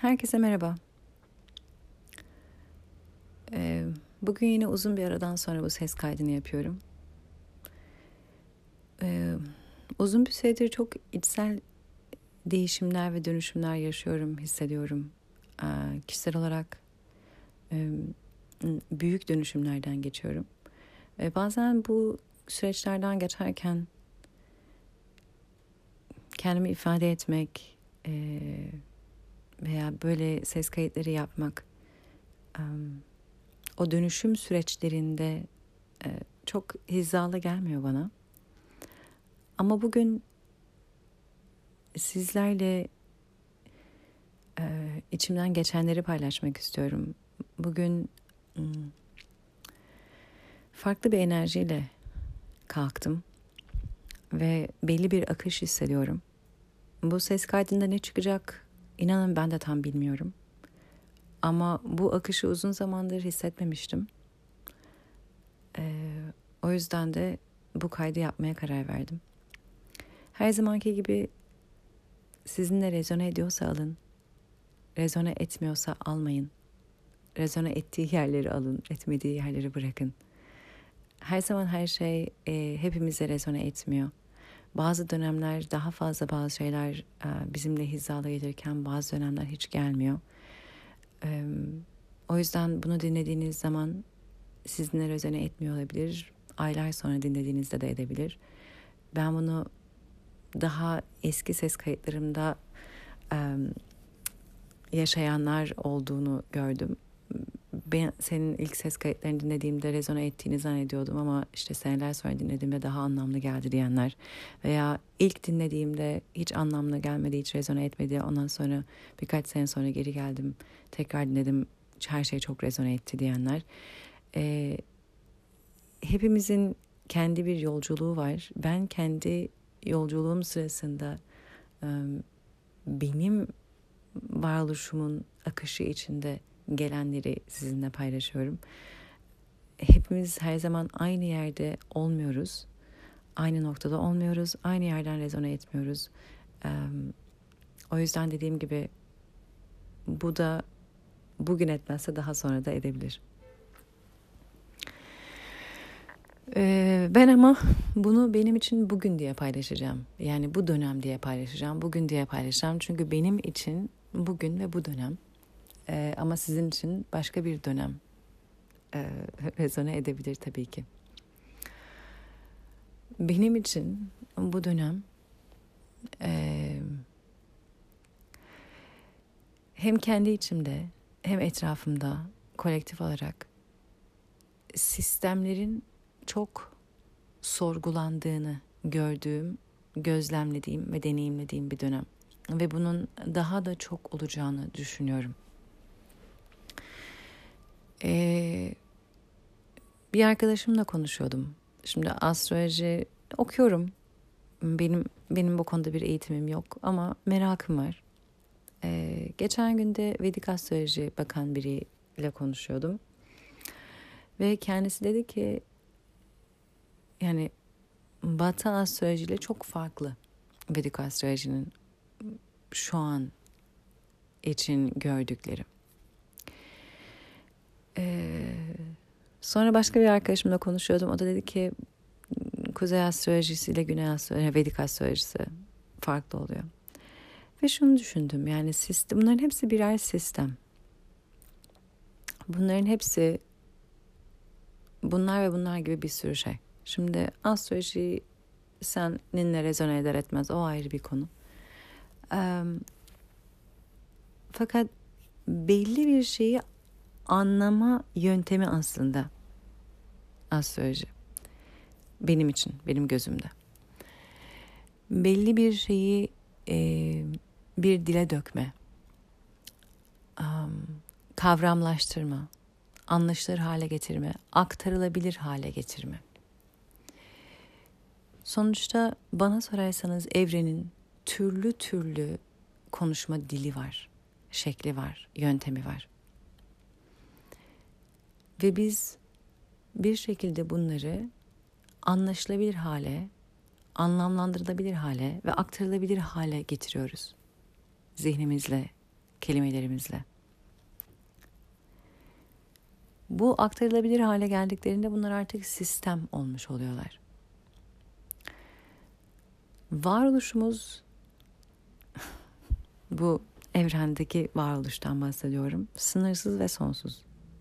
Herkese merhaba. Bugün yine uzun bir aradan sonra bu ses kaydını yapıyorum. Uzun bir süredir çok içsel değişimler ve dönüşümler yaşıyorum, hissediyorum. Kişisel olarak büyük dönüşümlerden geçiyorum. Bazen bu süreçlerden geçerken kendimi ifade etmek veya böyle ses kayıtları yapmak o dönüşüm süreçlerinde çok hizalı gelmiyor bana. Ama bugün sizlerle içimden geçenleri paylaşmak istiyorum. Bugün farklı bir enerjiyle kalktım ve belli bir akış hissediyorum. Bu ses kaydında ne çıkacak inanın ben de tam bilmiyorum. Ama bu akışı uzun zamandır hissetmemiştim. O yüzden de bu kaydı yapmaya karar verdim. Her zamanki gibi sizinle rezone ediyorsa alın, rezone etmiyorsa almayın. Rezone ettiği yerleri alın, etmediği yerleri bırakın. Her zaman her şey hepimize rezone etmiyor. Bazı dönemler daha fazla bazı şeyler bizimle hizalı gelirken bazı dönemler hiç gelmiyor. O yüzden bunu dinlediğiniz zaman sizinle rezone etmiyor olabilir. Aylar sonra dinlediğinizde de edebilir. Ben bunu daha eski ses kayıtlarımda yaşayanlar olduğunu gördüm. Ben senin ilk ses kayıtlarını dinlediğimde rezone ettiğini zannediyordum ama işte seneler sonra dinlediğimde daha anlamlı geldi diyenler veya ilk dinlediğimde hiç anlamlı gelmedi, hiç rezone etmedi. Ondan sonra birkaç sene sonra geri geldim, tekrar dinledim, her şey çok rezone etti diyenler. Hepimizin kendi bir yolculuğu var. Ben kendi yolculuğum sırasında benim varoluşumun akışı içinde gelenleri sizinle paylaşıyorum. Hepimiz her zaman aynı yerde olmuyoruz. Aynı noktada olmuyoruz. Aynı yerden rezone etmiyoruz. O yüzden dediğim gibi bu da bugün etmezse daha sonra da edebilir. Ben ama bunu benim için bugün diye paylaşacağım. Yani bu dönem diye paylaşacağım. Bugün diye paylaşacağım. Çünkü benim için bugün ve bu dönem. Ama sizin için başka bir dönem rezone edebilir tabii ki. Benim için bu dönem hem kendi içimde hem etrafımda kolektif olarak sistemlerin çok sorgulandığını gördüğüm, gözlemlediğim ve deneyimlediğim bir dönem. Ve bunun daha da çok olacağını düşünüyorum. Bir arkadaşımla konuşuyordum. Şimdi astroloji okuyorum. Benim bu konuda bir eğitimim yok ama merakım var. Geçen günde Vedik astroloji bakan biriyle konuşuyordum. Ve kendisi dedi ki yani Batı astrolojiyle çok farklı Vedik astrolojinin şu an için gördükleri. Sonra başka bir arkadaşımla konuşuyordum. O da dedi ki Kuzey astrolojisi ile Güney astrolojisi, Vedik astrolojisi farklı oluyor. Ve şunu düşündüm, yani bunların hepsi birer sistem. Bunların hepsi bunlar ve bunlar gibi bir sürü şey. Şimdi astroloji seninle rezone eder etmez o ayrı bir konu. Fakat belli bir şeyi anlama yöntemi aslında astroloji. Benim için, benim gözümde. Belli bir şeyi bir dile dökme, kavramlaştırma, anlaşılır hale getirme, aktarılabilir hale getirme. Sonuçta bana sorarsanız evrenin türlü türlü konuşma dili var, şekli var, yöntemi var. Ve biz bir şekilde bunları anlaşılabilir hale, anlamlandırılabilir hale ve aktarılabilir hale getiriyoruz. Zihnimizle, kelimelerimizle. Bu aktarılabilir hale geldiklerinde bunlar artık sistem olmuş oluyorlar. Varoluşumuz, bu evrendeki varoluştan bahsediyorum, sınırsız ve sonsuz.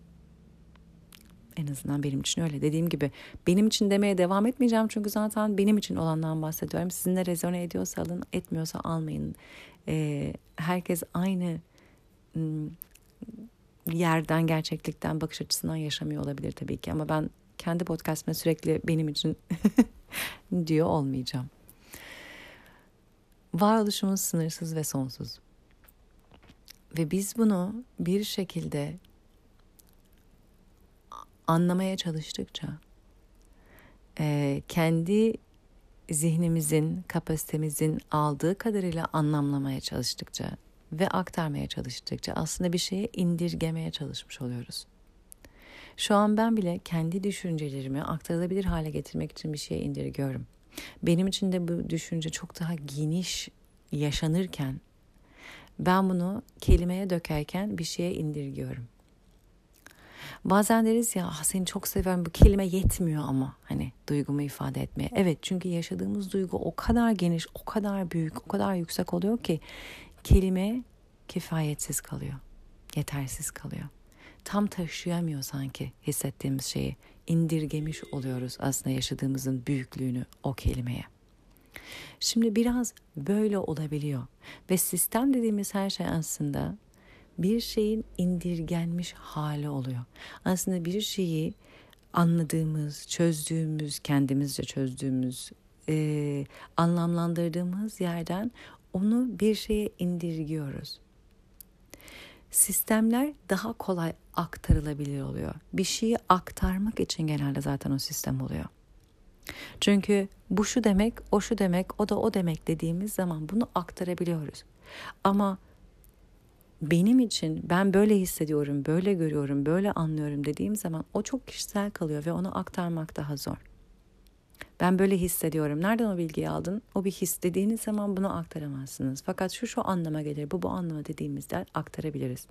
En azından benim için öyle. Dediğim gibi benim için demeye devam etmeyeceğim çünkü zaten benim için olandan bahsediyorum. Sizinle rezone ediyorsa alın, etmiyorsa almayın. Herkes aynı yerden, gerçeklikten, bakış açısından yaşamıyor olabilir tabii ki. Ama ben kendi podcast'ımda sürekli benim için diyor olmayacağım. Varoluşumuz sınırsız ve sonsuz. Ve biz bunu bir şekilde anlamaya çalıştıkça, kendi zihnimizin, kapasitemizin aldığı kadarıyla anlamlamaya çalıştıkça ve aktarmaya çalıştıkça aslında bir şeye indirgemeye çalışmış oluyoruz. Şu an ben bile kendi düşüncelerimi aktarılabilir hale getirmek için bir şeye indirgiyorum. Benim için de bu düşünce çok daha geniş yaşanırken ben bunu kelimeye dökerken bir şeye indirgiyorum. Bazen deriz ya seni çok seviyorum, bu kelime yetmiyor ama hani duygumu ifade etmeye. Evet, çünkü yaşadığımız duygu o kadar geniş, o kadar büyük, o kadar yüksek oluyor ki kelime kifayetsiz kalıyor, yetersiz kalıyor. Tam taşıyamıyor sanki hissettiğimiz şeyi. İndirgemiş oluyoruz aslında yaşadığımızın büyüklüğünü o kelimeye. Şimdi biraz böyle olabiliyor ve sistem dediğimiz her şey aslında bir şeyin indirgenmiş hali oluyor. Aslında bir şeyi anladığımız, çözdüğümüz, kendimizce çözdüğümüz, anlamlandırdığımız yerden onu bir şeye indirgiyoruz. Sistemler daha kolay aktarılabilir oluyor. Bir şeyi aktarmak için genelde zaten o sistem oluyor. Çünkü bu şu demek, o şu demek, o da o demek dediğimiz zaman bunu aktarabiliyoruz. Ama benim için ben böyle hissediyorum, böyle görüyorum, böyle anlıyorum dediğim zaman o çok kişisel kalıyor ve onu aktarmak daha zor. Ben böyle hissediyorum. Nereden o bilgiyi aldın? O bir his dediğiniz zaman bunu aktaramazsınız. Fakat şu anlama gelir, bu anlama dediğimizde aktarabiliriz.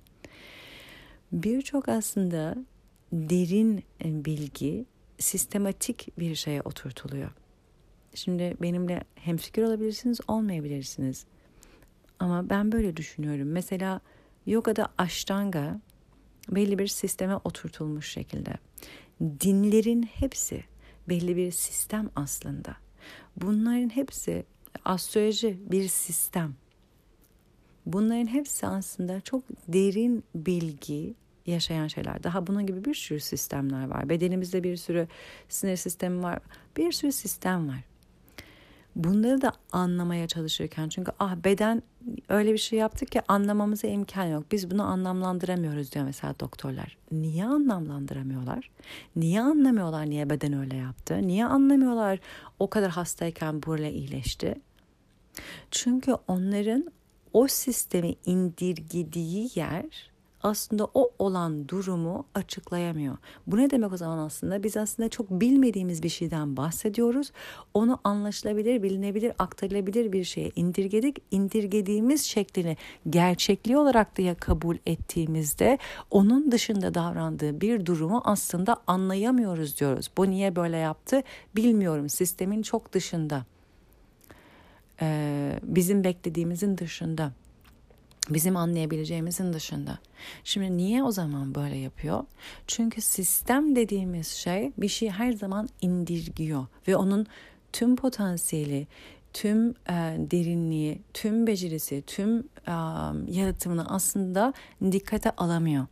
Birçok aslında derin bilgi sistematik bir şeye oturtuluyor. Şimdi benimle hemfikir olabilirsiniz, olmayabilirsiniz. Ama ben böyle düşünüyorum. Mesela yogada Ashtanga belli bir sisteme oturtulmuş şekilde. Dinlerin hepsi belli bir sistem aslında. Bunların hepsi astroloji bir sistem. Bunların hepsi aslında çok derin bilgi yaşayan şeyler. Daha bunun gibi bir sürü sistemler var. Bedenimizde bir sürü sinir sistemi var. Bir sürü sistem var. Bunları da anlamaya çalışırken çünkü beden öyle bir şey yaptı ki anlamamıza imkan yok. Biz bunu anlamlandıramıyoruz diyor mesela doktorlar. Niye anlamlandıramıyorlar? Niye anlamıyorlar niye beden öyle yaptı? Niye anlamıyorlar o kadar hastayken böyle iyileşti? Çünkü onların o sistemi indirgediği yer aslında o olan durumu açıklayamıyor. Bu ne demek o zaman aslında? Biz aslında çok bilmediğimiz bir şeyden bahsediyoruz. Onu anlaşılabilir, bilinebilir, aktarılabilir bir şeye indirgedik. İndirgediğimiz şeklini gerçekliği olarak da kabul ettiğimizde onun dışında davrandığı bir durumu aslında anlayamıyoruz diyoruz. Bu niye böyle yaptı bilmiyorum. Sistemin çok dışında. Bizim beklediğimizin dışında. Bizim anlayabileceğimizin dışında. Şimdi niye o zaman böyle yapıyor? Çünkü sistem dediğimiz şey bir şey her zaman indirgiyor ve onun tüm potansiyeli, tüm derinliği, tüm becerisi, tüm yaratımını aslında dikkate alamıyor.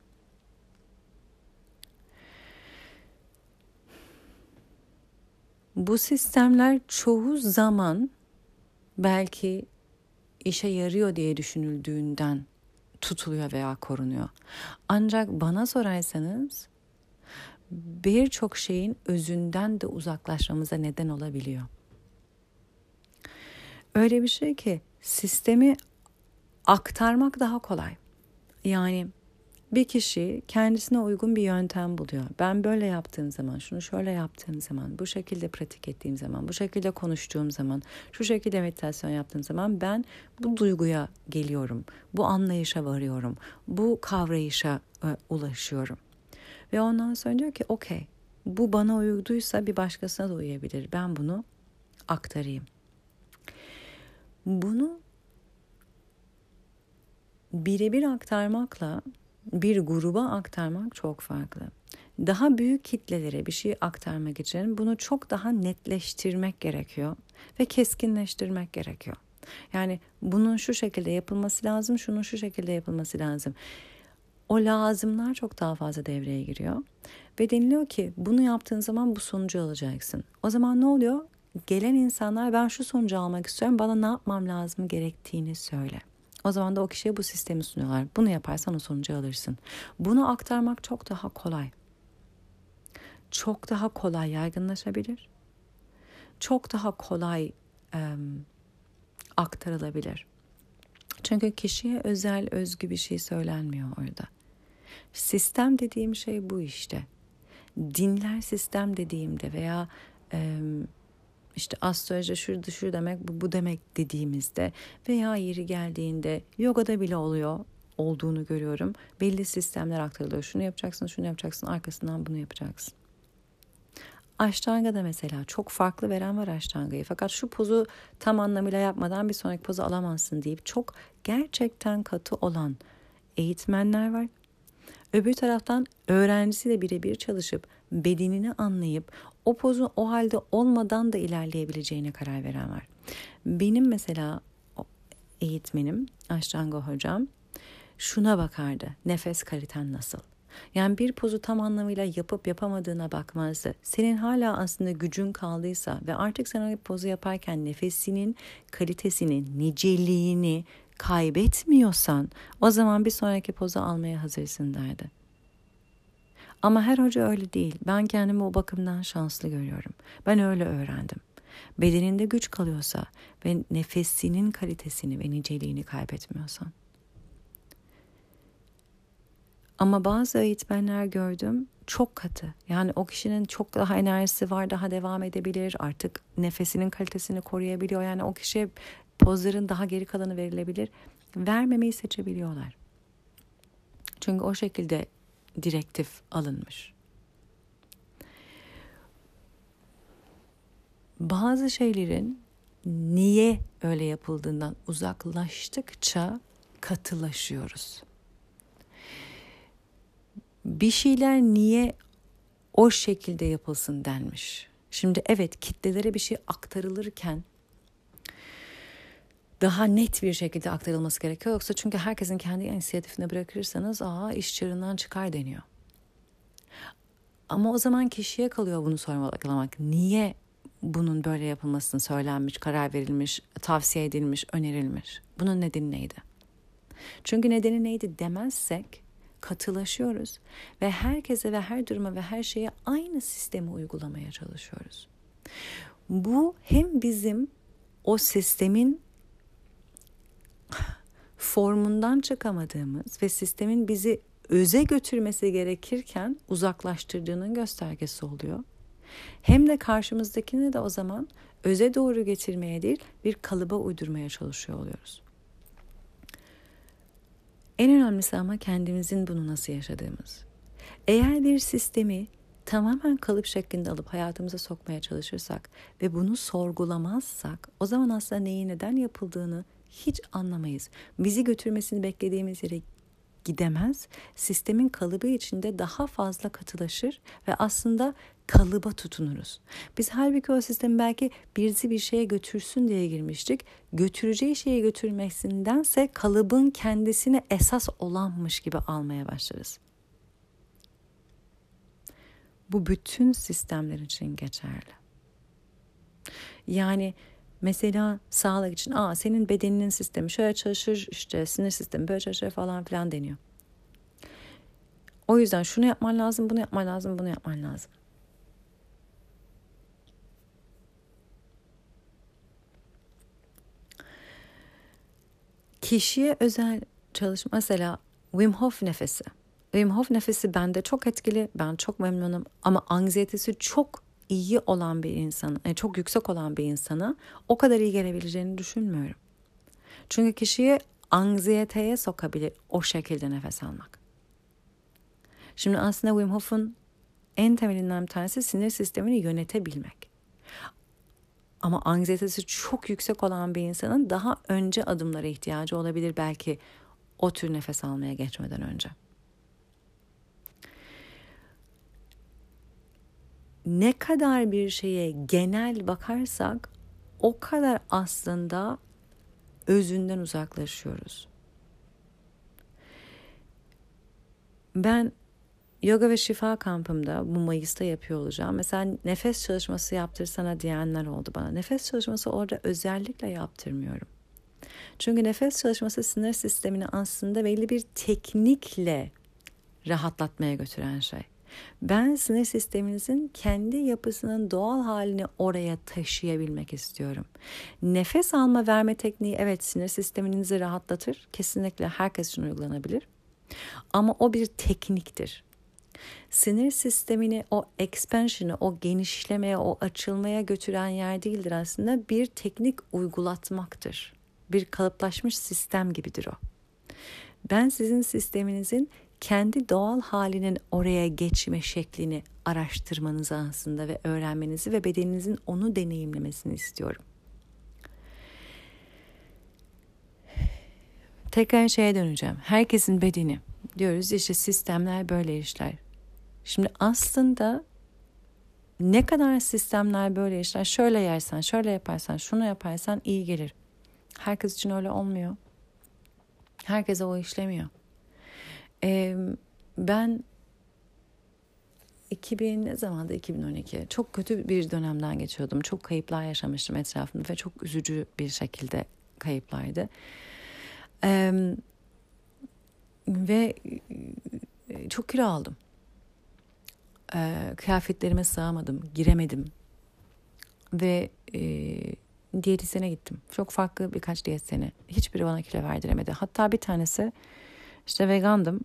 Bu sistemler çoğu zaman belki işe yarıyor diye düşünüldüğünden tutuluyor veya korunuyor. Ancak bana sorarsanız birçok şeyin özünden de uzaklaşmamıza neden olabiliyor. Öyle bir şey ki sistemi aktarmak daha kolay. Yani Bir kişi kendisine uygun bir yöntem buluyor. Ben böyle yaptığım zaman, şunu şöyle yaptığım zaman, bu şekilde pratik ettiğim zaman, bu şekilde konuştuğum zaman, şu şekilde meditasyon yaptığım zaman ben bu duyguya geliyorum, bu anlayışa varıyorum, bu kavrayışa ulaşıyorum. Ve ondan sonra diyor ki okey, bu bana uyduysa bir başkasına da uyabilir. Ben bunu aktarayım. Bunu birebir aktarmakla bir gruba aktarmak çok farklı. Daha büyük kitlelere bir şey aktarmak için bunu çok daha netleştirmek gerekiyor ve keskinleştirmek gerekiyor. Yani bunun şu şekilde yapılması lazım, şunun şu şekilde yapılması lazım. O lazımlar çok daha fazla devreye giriyor. Ve deniliyor ki bunu yaptığın zaman bu sonucu alacaksın. O zaman ne oluyor? Gelen insanlar ben şu sonucu almak istiyorum, bana ne yapmam lazım gerektiğini söyle. O zaman da o kişiye bu sistemi sunuyorlar. Bunu yaparsan o sonucu alırsın. Bunu aktarmak çok daha kolay. Çok daha kolay yaygınlaşabilir. Çok daha kolay aktarılabilir. Çünkü kişiye özel, özgü bir şey söylenmiyor orada. Sistem dediğim şey bu işte. Dinler sistem dediğimde veya işte astroloji şu demek bu demek dediğimizde veya yeri geldiğinde yogada bile olduğunu görüyorum. Belli sistemler aktarılıyor. Şunu yapacaksın, arkasından bunu yapacaksın. Ashtanga'da mesela çok farklı veren var Ashtanga'yı. Fakat şu pozu tam anlamıyla yapmadan bir sonraki pozu alamazsın deyip çok gerçekten katı olan eğitmenler var. Öbür taraftan öğrencisiyle birebir çalışıp bedenini anlayıp o pozu o halde olmadan da ilerleyebileceğine karar veren var. Benim mesela eğitmenim, Ashtanga hocam şuna bakardı. Nefes kaliten nasıl? Yani bir pozu tam anlamıyla yapıp yapamadığına bakmazdı. Senin hala aslında gücün kaldıysa ve artık sen o pozu yaparken nefesinin kalitesini, niceliğini kaybetmiyorsan o zaman bir sonraki pozu almaya hazırsın derdi. Ama her hoca öyle değil. Ben kendimi o bakımdan şanslı görüyorum. Ben öyle öğrendim. Bedeninde güç kalıyorsa ve nefesinin kalitesini ve niceliğini kaybetmiyorsan. Ama bazı eğitmenler gördüm çok katı. Yani o kişinin çok daha enerjisi var, daha devam edebilir. Artık nefesinin kalitesini koruyabiliyor. Yani o kişiye pozların daha geri kalanı verilebilir. Vermemeyi seçebiliyorlar. Çünkü o şekilde direktif alınmış. Bazı şeylerin niye öyle yapıldığından uzaklaştıkça katılaşıyoruz. Bir şeyler niye o şekilde yapılsın denmiş. Şimdi evet, kitlelere bir şey aktarılırken daha net bir şekilde aktarılması gerekiyor. Yoksa çünkü herkesin kendi inisiyatifine bırakırsanız iş çığırından çıkar deniyor. Ama o zaman kişiye kalıyor bunu sorgulamak. Niye bunun böyle yapılmasını söylenmiş, karar verilmiş, tavsiye edilmiş, önerilmiş? Bunun nedeni neydi? Çünkü nedeni neydi demezsek katılaşıyoruz ve herkese ve her duruma ve her şeye aynı sistemi uygulamaya çalışıyoruz. Bu hem bizim o sistemin formundan çıkamadığımız ve sistemin bizi öze götürmesi gerekirken uzaklaştırdığının göstergesi oluyor. Hem de karşımızdakini de o zaman öze doğru getirmeye değil bir kalıba uydurmaya çalışıyor oluyoruz. En önemlisi ama kendimizin bunu nasıl yaşadığımız. Eğer bir sistemi tamamen kalıp şeklinde alıp hayatımıza sokmaya çalışırsak ve bunu sorgulamazsak o zaman aslında neyin neden yapıldığını hiç anlamayız. Bizi götürmesini beklediğimiz yere gidemez. Sistemin kalıbı içinde daha fazla katılaşır ve aslında kalıba tutunuruz. Biz halbuki o sistemi belki bizi bir şeye götürsün diye girmiştik. Götüreceği şeyi götürmesindense kalıbın kendisini esas olanmış gibi almaya başlarız. Bu bütün sistemler için geçerli. Yani mesela sağlık için senin bedeninin sistemi şöyle çalışır, işte sinir sistemi böyle çalışır falan filan deniyor. O yüzden şunu yapman lazım, bunu yapman lazım, bunu yapman lazım. Kişiye özel çalışma, mesela Wim Hof nefesi. Wim Hof nefesi bende çok etkili. Ben çok memnunum. Ama anksiyetesi çok iyi olan bir insan, çok yüksek olan bir insana o kadar iyi gelebileceğini düşünmüyorum. Çünkü kişiyi anksiyeteye sokabilir o şekilde nefes almak. Şimdi aslında Wim Hof'un en temelinden bir tanesi sinir sistemini yönetebilmek. Ama anksiyetesi çok yüksek olan bir insanın daha önce adımlara ihtiyacı olabilir belki o tür nefes almaya geçmeden önce. Ne kadar bir şeye genel bakarsak o kadar aslında özünden uzaklaşıyoruz. Ben yoga ve şifa kampımda bu Mayıs'ta yapıyor olacağım. Mesela nefes çalışması yaptırsana diyenler oldu bana. Nefes çalışması orada özellikle yaptırmıyorum. Çünkü nefes çalışması sinir sistemini aslında belli bir teknikle rahatlatmaya götüren şey. Ben sinir sisteminizin kendi yapısının doğal halini oraya taşıyabilmek istiyorum. Nefes alma verme tekniği evet sinir sisteminizi rahatlatır. Kesinlikle herkes için uygulanabilir. Ama o bir tekniktir. Sinir sistemini o expansion'ı, o genişlemeye, o açılmaya götüren yer değildir aslında. Bir teknik uygulatmaktır. Bir kalıplaşmış sistem gibidir o. Ben sizin sisteminizin kendi doğal halinin oraya geçme şeklini araştırmanızı aslında ve öğrenmenizi ve bedeninizin onu deneyimlemesini istiyorum. Tekrar şeye döneceğim. Herkesin bedeni. Diyoruz işte sistemler böyle işler. Şimdi aslında ne kadar sistemler böyle işler, şöyle yersen, şöyle yaparsan, şunu yaparsan iyi gelir. Herkes için öyle olmuyor. Herkese o işlemiyor. Ben 2012 çok kötü bir dönemden geçiyordum. Çok kayıplar yaşamıştım etrafımda ve çok üzücü bir şekilde kayıplardı. Ve çok kilo aldım. Kıyafetlerime sığamadım, giremedim. Ve diyetisyene gittim. Çok farklı birkaç diyetisyene. Hiçbiri bana kilo verdiremedi. Hatta bir tanesi işte vegandım.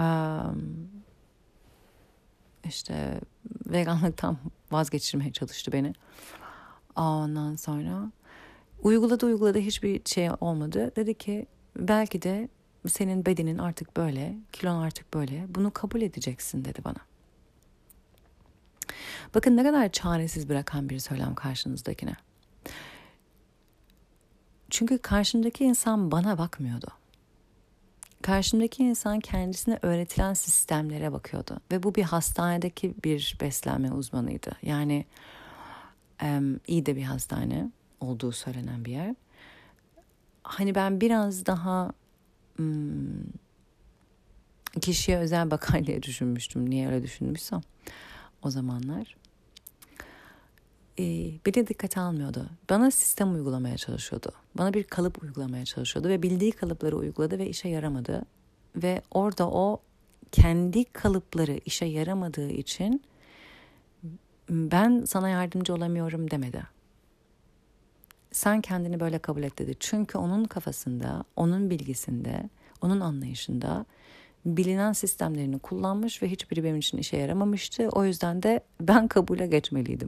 İşte veganlıktan vazgeçirmeye çalıştı beni. Ondan sonra uyguladı hiçbir şey olmadı. Dedi ki belki de senin bedenin artık böyle, kilon artık böyle. Bunu kabul edeceksin dedi bana. Bakın ne kadar çaresiz bırakan bir söylem karşınızdakine. Çünkü karşımdaki insan bana bakmıyordu. Karşımdaki insan kendisine öğretilen sistemlere bakıyordu. Ve bu bir hastanedeki bir beslenme uzmanıydı. Yani iyi de bir hastane olduğu söylenen bir yer. Hani ben biraz daha kişiye özel bakar diye düşünmüştüm. Niye öyle düşünmüşsem o zamanlar. Beni dikkate almıyordu. Bana sistem uygulamaya çalışıyordu. Bana bir kalıp uygulamaya çalışıyordu ve bildiği kalıpları uyguladı ve işe yaramadı. Ve orada o kendi kalıpları işe yaramadığı için ben sana yardımcı olamıyorum demedi. Sen kendini böyle kabul et dedi. Çünkü onun kafasında, onun bilgisinde, onun anlayışında bilinen sistemlerini kullanmış ve hiçbiri benim için işe yaramamıştı. O yüzden de ben kabule geçmeliydim.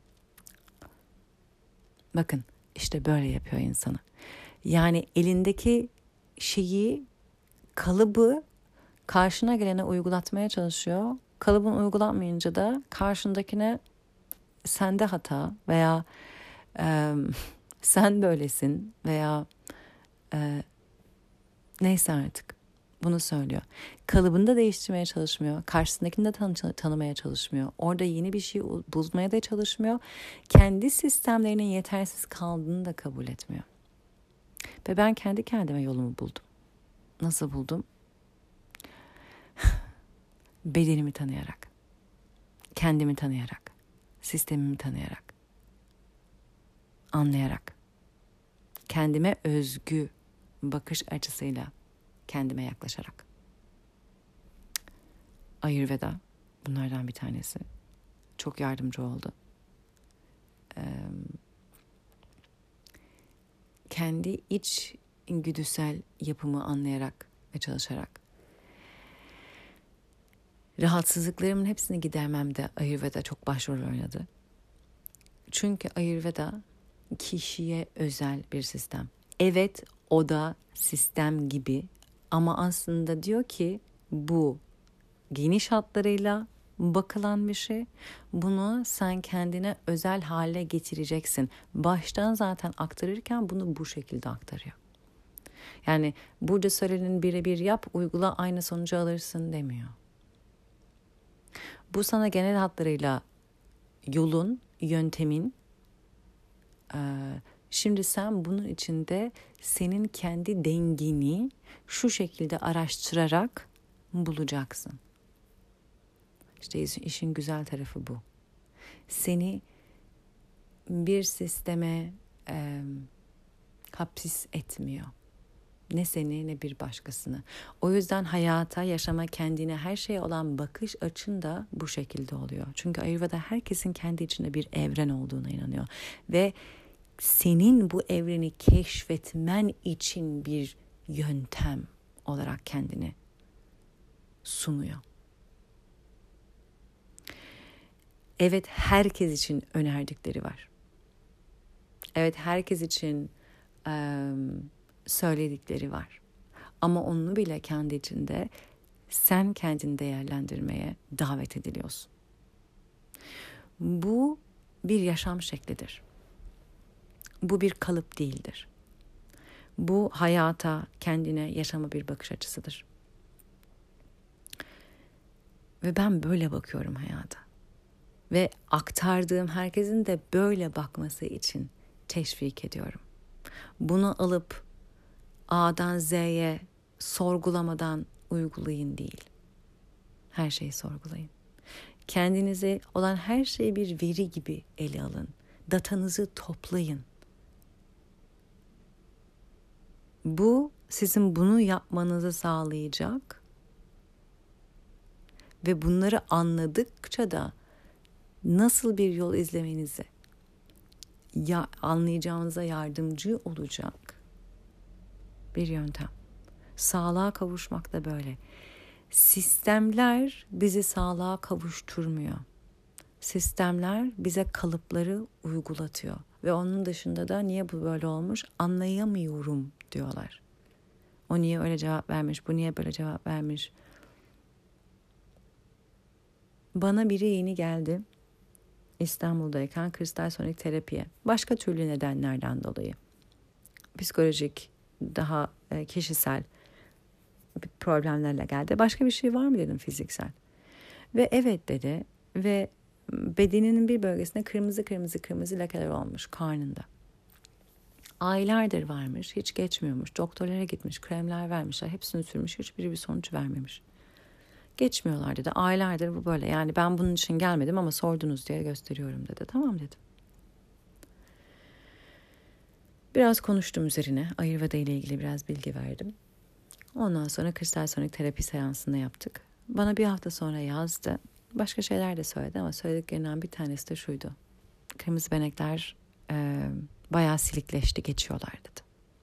Bakın işte böyle yapıyor insanı. Yani elindeki şeyi, kalıbı karşına gelene uygulatmaya çalışıyor. Kalıbın uygulanmayınca da karşındakine sende hata veya sen böylesin veya neyse artık bunu söylüyor. Kalıbını da değiştirmeye çalışmıyor. Karşısındakini de tanımaya çalışmıyor. Orada yeni bir şey bulmaya da çalışmıyor. Kendi sistemlerinin yetersiz kaldığını da kabul etmiyor. Ve ben kendi kendime yolumu buldum. Nasıl buldum? Bedenimi tanıyarak, kendimi tanıyarak, sistemimi tanıyarak, anlayarak, kendime özgü bakış açısıyla kendime yaklaşarak. Ayurveda bunlardan bir tanesi. Çok yardımcı oldu. Kendi iç güdüsel yapımı anlayarak ve çalışarak. Rahatsızlıklarımın hepsini gidermemde Ayurveda çok başrol oynadı. Çünkü Ayurveda kişiye özel bir sistem. Evet, o da sistem gibi ama aslında diyor ki bu geniş hatlarıyla bakılan bir şey. Bunu sen kendine özel hale getireceksin. Baştan zaten aktarırken bunu bu şekilde aktarıyor. Yani burada söylenin birebir yap, uygula, aynı sonucu alırsın demiyor. Bu sana genel hatlarıyla yolun, yöntemin. Şimdi sen bunun içinde senin kendi dengini şu şekilde araştırarak bulacaksın. İşte işin güzel tarafı bu. Seni bir sisteme hapis etmiyor. Ne seni ne bir başkasını. O yüzden hayata, yaşama, kendine, her şeye olan bakış açın da bu şekilde oluyor. Çünkü Ayurveda herkesin kendi içinde bir evren olduğuna inanıyor. Ve senin bu evreni keşfetmen için bir yöntem olarak kendini sunuyor. Evet, herkes için önerdikleri var. Evet, herkes için söyledikleri var. Ama onu bile kendi içinde sen kendini değerlendirmeye davet ediliyorsun. Bu bir yaşam şeklidir. Bu bir kalıp değildir. Bu hayata, kendine, yaşama bir bakış açısıdır. Ve ben böyle bakıyorum hayata. Ve aktardığım herkesin de böyle bakması için teşvik ediyorum. Bunu alıp A'dan Z'ye sorgulamadan uygulayın değil. Her şeyi sorgulayın. Kendinize olan her şeyi bir veri gibi ele alın. Datanızı toplayın. Bu sizin bunu yapmanızı sağlayacak ve bunları anladıkça da nasıl bir yol izlemenizi anlayacağınıza yardımcı olacak bir yöntem. Sağlığa kavuşmak da böyle. Sistemler bizi sağlığa kavuşturmuyor. Sistemler bize kalıpları uygulatıyor. Ve onun dışında da niye bu böyle olmuş anlayamıyorum diyorlar. O niye öyle cevap vermiş, bu niye böyle cevap vermiş. Bana biri yeni geldi. İstanbul'dayken kristal sonik terapiye. Başka türlü nedenlerden dolayı. Psikolojik, daha kişisel problemlerle geldi. Başka bir şey var mı dedim, fiziksel. Ve evet dedi ve bedeninin bir bölgesinde kırmızı lekeler olmuş karnında. Aylardır varmış, hiç geçmiyormuş. Doktorlara gitmiş, kremler vermişler, hepsini sürmüş, hiçbiri bir sonuç vermemiş. Geçmiyorlar dedi. Aylardır bu böyle. Yani ben bunun için gelmedim ama sordunuz diye gösteriyorum dedi. Tamam dedim. Biraz konuştum üzerine. Ayurveda ile ilgili biraz bilgi verdim. Ondan sonra kristal sonik terapi seansında yaptık. Bana bir hafta sonra yazdı. Başka şeyler de söyledi ama söylediklerinden bir tanesi de şuydu. Kırmızı benekler bayağı silikleşti, geçiyorlar dedi.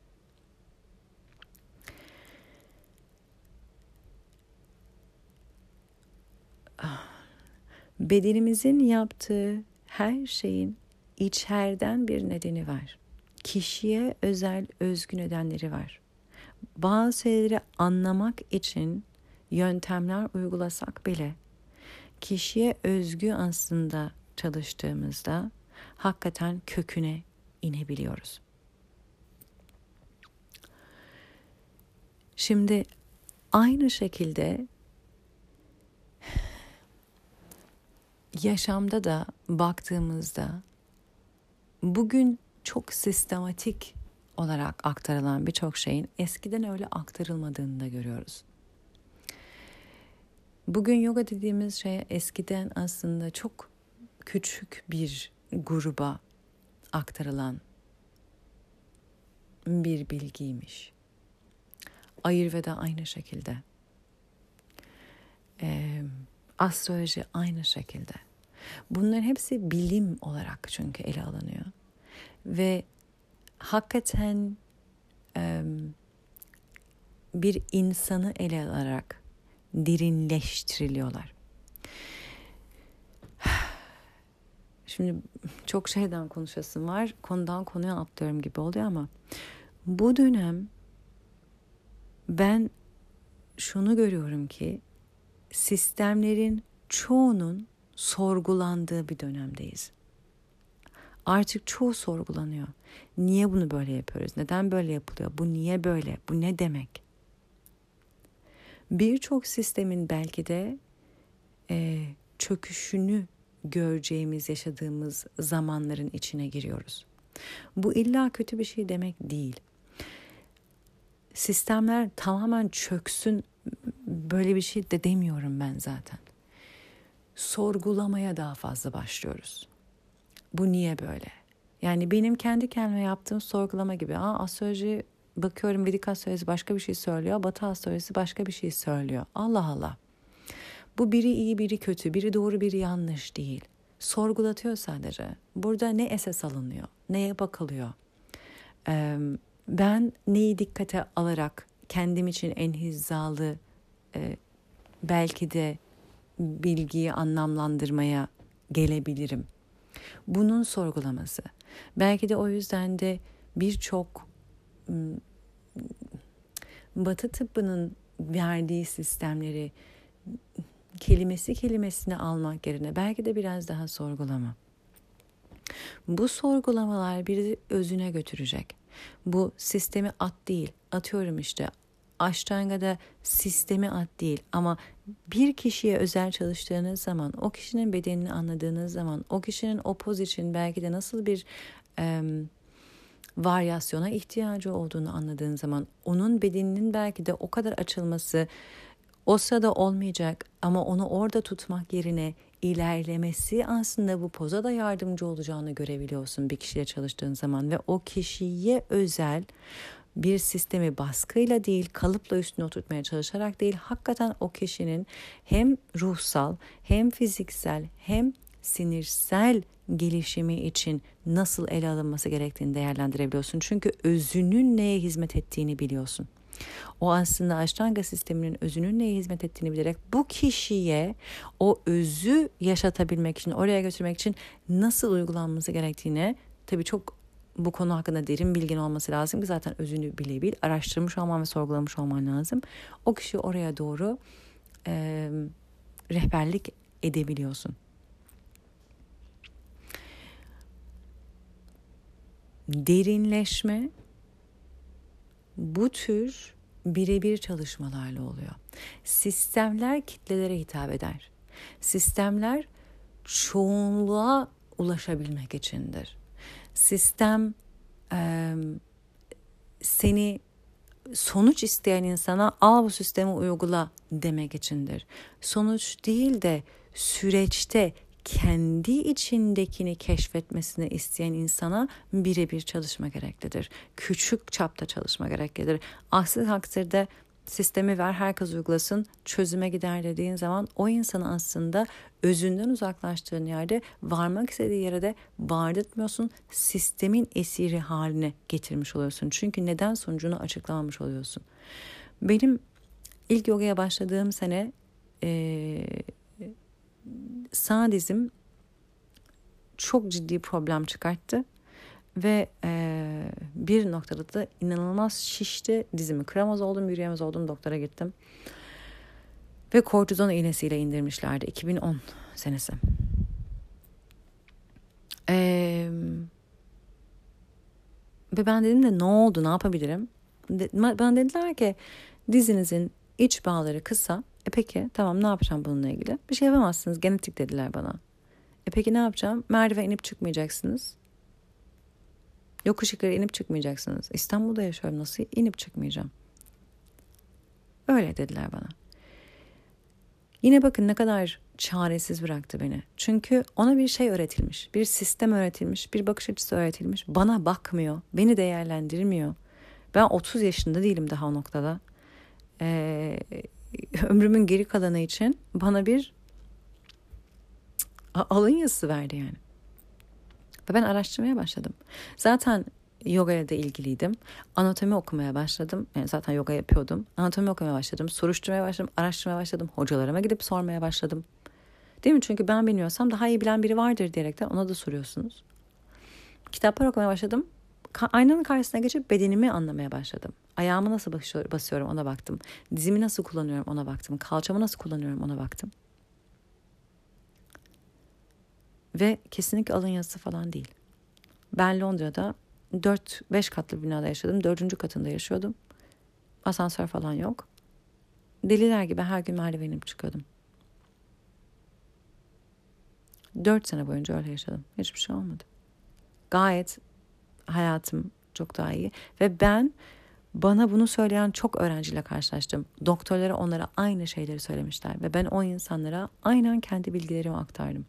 Bedenimizin yaptığı her şeyin içeriden bir nedeni var. Kişiye özel, özgü nedenleri var. Bazı şeyleri anlamak için yöntemler uygulasak bile kişiye özgü aslında çalıştığımızda hakikaten köküne inebiliyoruz. Şimdi aynı şekilde yaşamda da baktığımızda bugün çok sistematik olarak aktarılan birçok şeyin eskiden öyle aktarılmadığını da görüyoruz. Bugün yoga dediğimiz şey eskiden aslında çok küçük bir gruba aktarılan bir bilgiymiş. Ayurveda aynı şekilde. Astroloji aynı şekilde. Bunların hepsi bilim olarak çünkü ele alınıyor. Ve hakikaten bir insanı ele alarak derinleştiriliyorlar. Şimdi çok şeyden konuşasım var. Konudan konuya atlıyorum gibi oluyor ama bu dönem ben şunu görüyorum ki sistemlerin çoğunun sorgulandığı bir dönemdeyiz. Artık çoğu sorgulanıyor. Niye bunu böyle yapıyoruz? Neden böyle yapılıyor? Bu niye böyle? Bu ne demek? Birçok sistemin belki de çöküşünü göreceğimiz, yaşadığımız zamanların içine giriyoruz. Bu illa kötü bir şey demek değil. Sistemler tamamen çöksün, böyle bir şey de demiyorum ben zaten. Sorgulamaya daha fazla başlıyoruz. Bu niye böyle? Yani benim kendi kendime yaptığım sorgulama gibi. Astroloji bakıyorum, Vedik astrolojisi başka bir şey söylüyor. Batı astrolojisi başka bir şey söylüyor. Allah Allah. Bu biri iyi, biri kötü, biri doğru, biri yanlış değil. Sorgulatıyor sadece. Burada ne esas alınıyor? Neye bakılıyor? Ben neyi dikkate alarak kendim için en hizalı belki de bilgiyi anlamlandırmaya gelebilirim. Bunun sorgulaması. Belki de o yüzden de birçok Batı tıbbının verdiği sistemleri kelimesi kelimesine almak yerine belki de biraz daha sorgulama. Bu sorgulamalar bizi özüne götürecek. Bu sistemi at değil. Atıyorum işte Ashtanga'da sistemi at değil ama bir kişiye özel çalıştığınız zaman, o kişinin bedenini anladığınız zaman, o kişinin o poz için belki de nasıl bir varyasyona ihtiyacı olduğunu anladığınız zaman, onun bedeninin belki de o kadar açılması o sırada olmayacak ama onu orada tutmak yerine ilerlemesi aslında bu poza da yardımcı olacağını görebiliyorsun bir kişiyle çalıştığın zaman ve o kişiye özel bir sistemi baskıyla değil, kalıpla üstüne oturtmaya çalışarak değil, hakikaten o kişinin hem ruhsal, hem fiziksel, hem sinirsel gelişimi için nasıl ele alınması gerektiğini değerlendirebiliyorsun. Çünkü özünün neye hizmet ettiğini biliyorsun. O aslında Ashtanga sisteminin özünün neye hizmet ettiğini bilerek bu kişiye o özü yaşatabilmek için, oraya götürmek için nasıl uygulanması gerektiğini, tabii çok bu konu hakkında derin bilgin olması lazım ki zaten özünü bilebil, araştırmış olman ve sorgulamış olman lazım. O kişi oraya doğru rehberlik edebiliyorsun. Derinleşme bu tür birebir çalışmalarla oluyor. Sistemler kitlelere hitap eder. Sistemler çoğunluğa ulaşabilmek içindir. Sistem seni sonuç isteyen insana al bu sistemi uygula demek içindir. Sonuç değil de süreçte kendi içindekini keşfetmesini isteyen insana birebir çalışma gereklidir. Küçük çapta çalışma gereklidir. Aksi takdirde sistemi ver, herkes uygulasın, çözüme gider dediğin zaman o insanı aslında özünden uzaklaştığın yerde, varmak istediği yere de vardırtmıyorsun. Sistemin esiri haline getirmiş oluyorsun. Çünkü neden sonucunu açıklamamış oluyorsun. Benim ilk yogaya başladığım sene sağ dizim çok ciddi problem çıkarttı ve bir noktada da inanılmaz şişti, dizimi kıramaz oldum, yürüyemez oldum, doktora gittim ve kortizon iğnesiyle indirmişlerdi 2010 senesi. Ve ben dedim de ne oldu, ne yapabilirim? Bana dediler ki dizinizin iç bağları kısa. Peki tamam, ne yapacağım bununla ilgili? Bir şey yapamazsınız, genetik dediler bana. Peki ne yapacağım? Merdiven inip çıkmayacaksınız. Yokuş yukarı inip çıkmayacaksınız. İstanbul'da yaşıyorum, nasıl inip çıkmayacağım? Öyle dediler bana. Yine bakın ne kadar çaresiz bıraktı beni. Çünkü ona bir şey öğretilmiş, bir sistem öğretilmiş, bir bakış açısı öğretilmiş. Bana bakmıyor, beni değerlendirmiyor. Ben 30 yaşında değilim daha o noktada. Ömrümün geri kalanı için bana bir alın yazısı verdi yani. Ve ben araştırmaya başladım. Zaten yogaya da ilgiliydim. Anatomi okumaya başladım. Yani zaten yoga yapıyordum. Anatomi okumaya başladım. Soruşturmaya başladım. Araştırmaya başladım. Hocalarıma gidip sormaya başladım. Değil mi? Çünkü ben bilmiyorsam daha iyi bilen biri vardır diyerekten ona da soruyorsunuz. Kitaplar okumaya başladım. Aynanın karşısına geçip bedenimi anlamaya başladım. Ayağımı nasıl basıyorum ona baktım. Dizimi nasıl kullanıyorum ona baktım. Kalçamı nasıl kullanıyorum ona baktım. Ve kesinlikle alın yazısı falan değil. Ben Londra'da 4-5 katlı bir binada yaşadım. 4. katında yaşıyordum. Asansör falan yok. Deliler gibi her gün merdivene inip çıkıyordum. 4 sene boyunca öyle yaşadım. Hiçbir şey olmadı. Gayet hayatım çok daha iyi. Ve bana bunu söyleyen çok öğrenciyle karşılaştım. Doktorlara onlara aynı şeyleri söylemişler. Ve ben o insanlara aynen kendi bilgilerimi aktardım.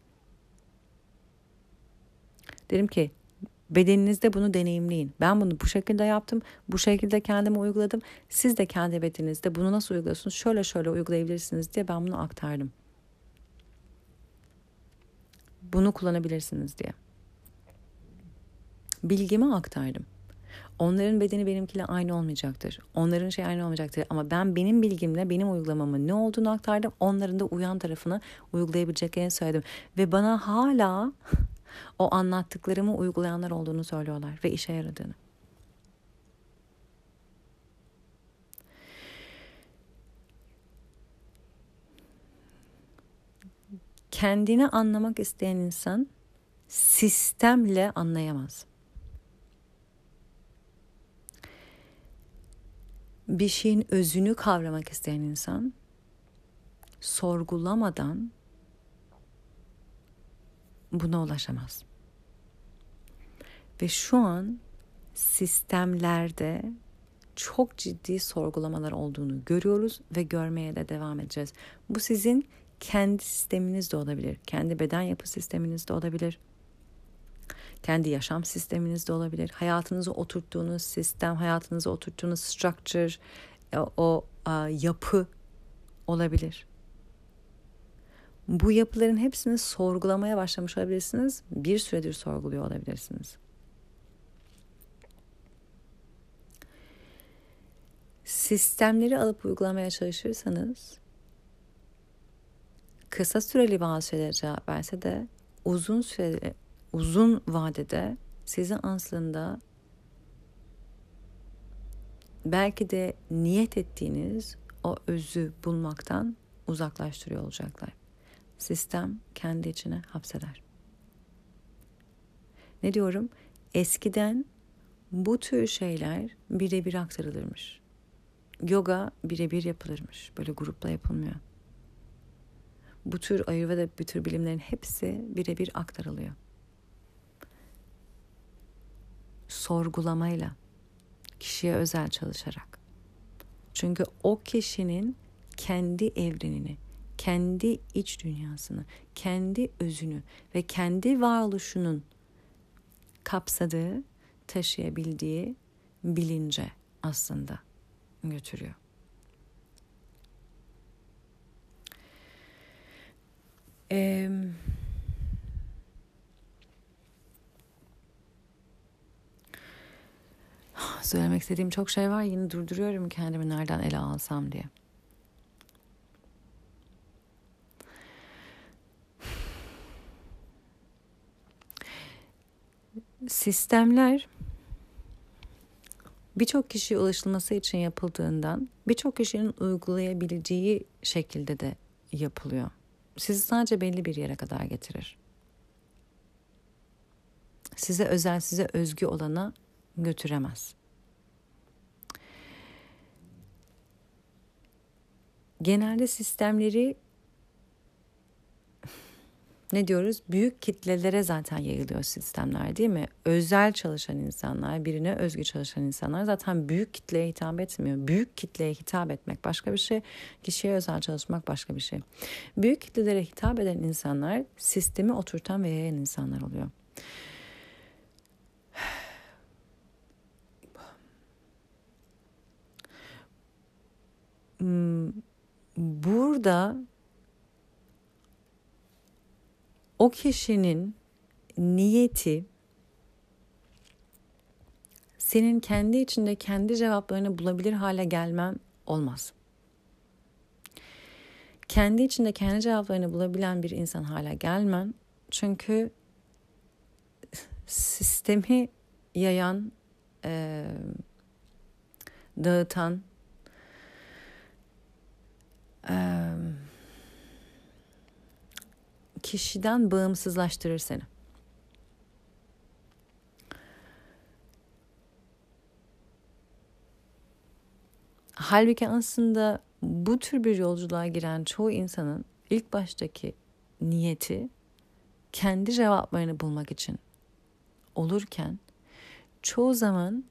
Dedim ki bedeninizde bunu deneyimleyin. Ben bunu bu şekilde yaptım. Bu şekilde kendime uyguladım. Siz de kendi bedeninizde bunu nasıl uyguluyorsunuz? Şöyle şöyle uygulayabilirsiniz diye ben bunu aktardım. Bunu kullanabilirsiniz diye. Bilgimi aktardım. Onların bedeni benimkiyle aynı olmayacaktır. Onların şey aynı olmayacaktır. Ama ben benim bilgimle benim uygulamamın ne olduğunu aktardım. Onların da uyan tarafını uygulayabileceklerini söyledim. Ve bana hala o anlattıklarımı uygulayanlar olduğunu söylüyorlar ve işe yaradığını. Kendini anlamak isteyen insan sistemle anlayamaz. Bir şeyin özünü kavramak isteyen insan sorgulamadan buna ulaşamaz. Ve şu an sistemlerde çok ciddi sorgulamalar olduğunu görüyoruz ve görmeye de devam edeceğiz. Bu sizin kendi sisteminiz de olabilir. Kendi beden yapı sisteminiz de olabilir. Kendi yaşam sisteminiz de olabilir. Hayatınıza oturttuğunuz sistem, hayatınıza oturttuğunuz structure, o yapı olabilir. Bu yapıların hepsini sorgulamaya başlamış olabilirsiniz. Bir süredir sorguluyor olabilirsiniz. Sistemleri alıp uygulamaya çalışırsanız kısa süreli bazı şeylere cevap verse de uzun vadede sizi aslında belki de niyet ettiğiniz o özü bulmaktan uzaklaştırıyor olacaklar. Sistem kendi içine hapseder. Ne diyorum? Eskiden bu tür şeyler birebir aktarılırmış. Yoga birebir yapılırmış. Böyle grupla yapılmıyor. Bu tür Ayurveda, bu tür bilimlerin hepsi birebir aktarılıyor. Sorgulamayla, kişiye özel çalışarak. Çünkü o kişinin kendi evrenini, kendi iç dünyasını, kendi özünü ve kendi varoluşunun kapsadığı, taşıyabildiği bilince aslında götürüyor. Söylemek istediğim çok şey var. Yine durduruyorum kendimi nereden ele alsam diye. Sistemler birçok kişiye ulaşılması için yapıldığından birçok kişinin uygulayabileceği şekilde de yapılıyor. Sizi sadece belli bir yere kadar getirir. Size özel, size özgü olana götüremez. Genelde sistemleri ne diyoruz? Büyük kitlelere zaten yayılıyor sistemler, değil mi? Özel çalışan insanlar, birine özgü çalışan insanlar zaten büyük kitleye hitap etmiyor. Büyük kitleye hitap etmek başka bir şey, kişiye özel çalışmak başka bir şey. Büyük kitlelere hitap eden insanlar sistemi oturtan ve yayan insanlar oluyor. Burada o kişinin niyeti senin kendi içinde kendi cevaplarını bulabilir hale gelmen olmaz. kendi içinde kendi cevaplarını bulabilen bir insan hala gelmem. Çünkü sistemi yayan, dağıtan, kişiden bağımsızlaştırır seni. Halbuki aslında bu tür bir yolculuğa giren çoğu insanın ilk baştaki niyeti kendi cevaplarını bulmak için olurken çoğu zaman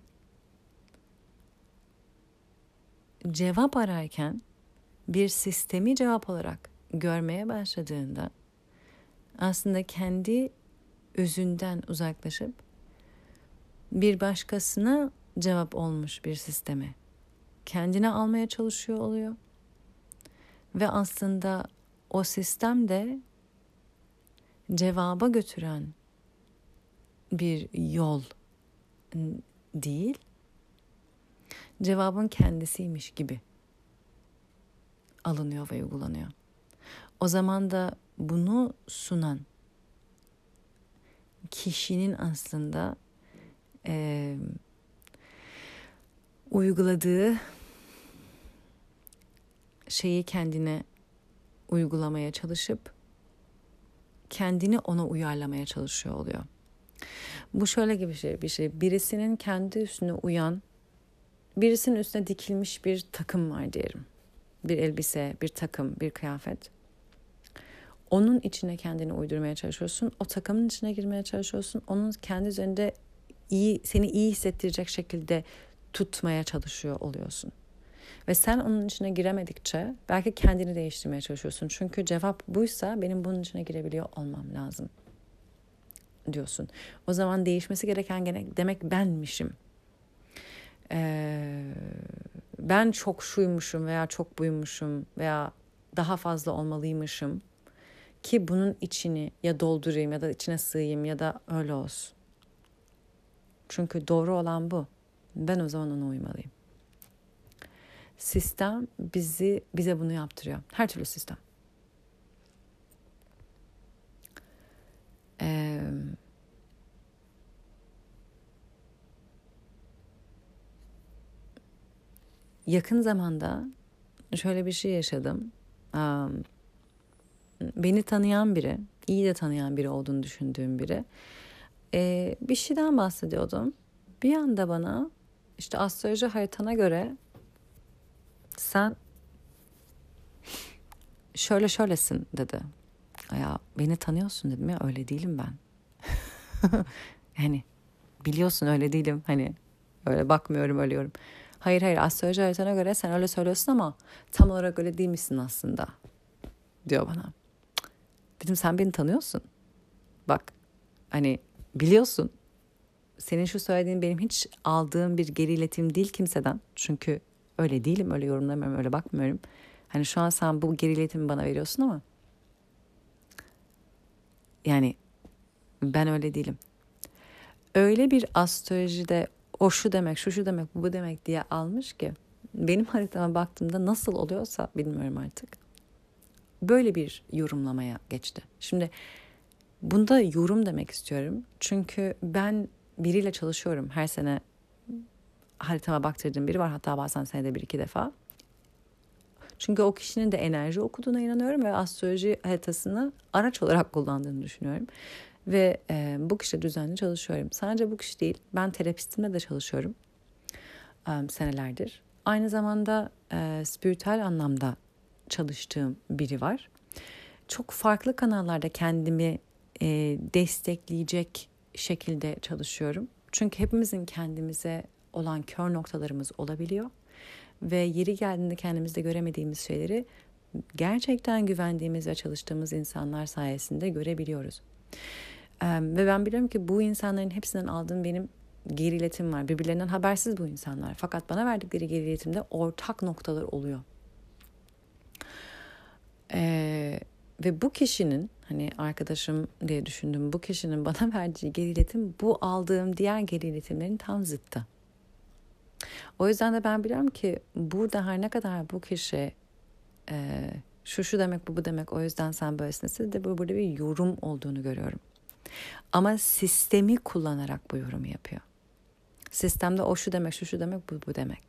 cevap ararken bir sistemi cevap olarak görmeye başladığında aslında kendi özünden uzaklaşıp bir başkasına cevap olmuş bir sisteme kendine almaya çalışıyor oluyor. Ve aslında o sistem de cevaba götüren bir yol değil, cevabın kendisiymiş gibi alınıyor ve uygulanıyor. O zaman da bunu sunan kişinin aslında uyguladığı şeyi kendine uygulamaya çalışıp kendini ona uyarlamaya çalışıyor oluyor. Bu şöyle gibi bir şey. Birisinin kendi üstüne uyan, birisinin üstüne dikilmiş bir takım var diyelim. Bir elbise, bir takım, bir kıyafet. Onun içine kendini uydurmaya çalışıyorsun. O takımın içine girmeye çalışıyorsun. Onun kendi üzerinde seni iyi hissettirecek şekilde tutmaya çalışıyor oluyorsun. Ve sen onun içine giremedikçe belki kendini değiştirmeye çalışıyorsun. Çünkü cevap buysa benim bunun içine girebiliyor olmam lazım diyorsun. O zaman değişmesi gereken demek benmişim. Ben çok şuymuşum veya çok buymuşum veya daha fazla olmalıymışım ki bunun içini ya doldurayım ya da içine sığayım ya da öyle olsun. Çünkü doğru olan bu. Ben o zaman ona uymalıyım. Sistem bize bunu yaptırıyor. Her türlü sistem. Yakın zamanda şöyle bir şey yaşadım. Beni tanıyan biri, iyi de tanıyan biri olduğunu düşündüğüm biri. Bir şeyden bahsediyordum. Bir anda bana işte astroloji haritana göre sen şöylesin dedi. Ya beni tanıyorsun dedim, ya öyle değilim ben. Yani biliyorsun öyle değilim, hani öyle bakmıyorum, ölüyorum. Hayır astroloji haritana göre sen öyle söylüyorsun ama tam olarak öyle değil misin aslında diyor bana. Dedim sen beni tanıyorsun. Bak hani biliyorsun. Senin şu söylediğin benim hiç aldığım bir geri iletim değil kimseden. Çünkü öyle değilim, öyle yorumlamıyorum, öyle bakmıyorum. Hani şu an sen bu geri iletimi bana veriyorsun ama yani ben öyle değilim. Öyle bir astrolojide o şu demek, şu demek, bu demek diye almış ki benim haritama baktığımda nasıl oluyorsa bilmiyorum artık. Böyle bir yorumlamaya geçti. Şimdi bunda yorum demek istiyorum. Çünkü ben biriyle çalışıyorum. Her sene haritama baktırdığım biri var. Hatta bazen senede 1-2 defa. Çünkü o kişinin de enerji okuduğuna inanıyorum ve astroloji haritasını araç olarak kullandığını düşünüyorum. Ve bu kişiyle düzenli çalışıyorum. Sadece bu kişi değil, ben terapistimle de çalışıyorum senelerdir. Aynı zamanda spiritüel anlamda çalıştığım biri var. Çok farklı kanallarda kendimi destekleyecek şekilde çalışıyorum. Çünkü hepimizin kendimize olan kör noktalarımız olabiliyor. Ve yeri geldiğinde kendimizde göremediğimiz şeyleri gerçekten güvendiğimiz ve çalıştığımız insanlar sayesinde görebiliyoruz. Ve ben biliyorum ki bu insanların hepsinden aldığım benim geri iletim var. Birbirlerinden habersiz bu insanlar. Fakat bana verdikleri geri iletimde ortak noktalar oluyor. Ve bu kişinin, hani arkadaşım diye düşündüm, bu kişinin bana verdiği geri iletim bu aldığım diğer geri iletimlerin tam zıttı. O yüzden de ben biliyorum ki burada her ne kadar bu kişi Şu demek, bu demek, o yüzden sen böylesin de burada bir yorum olduğunu görüyorum. Ama sistemi kullanarak bu yorumu yapıyor. Sistemde o şu demek, şu demek, bu demek.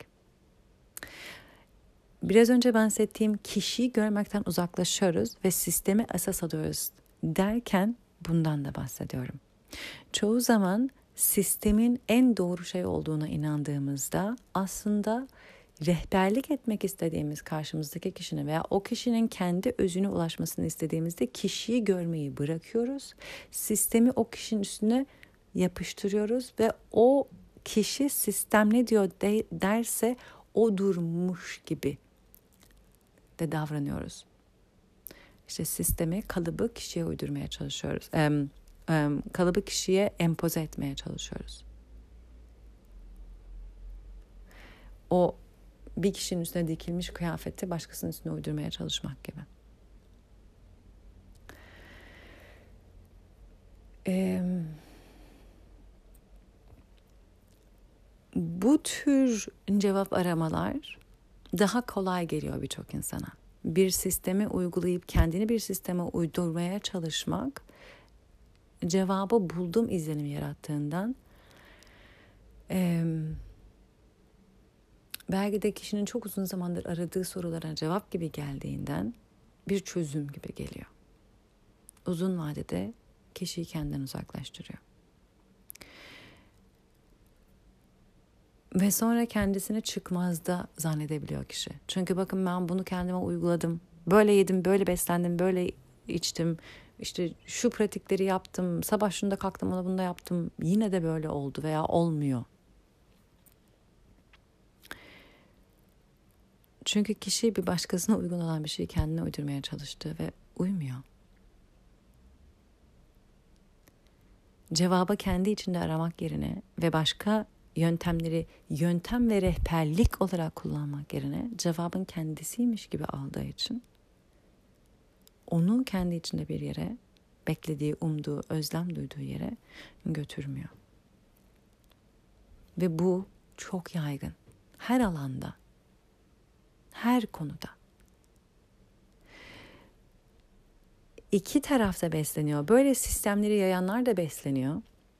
Biraz önce bahsettiğim kişiyi görmekten uzaklaşıyoruz ve sistemi esas alıyoruz derken bundan da bahsediyorum. Çoğu zaman sistemin en doğru şey olduğuna inandığımızda aslında rehberlik etmek istediğimiz karşımızdaki kişinin veya o kişinin kendi özüne ulaşmasını istediğimizde kişiyi görmeyi bırakıyoruz. Sistemi o kişinin üstüne yapıştırıyoruz ve o kişi sistem ne diyor derse o durmuş gibi de davranıyoruz. İşte sistemi, kalıbı kişiye uydurmaya çalışıyoruz. Kalıbı kişiye empoze etmeye çalışıyoruz. O bir kişinin üstüne dikilmiş kıyafeti başkasının üstüne uydurmaya çalışmak gibi. Bu tür cevap aramalar daha kolay geliyor birçok insana. Bir sistemi uygulayıp kendini bir sisteme uydurmaya çalışmak cevabı buldum izlenimi yarattığından belki de kişinin çok uzun zamandır aradığı sorulara cevap gibi geldiğinden bir çözüm gibi geliyor. Uzun vadede kişiyi kendinden uzaklaştırıyor. Ve sonra kendisini çıkmazda zannedebiliyor kişi. Çünkü bakın ben bunu kendime uyguladım. Böyle yedim, böyle beslendim, böyle içtim. İşte şu pratikleri yaptım. Sabah şunda kalktım, onu bunu da yaptım. Yine de böyle oldu veya olmuyor. Çünkü kişi bir başkasına uygun olan bir şeyi kendine uydurmaya çalıştı ve uymuyor. Cevabı kendi içinde aramak yerine ve başka yöntemleri yöntem ve rehberlik olarak kullanmak yerine cevabın kendisiymiş gibi aldığı için onu kendi içinde bir yere, beklediği, umduğu, özlem duyduğu yere götürmüyor. Ve bu çok yaygın. Her alanda, her konuda. İki tarafta besleniyor. Böyle sistemleri yayanlar da besleniyor.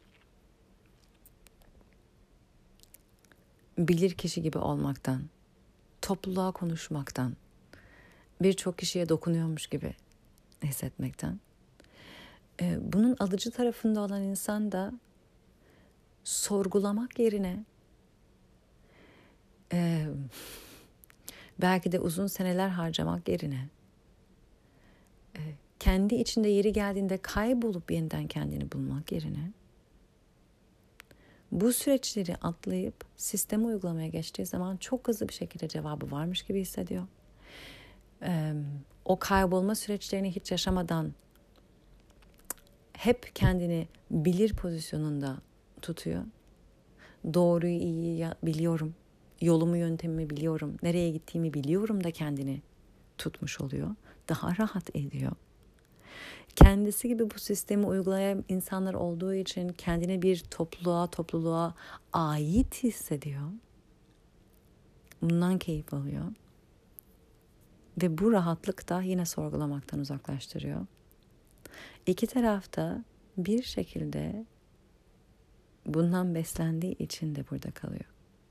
Bilir kişi gibi olmaktan, topluluğa konuşmaktan, birçok kişiye dokunuyormuş gibi hissetmekten. Bunun alıcı tarafında olan insan da sorgulamak yerine belki de uzun seneler harcamak yerine kendi içinde yeri geldiğinde kaybolup yeniden kendini bulmak yerine bu süreçleri atlayıp sistemi uygulamaya geçtiği zaman çok hızlı bir şekilde cevabı varmış gibi hissediyor. O kaybolma süreçlerini hiç yaşamadan hep kendini bilir pozisyonunda tutuyor. Doğruyu, iyiyi biliyorum. Yolumu, yöntemimi biliyorum. Nereye gittiğimi biliyorum da kendini tutmuş oluyor. Daha rahat ediyor. Kendisi gibi bu sistemi uygulayan insanlar olduğu için kendine bir topluluğa ait hissediyor. Bundan keyif alıyor. Ve bu rahatlık da yine sorgulamaktan uzaklaştırıyor. İki tarafta bir şekilde bundan beslendiği için de burada kalıyor.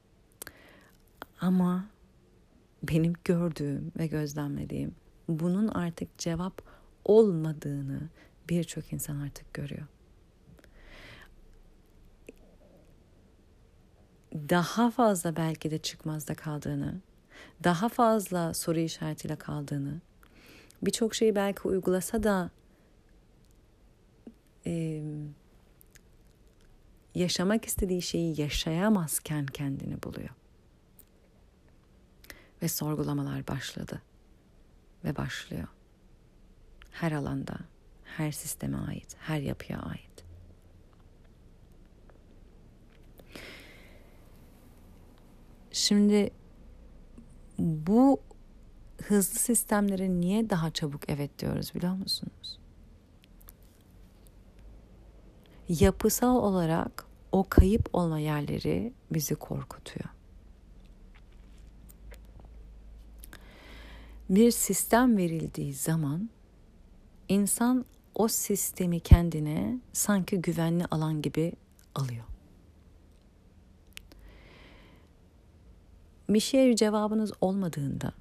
Ama benim gördüğüm ve gözlemlediğim bunun artık cevap olmadığını birçok insan artık görüyor. Daha fazla belki de çıkmazda kaldığını, daha fazla soru işaretiyle kaldığını, birçok şeyi belki uygulasa da yaşamak istediği şeyi yaşayamazken kendini buluyor. Ve sorgulamalar başladı ve başlıyor. Her alanda, her sisteme ait, her yapıya ait. Şimdi bu hızlı sistemlere niye daha çabuk evet diyoruz biliyor musunuz? Yapısal olarak o kayıp olma yerleri bizi korkutuyor. Bir sistem verildiği zaman insan o sistemi kendine sanki güvenli alan gibi alıyor. Bir şeye cevabınız olmadığında,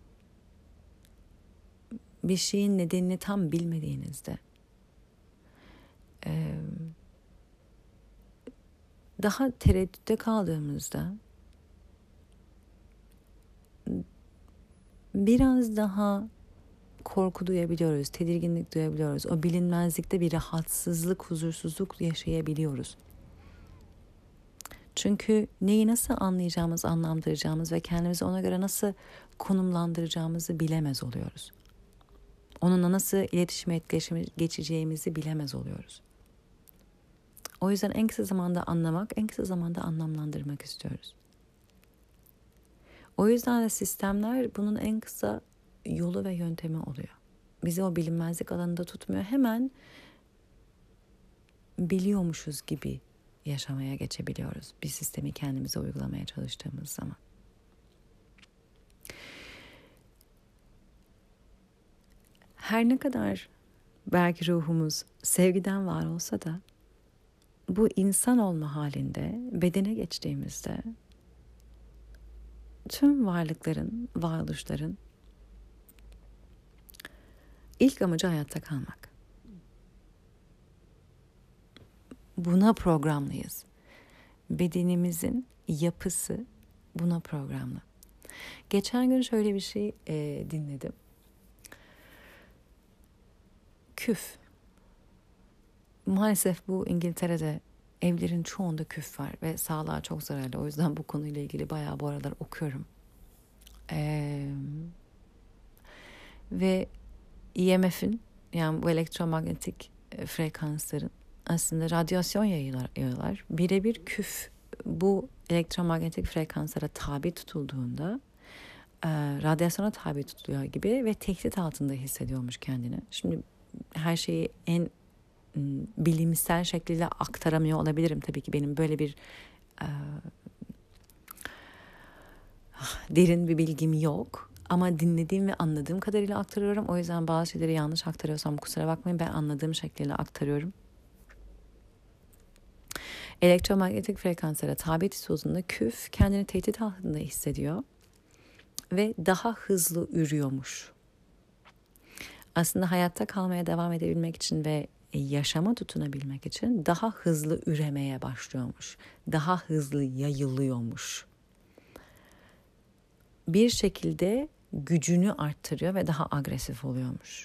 bir şeyin nedenini tam bilmediğinizde, daha tereddütte kaldığımızda biraz daha korku duyabiliyoruz, tedirginlik duyabiliyoruz. O bilinmezlikte bir rahatsızlık, huzursuzluk yaşayabiliyoruz. Çünkü neyi nasıl anlayacağımız, anlamlandıracağımız ve kendimizi ona göre nasıl konumlandıracağımızı bilemez oluyoruz. Onunla nasıl iletişime, etkileşime geçeceğimizi bilemez oluyoruz. O yüzden en kısa zamanda anlamak, en kısa zamanda anlamlandırmak istiyoruz. O yüzden de sistemler bunun en kısa yolu ve yöntemi oluyor. Bizi o bilinmezlik alanında tutmuyor. Hemen biliyormuşuz gibi yaşamaya geçebiliyoruz. Bir sistemi kendimize uygulamaya çalıştığımız zaman. Her ne kadar belki ruhumuz sevgiden var olsa da bu insan olma halinde bedene geçtiğimizde tüm varlıkların, varoluşların ilk amacı hayatta kalmak. Buna programlıyız. Bedenimizin yapısı buna programlı. Geçen gün şöyle bir şey dinledim. Küf. Maalesef bu İngiltere'de evlerin çoğunda küf var ve sağlığa çok zararlı. O yüzden bu konuyla ilgili bayağı bu aralar okuyorum. Ve EMF'in, yani bu elektromanyetik frekansların aslında radyasyon yayıyorlar. Birebir küf bu elektromanyetik frekanslara tabi tutulduğunda radyasyona tabi tutuluyor gibi ve tehdit altında hissediyormuş kendini. Şimdi her şeyi en bilimsel şekliyle aktaramıyor olabilirim. Tabii ki benim böyle bir derin bir bilgim yok. Ama dinlediğim ve anladığım kadarıyla aktarıyorum. O yüzden bazı şeyleri yanlış aktarıyorsam kusura bakmayın. Ben anladığım şekliyle aktarıyorum. Elektromanyetik frekanslara tabi tutulduğunda küf kendini tehdit altında hissediyor. Ve daha hızlı ürüyormuş. Aslında hayatta kalmaya devam edebilmek için ve yaşama tutunabilmek için daha hızlı üremeye başlıyormuş. Daha hızlı yayılıyormuş. Bir şekilde gücünü arttırıyor ve daha agresif oluyormuş.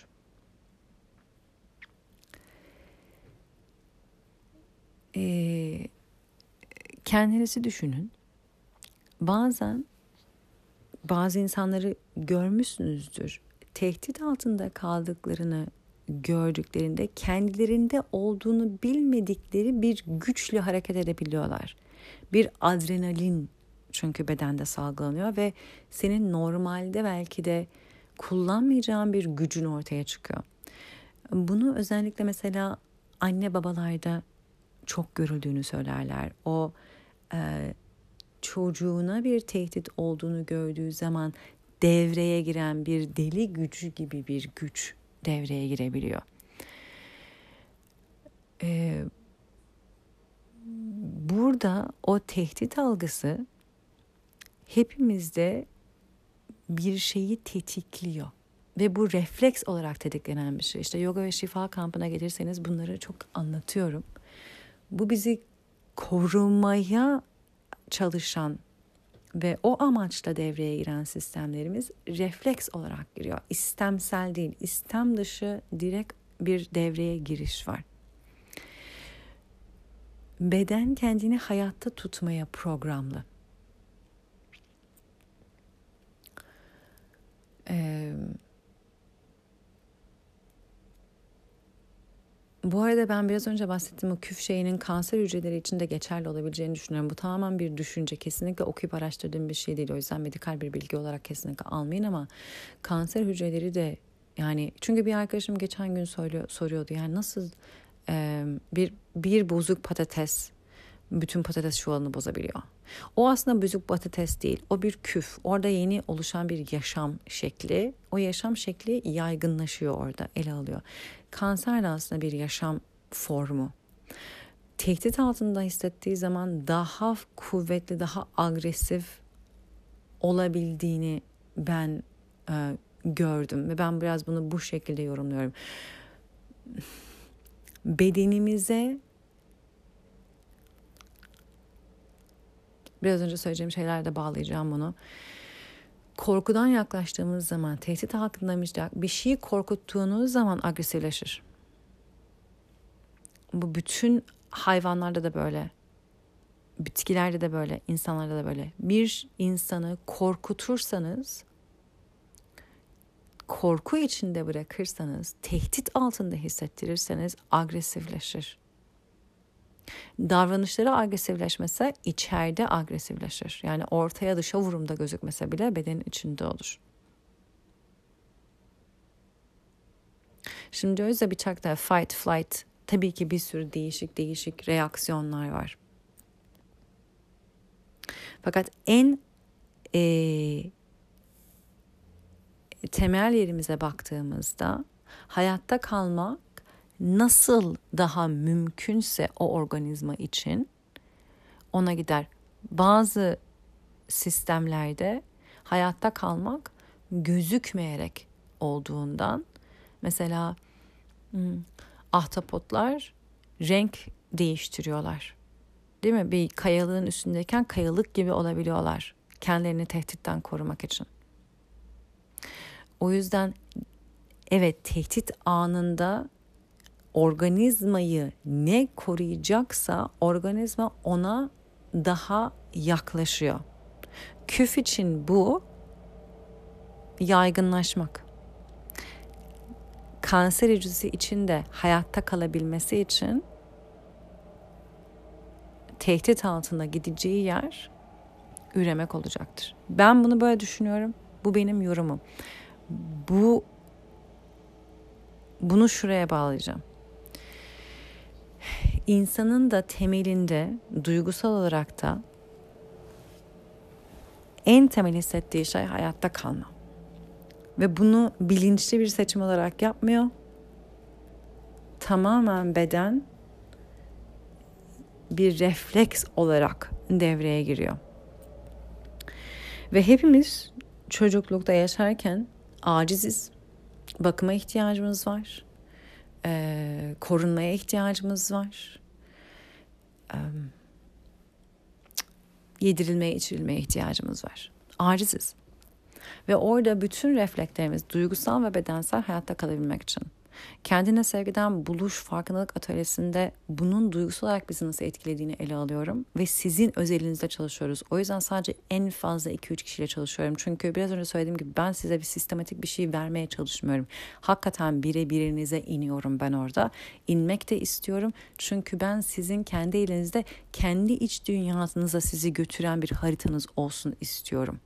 Kendinizi düşünün. Bazen bazı insanları görmüşsünüzdür. Tehdit altında kaldıklarını gördüklerinde kendilerinde olduğunu bilmedikleri bir güçle hareket edebiliyorlar. Bir adrenalin çünkü bedende salgılanıyor ve senin normalde belki de kullanmayacağın bir gücün ortaya çıkıyor. Bunu özellikle mesela anne babalarda çok görüldüğünü söylerler. O çocuğuna bir tehdit olduğunu gördüğü zaman devreye giren bir deli gücü gibi bir güç devreye girebiliyor. Burada o tehdit algısı hepimizde bir şeyi tetikliyor. Ve bu refleks olarak tetiklenen bir şey. İşte yoga ve şifa kampına gelirseniz bunları çok anlatıyorum. Bu bizi korumaya çalışan ve o amaçla devreye giren sistemlerimiz refleks olarak giriyor. İstemsel değil, istem dışı direkt bir devreye giriş var. Beden kendini hayatta tutmaya programlı. Bu arada ben biraz önce bahsettiğim o küf şeyinin kanser hücreleri için de geçerli olabileceğini düşünüyorum. Bu tamamen bir düşünce. Kesinlikle okuyup araştırdığım bir şey değil. O yüzden medikal bir bilgi olarak kesinlikle almayın ama kanser hücreleri de yani çünkü bir arkadaşım geçen gün soruyordu. Yani nasıl bir bozuk patates bütün patates çuvalını bozabiliyor. O aslında büzük patates değil. O bir küf. Orada yeni oluşan bir yaşam şekli. O yaşam şekli yaygınlaşıyor orada, ele alıyor. Kanser de aslında bir yaşam formu. Tehdit altında hissettiği zaman daha kuvvetli, daha agresif olabildiğini ben gördüm. Ve ben biraz bunu bu şekilde yorumluyorum. Bedenimize biraz önce söyleyeceğim şeylerle bağlayacağım bunu. Korkudan yaklaştığımız zaman, tehdit hakkında bir şeyi korkuttuğunuz zaman agresifleşir. Bu bütün hayvanlarda da böyle, bitkilerde de böyle, insanlarda da böyle. Bir insanı korkutursanız, korku içinde bırakırsanız, tehdit altında hissettirirseniz agresifleşir. Davranışları agresifleşmese içeride agresifleşir. Yani ortaya dışa vurumda gözükmese bile bedenin içinde olur. Şimdi diyoruz ya bıçakta fight, flight, tabii ki bir sürü değişik reaksiyonlar var. Fakat en temel yerimize baktığımızda hayatta kalmak nasıl daha mümkünse o organizma için ona gider. Bazı sistemlerde hayatta kalmak gözükmeyerek olduğundan, mesela ahtapotlar renk değiştiriyorlar. Değil mi? Bir kayalığın üstündeyken kayalık gibi olabiliyorlar. Kendilerini tehditten korumak için. O yüzden evet, tehdit anında organizmayı ne koruyacaksa organizma ona daha yaklaşıyor. Küf için bu yaygınlaşmak. Kanser hücresi için de hayatta kalabilmesi için tehdit altında gideceği yer üremek olacaktır. Ben bunu böyle düşünüyorum. Bu benim yorumum. Bunu şuraya bağlayacağım. İnsanın da temelinde, duygusal olarak da en temel hissettiği şey hayatta kalma. Ve bunu bilinçli bir seçim olarak yapmıyor. Tamamen beden bir refleks olarak devreye giriyor. Ve hepimiz çocuklukta yaşarken aciziz. Bakıma ihtiyacımız var. Korunmaya ihtiyacımız var. Yedirilmeye, içirilmeye ihtiyacımız var. Aciziz. Ve orada bütün reflekslerimiz duygusal ve bedensel hayatta kalabilmek için. Kendine sevgiden buluş farkındalık atölyesinde bunun duygusal olarak bizi nasıl etkilediğini ele alıyorum. Ve sizin özelinizde çalışıyoruz. O yüzden sadece en fazla 2-3 kişiyle çalışıyorum. Çünkü biraz önce söylediğim gibi ben size bir sistematik bir şey vermeye çalışmıyorum. Hakikaten birebirinize iniyorum ben orada. İnmek de istiyorum. Çünkü ben sizin kendi elinizde, kendi iç dünyanıza sizi götüren bir haritanız olsun istiyorum.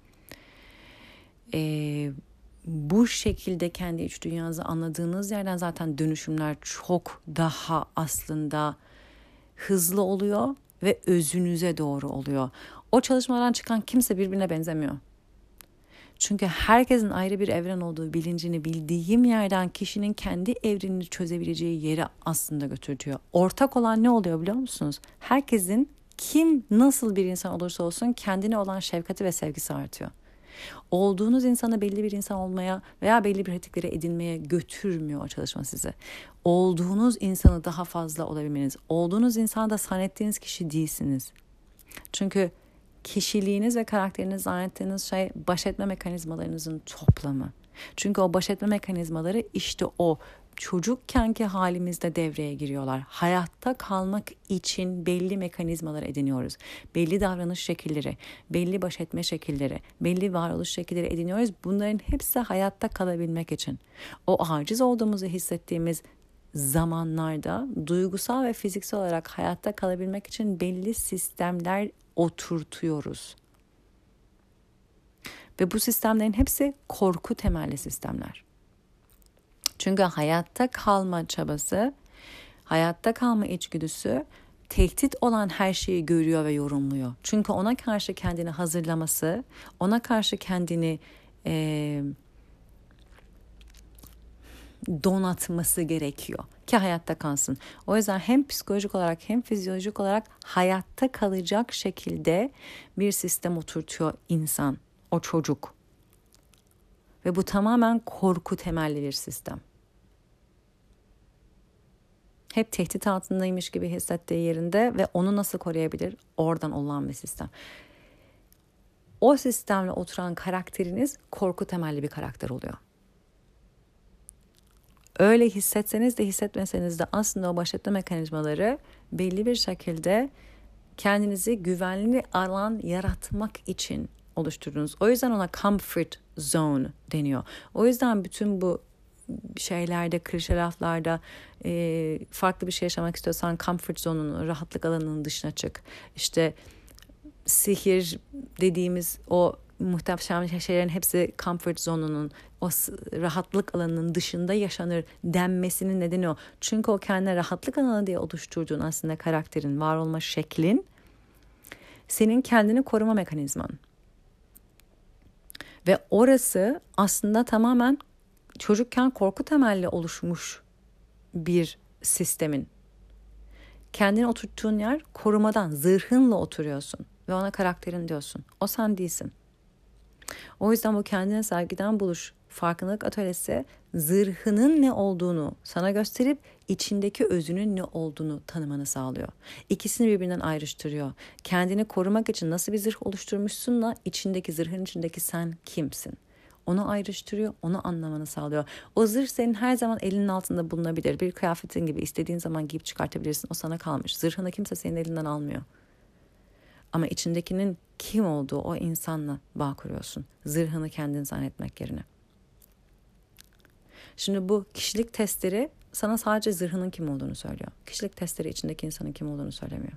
Bu şekilde kendi iç dünyanızı anladığınız yerden zaten dönüşümler çok daha aslında hızlı oluyor ve özünüze doğru oluyor. O çalışmadan çıkan kimse birbirine benzemiyor. Çünkü herkesin ayrı bir evren olduğu bilincini bildiğim yerden kişinin kendi evrenini çözebileceği yere aslında götürüyor. Ortak olan ne oluyor biliyor musunuz? Herkesin kim nasıl bir insan olursa olsun kendine olan şefkati ve sevgisi artıyor. Olduğunuz insanı belli bir insan olmaya veya belli bir pratikleri edinmeye götürmüyor o çalışma sizi. Olduğunuz insanı daha fazla olabilmeniz. Olduğunuz insan da zannettiğiniz kişi değilsiniz. Çünkü kişiliğiniz ve karakteriniz zannettiğiniz şey baş etme mekanizmalarınızın toplamı. Çünkü o baş etme mekanizmaları işte o çocukkenki halimizde devreye giriyorlar. Hayatta kalmak için belli mekanizmalar ediniyoruz. Belli davranış şekilleri, belli baş etme şekilleri, belli varoluş şekilleri ediniyoruz. Bunların hepsi hayatta kalabilmek için. O aciz olduğumuzu hissettiğimiz zamanlarda duygusal ve fiziksel olarak hayatta kalabilmek için belli sistemler oturtuyoruz. Ve bu sistemlerin hepsi korku temelli sistemler. Çünkü hayatta kalma çabası, hayatta kalma içgüdüsü tehdit olan her şeyi görüyor ve yorumluyor. Çünkü ona karşı kendini hazırlaması, ona karşı kendini donatması gerekiyor ki hayatta kalsın. O yüzden hem psikolojik olarak hem fizyolojik olarak hayatta kalacak şekilde bir sistem oturtuyor insan, o çocuk. Ve bu tamamen korku temelli bir sistem. Hep tehdit altındaymış gibi hissettiği yerinde ve onu nasıl koruyabilir? Oradan olan bir sistem. O sistemle oturan karakteriniz korku temelli bir karakter oluyor. Öyle hissetseniz de hissetmeseniz de aslında o baş etme mekanizmaları belli bir şekilde kendinizi güvenli alan yaratmak için oluşturduğunuz. O yüzden ona comfort zone deniyor. O yüzden bütün bu şeylerde, klişe laflarda farklı bir şey yaşamak istiyorsan comfort zone'un, rahatlık alanının dışına çık. İşte sihir dediğimiz o muhteşem şeylerin hepsi comfort zone'unun, o rahatlık alanının dışında yaşanır denmesinin nedeni o. Çünkü o kendine rahatlık alanı diye oluşturduğun aslında karakterin, var olma şeklin senin kendini koruma mekanizman. Ve orası aslında tamamen çocukken korku temelli oluşmuş bir sistemin. Kendini oturttuğun yer korumadan, zırhınla oturuyorsun ve ona karakterin diyorsun. O sen değilsin. O yüzden bu kendine saygıdan buluş, farkındalık atölyesi zırhının ne olduğunu sana gösterip içindeki özünün ne olduğunu tanımanı sağlıyor. İkisini birbirinden ayrıştırıyor. Kendini korumak için nasıl bir zırh oluşturmuşsunla içindeki zırhın içindeki sen kimsin? Onu ayrıştırıyor, onu anlamanı sağlıyor. O zırh senin her zaman elinin altında bulunabilir. Bir kıyafetin gibi istediğin zaman giyip çıkartabilirsin. O sana kalmış. Zırhını kimse senin elinden almıyor. Ama içindekinin kim olduğu o insanla bağ kuruyorsun. Zırhını kendin zannetmek yerine. Şimdi bu kişilik testleri sana sadece zırhının kim olduğunu söylüyor. Kişilik testleri içindeki insanın kim olduğunu söylemiyor.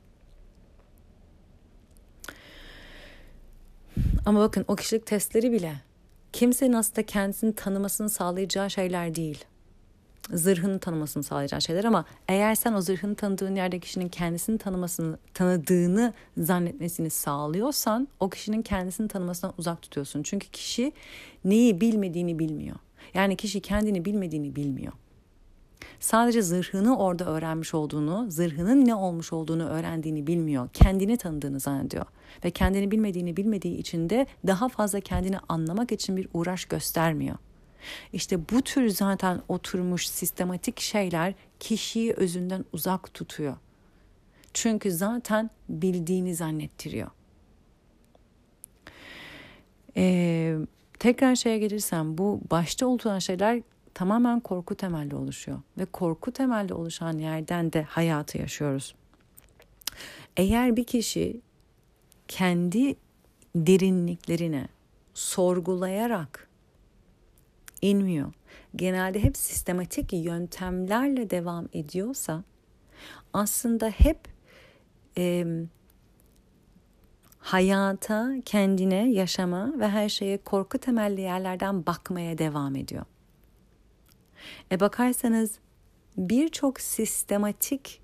Ama bakın o kişilik testleri bile kimsenin aslında kendisini tanımasını sağlayacağı şeyler değil. Zırhını tanımasını sağlayacağı şeyler ama eğer sen o zırhını tanıdığın yerde kişinin kendisini tanıdığını zannetmesini sağlıyorsan o kişinin kendisini tanımasından uzak tutuyorsun. Çünkü kişi neyi bilmediğini bilmiyor. Yani kişi kendini bilmediğini bilmiyor. Sadece zırhını orada öğrenmiş olduğunu, zırhının ne olmuş olduğunu öğrendiğini bilmiyor. Kendini tanıdığını zannediyor. Ve kendini bilmediği için de daha fazla kendini anlamak için bir uğraş göstermiyor. İşte bu tür zaten oturmuş sistematik şeyler kişiyi özünden uzak tutuyor. Çünkü zaten bildiğini zannettiriyor. Tekrar şeye gelirsem bu başta oluşan şeyler tamamen korku temelli oluşuyor. Ve korku temelli oluşan yerden de hayatı yaşıyoruz. Eğer bir kişi kendi derinliklerine sorgulayarak inmiyor, genelde hep sistematik yöntemlerle devam ediyorsa aslında hep hayata, kendine, yaşama ve her şeye korku temelli yerlerden bakmaya devam ediyor. Bakarsanız birçok sistematik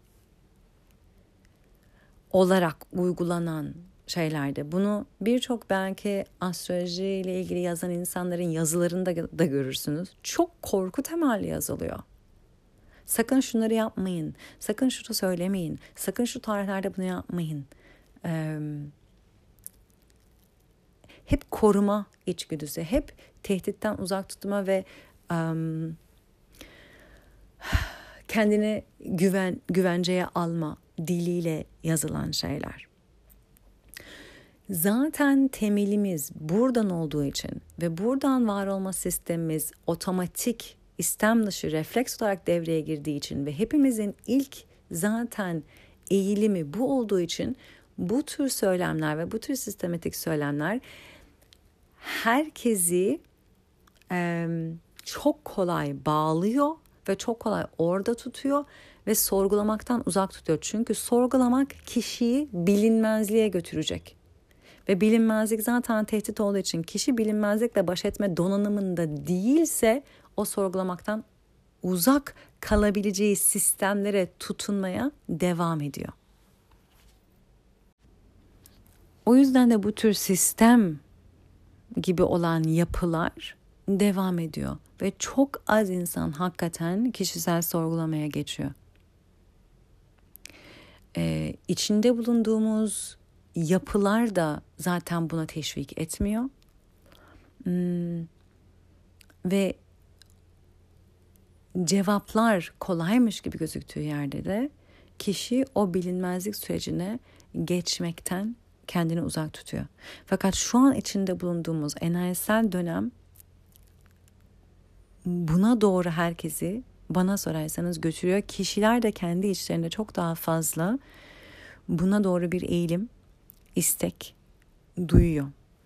olarak uygulanan şeylerde bunu birçok belki astroloji ile ilgili yazan insanların yazılarında da görürsünüz. Çok korku temelli yazılıyor. Sakın şunları yapmayın, sakın şunu söylemeyin, sakın şu tarihlerde bunu yapmayın. Hep koruma içgüdüsü, hep tehditten uzak tutma ve kendini güvenceye alma diliyle yazılan şeyler. Zaten temelimiz buradan olduğu için ve buradan var olma sistemimiz otomatik, istem dışı, refleks olarak devreye girdiği için ve hepimizin ilk zaten eğilimi bu olduğu için bu tür söylemler ve bu tür sistematik söylemler herkesi çok kolay bağlıyor ve çok kolay orada tutuyor ve sorgulamaktan uzak tutuyor. Çünkü sorgulamak kişiyi bilinmezliğe götürecek. Ve bilinmezlik zaten tehdit olduğu için kişi bilinmezlikle baş etme donanımında değilse o sorgulamaktan uzak kalabileceği sistemlere tutunmaya devam ediyor. O yüzden de bu tür sistem gibi olan yapılar devam ediyor ve çok az insan hakikaten kişisel sorgulamaya geçiyor. İçinde bulunduğumuz yapılar da zaten buna teşvik etmiyor. Ve cevaplar kolaymış gibi gözüktüğü yerde de kişi o bilinmezlik sürecine geçmekten kendini uzak tutuyor. Fakat şu an içinde bulunduğumuz enerjisel dönem buna doğru herkesi, bana sorarsanız, götürüyor. Kişiler de kendi içlerinde çok daha fazla buna doğru bir eğilim, istek duyuyor.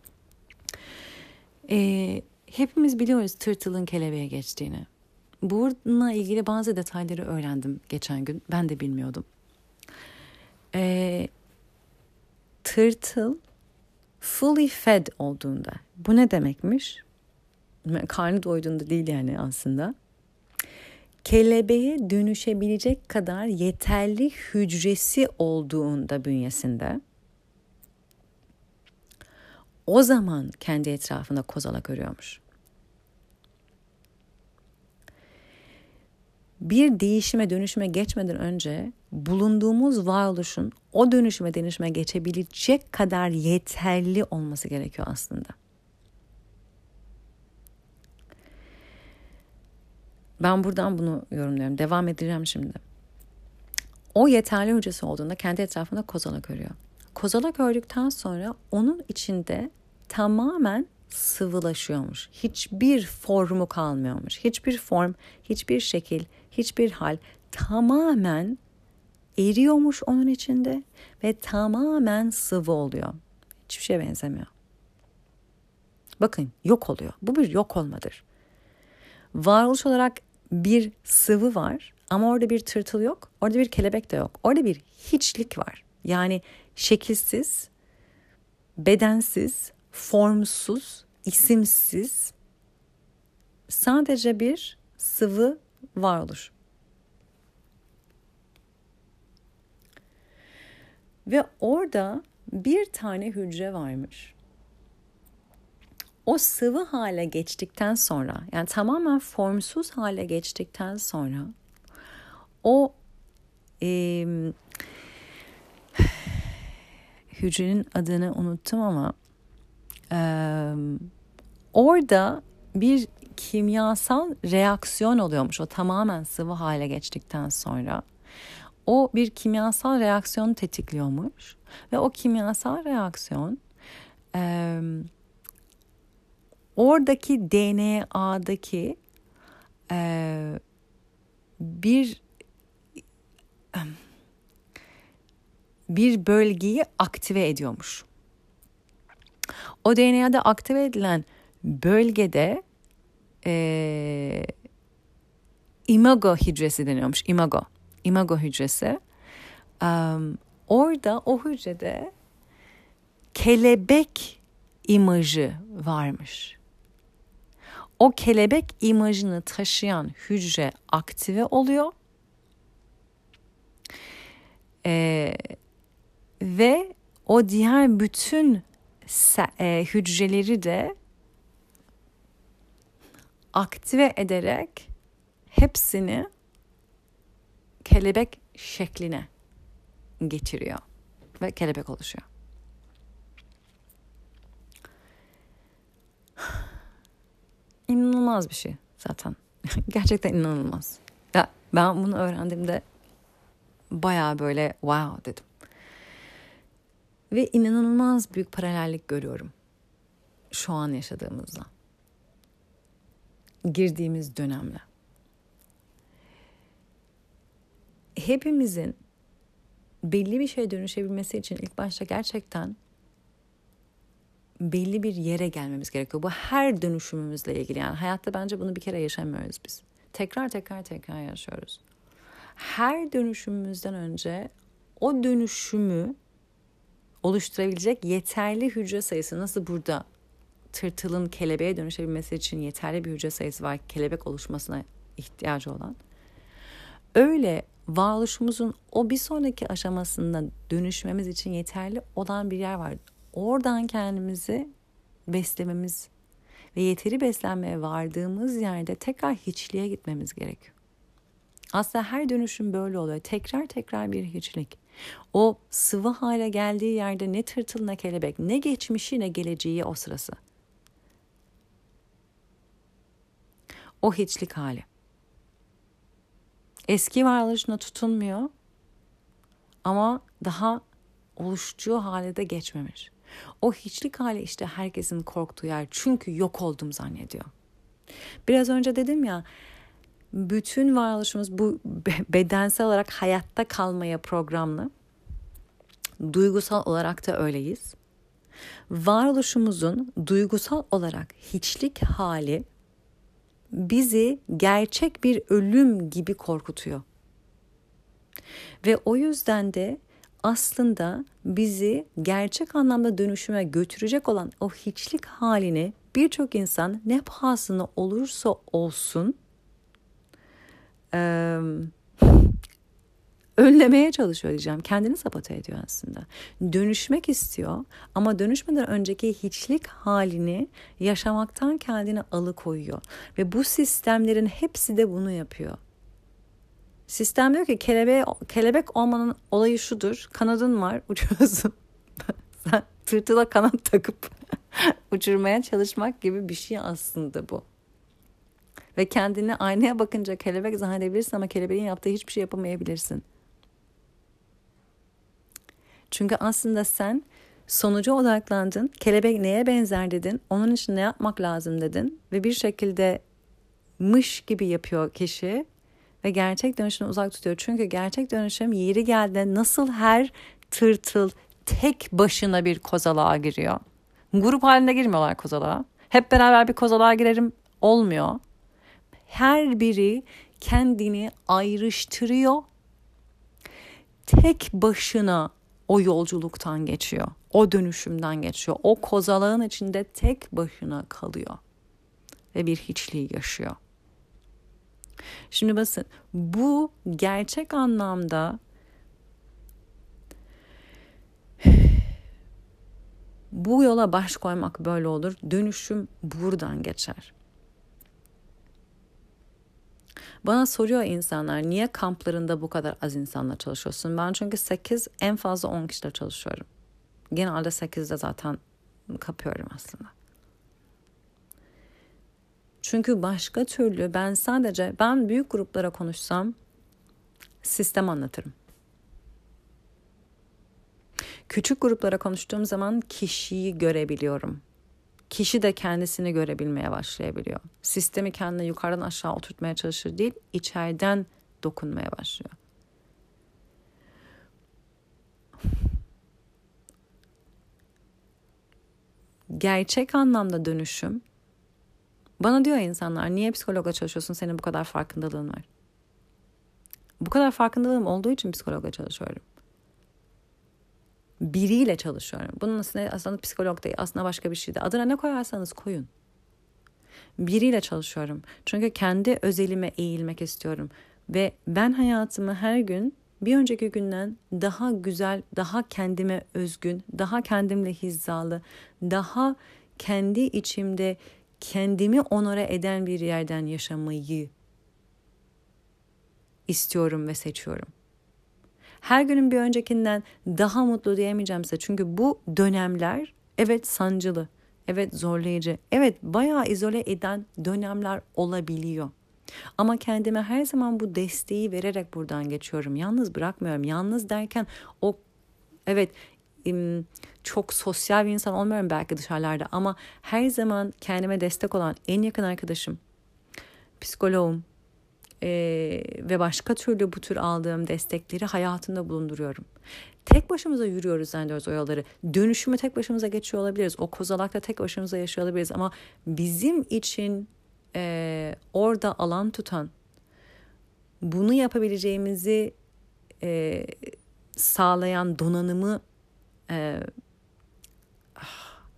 Hepimiz biliyoruz tırtılın kelebeğe geçtiğini. Bununla ilgili bazı detayları öğrendim geçen gün. Ben de bilmiyordum. Tırtıl fully fed olduğunda, bu ne demekmiş? Karnı doyduğunda değil yani aslında. Kelebeğe dönüşebilecek kadar yeterli hücresi olduğunda bünyesinde, o zaman kendi etrafında kozalak örüyormuş. Bir değişime, dönüşüme geçmeden önce bulunduğumuz varoluşun o dönüşüme geçebilecek kadar yeterli olması gerekiyor aslında. Ben buradan bunu yorumluyorum. Devam edeceğim şimdi. O yeterli hücresi olduğunda kendi etrafında kozalak örüyor. Kozalak ördükten sonra onun içinde tamamen sıvılaşıyormuş. Hiçbir formu kalmıyormuş. Hiçbir form, hiçbir şekil, hiçbir hal, tamamen eriyormuş onun içinde ve tamamen sıvı oluyor. Hiçbir şeye benzemiyor. Bakın, yok oluyor. Bu bir yok olmadır. Varoluş olarak bir sıvı var ama orada bir tırtıl yok. Orada bir kelebek de yok. Orada bir hiçlik var. Yani şekilsiz, bedensiz, formsuz, isimsiz, sadece bir sıvı varoluş. Ve orada bir tane hücre varmış. O sıvı hale geçtikten sonra, yani tamamen formsuz hale geçtikten sonra, o hücrenin adını unuttum ama orada bir kimyasal reaksiyon oluyormuş o tamamen sıvı hale geçtikten sonra. O bir kimyasal reaksiyon tetikliyormuş ve o kimyasal reaksiyon oradaki DNA'daki bir bölgeyi aktive ediyormuş. O DNA'da aktive edilen bölgede imago hücresi deniyormuş. İmago hücresi. Orada o hücrede kelebek imajı varmış. O kelebek imajını taşıyan hücre aktive oluyor. Ve o diğer bütün hücreleri de aktive ederek hepsini kelebek şekline getiriyor ve kelebek oluşuyor. İnanılmaz bir şey zaten. Gerçekten inanılmaz. Ya ben bunu öğrendiğimde bayağı böyle wow dedim. Ve inanılmaz büyük paralellik görüyorum şu an yaşadığımızla. Girdiğimiz dönemle. Hepimizin belli bir şeye dönüşebilmesi için ilk başta gerçekten belli bir yere gelmemiz gerekiyor. Bu her dönüşümümüzle ilgili. Yani hayatta bence bunu bir kere yaşamıyoruz biz. Tekrar yaşıyoruz. Her dönüşümümüzden önce o dönüşümü oluşturabilecek yeterli hücre sayısı, nasıl burada tırtılın kelebeğe dönüşebilmesi için yeterli bir hücre sayısı var kelebek oluşmasına ihtiyacı olan. Öyle varoluşumuzun o bir sonraki aşamasında dönüşmemiz için yeterli olan bir yer var. Oradan kendimizi beslememiz ve yeteri beslenmeye vardığımız yerde tekrar hiçliğe gitmemiz gerekiyor. Aslında her dönüşüm böyle oluyor. Tekrar tekrar bir hiçlik. O sıvı hale geldiği yerde ne tırtıl ne kelebek, ne geçmişi ne geleceği o sırası. O hiçlik hali. Eski varoluşuna tutunmuyor ama daha oluştuğu hale de geçmemiş. O hiçlik hali işte herkesin korktuğu yer. Çünkü yok oldum zannediyor. Biraz önce dedim ya, bütün varoluşumuz bu bedensel olarak hayatta kalmaya programlı. Duygusal olarak da öyleyiz. Varoluşumuzun duygusal olarak hiçlik hali bizi gerçek bir ölüm gibi korkutuyor. Ve o yüzden de aslında bizi gerçek anlamda dönüşüme götürecek olan o hiçlik halini birçok insan ne pahasına olursa olsun önlemeye çalışıyor diyeceğim. Kendini sabote ediyor aslında. Dönüşmek istiyor ama dönüşmeden önceki hiçlik halini yaşamaktan kendini alıkoyuyor. Ve bu sistemlerin hepsi de bunu yapıyor. Sistem diyor ki kelebek olmanın olayı şudur. Kanadın var, uçuyorsun. Sen tırtıla kanat takıp uçurmaya çalışmak gibi bir şey aslında bu. Ve kendini aynaya bakınca kelebek zannedebilirsin ama kelebeğin yaptığı hiçbir şey yapamayabilirsin. Çünkü aslında sen sonuca odaklandın. Kelebek neye benzer dedin. Onun için ne yapmak lazım dedin. Ve bir şekilde mış gibi yapıyor kişi. Ve gerçek dönüşümden uzak tutuyor. Çünkü gerçek dönüşüm yeri geldiğinde nasıl her tırtıl tek başına bir kozalağa giriyor. Grup halinde girmiyorlar kozalağa. Hep beraber bir kozalağa girerim olmuyor. Her biri kendini ayrıştırıyor. Tek başına o yolculuktan geçiyor. O dönüşümden geçiyor. O kozalağın içinde tek başına kalıyor. Ve bir hiçliği yaşıyor. Şimdi bakın, bu gerçek anlamda bu yola baş koymak böyle olur. Dönüşüm buradan geçer. Bana soruyor insanlar, niye kamplarında bu kadar az insanla çalışıyorsun? Ben çünkü 8 en fazla 10 kişiyle çalışıyorum. Genelde 8'de zaten kapıyorum aslında. Çünkü başka türlü ben büyük gruplara konuşsam sistem anlatırım. Küçük gruplara konuştuğum zaman kişiyi görebiliyorum. Kişi de kendisini görebilmeye başlayabiliyor. Sistemi kendine yukarıdan aşağı oturtmaya çalışır değil, içeriden dokunmaya başlıyor. Gerçek anlamda dönüşüm, bana diyor insanlar, niye psikologla çalışıyorsun, senin bu kadar farkındalığın var. Bu kadar farkındalığım olduğu için psikologla çalışıyorum. Biriyle çalışıyorum. Bunun aslında psikolog değil, aslında başka bir şeydi. Adına ne koyarsanız koyun. Biriyle çalışıyorum. Çünkü kendi özelime eğilmek istiyorum. Ve ben hayatımı her gün bir önceki günden daha güzel, daha kendime özgün, daha kendimle hizalı, daha kendi içimde kendimi onore eden bir yerden yaşamayı istiyorum ve seçiyorum. Her günün bir öncekinden daha mutlu diyemeyeceğim size. Çünkü bu dönemler evet sancılı, evet zorlayıcı, evet bayağı izole eden dönemler olabiliyor. Ama kendime her zaman bu desteği vererek buradan geçiyorum. Yalnız bırakmıyorum. Yalnız derken evet çok sosyal bir insan olmuyorum belki dışarılarda ama her zaman kendime destek olan en yakın arkadaşım, psikoloğum, ve başka türlü bu tür aldığım destekleri hayatımda bulunduruyorum. Tek başımıza yürüyoruz zannediyoruz o yolları. Dönüşümü tek başımıza geçiyor olabiliriz. O kozalakta tek başımıza yaşıyor olabiliriz. Ama bizim için orada alan tutan, bunu yapabileceğimizi sağlayan donanımı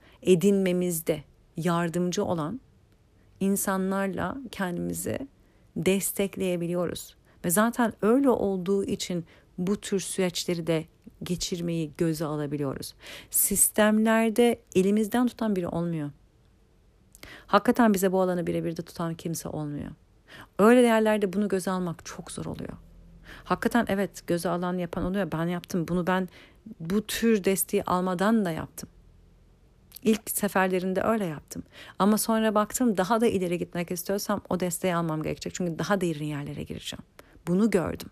edinmemizde yardımcı olan insanlarla kendimizi destekleyebiliyoruz. Ve zaten öyle olduğu için bu tür süreçleri de geçirmeyi göze alabiliyoruz. Sistemlerde elimizden tutan biri olmuyor. Hakikaten bize bu alanı birebir de tutan kimse olmuyor. Öyle yerlerde bunu göze almak çok zor oluyor. Hakikaten evet, göze alan yapan oluyor. Ben yaptım. Bunu ben bu tür desteği almadan da yaptım. İlk seferlerinde öyle yaptım. Ama sonra baktım, daha da ileri gitmek istiyorsam o desteği almam gerekecek. Çünkü daha derin yerlere gireceğim. Bunu gördüm.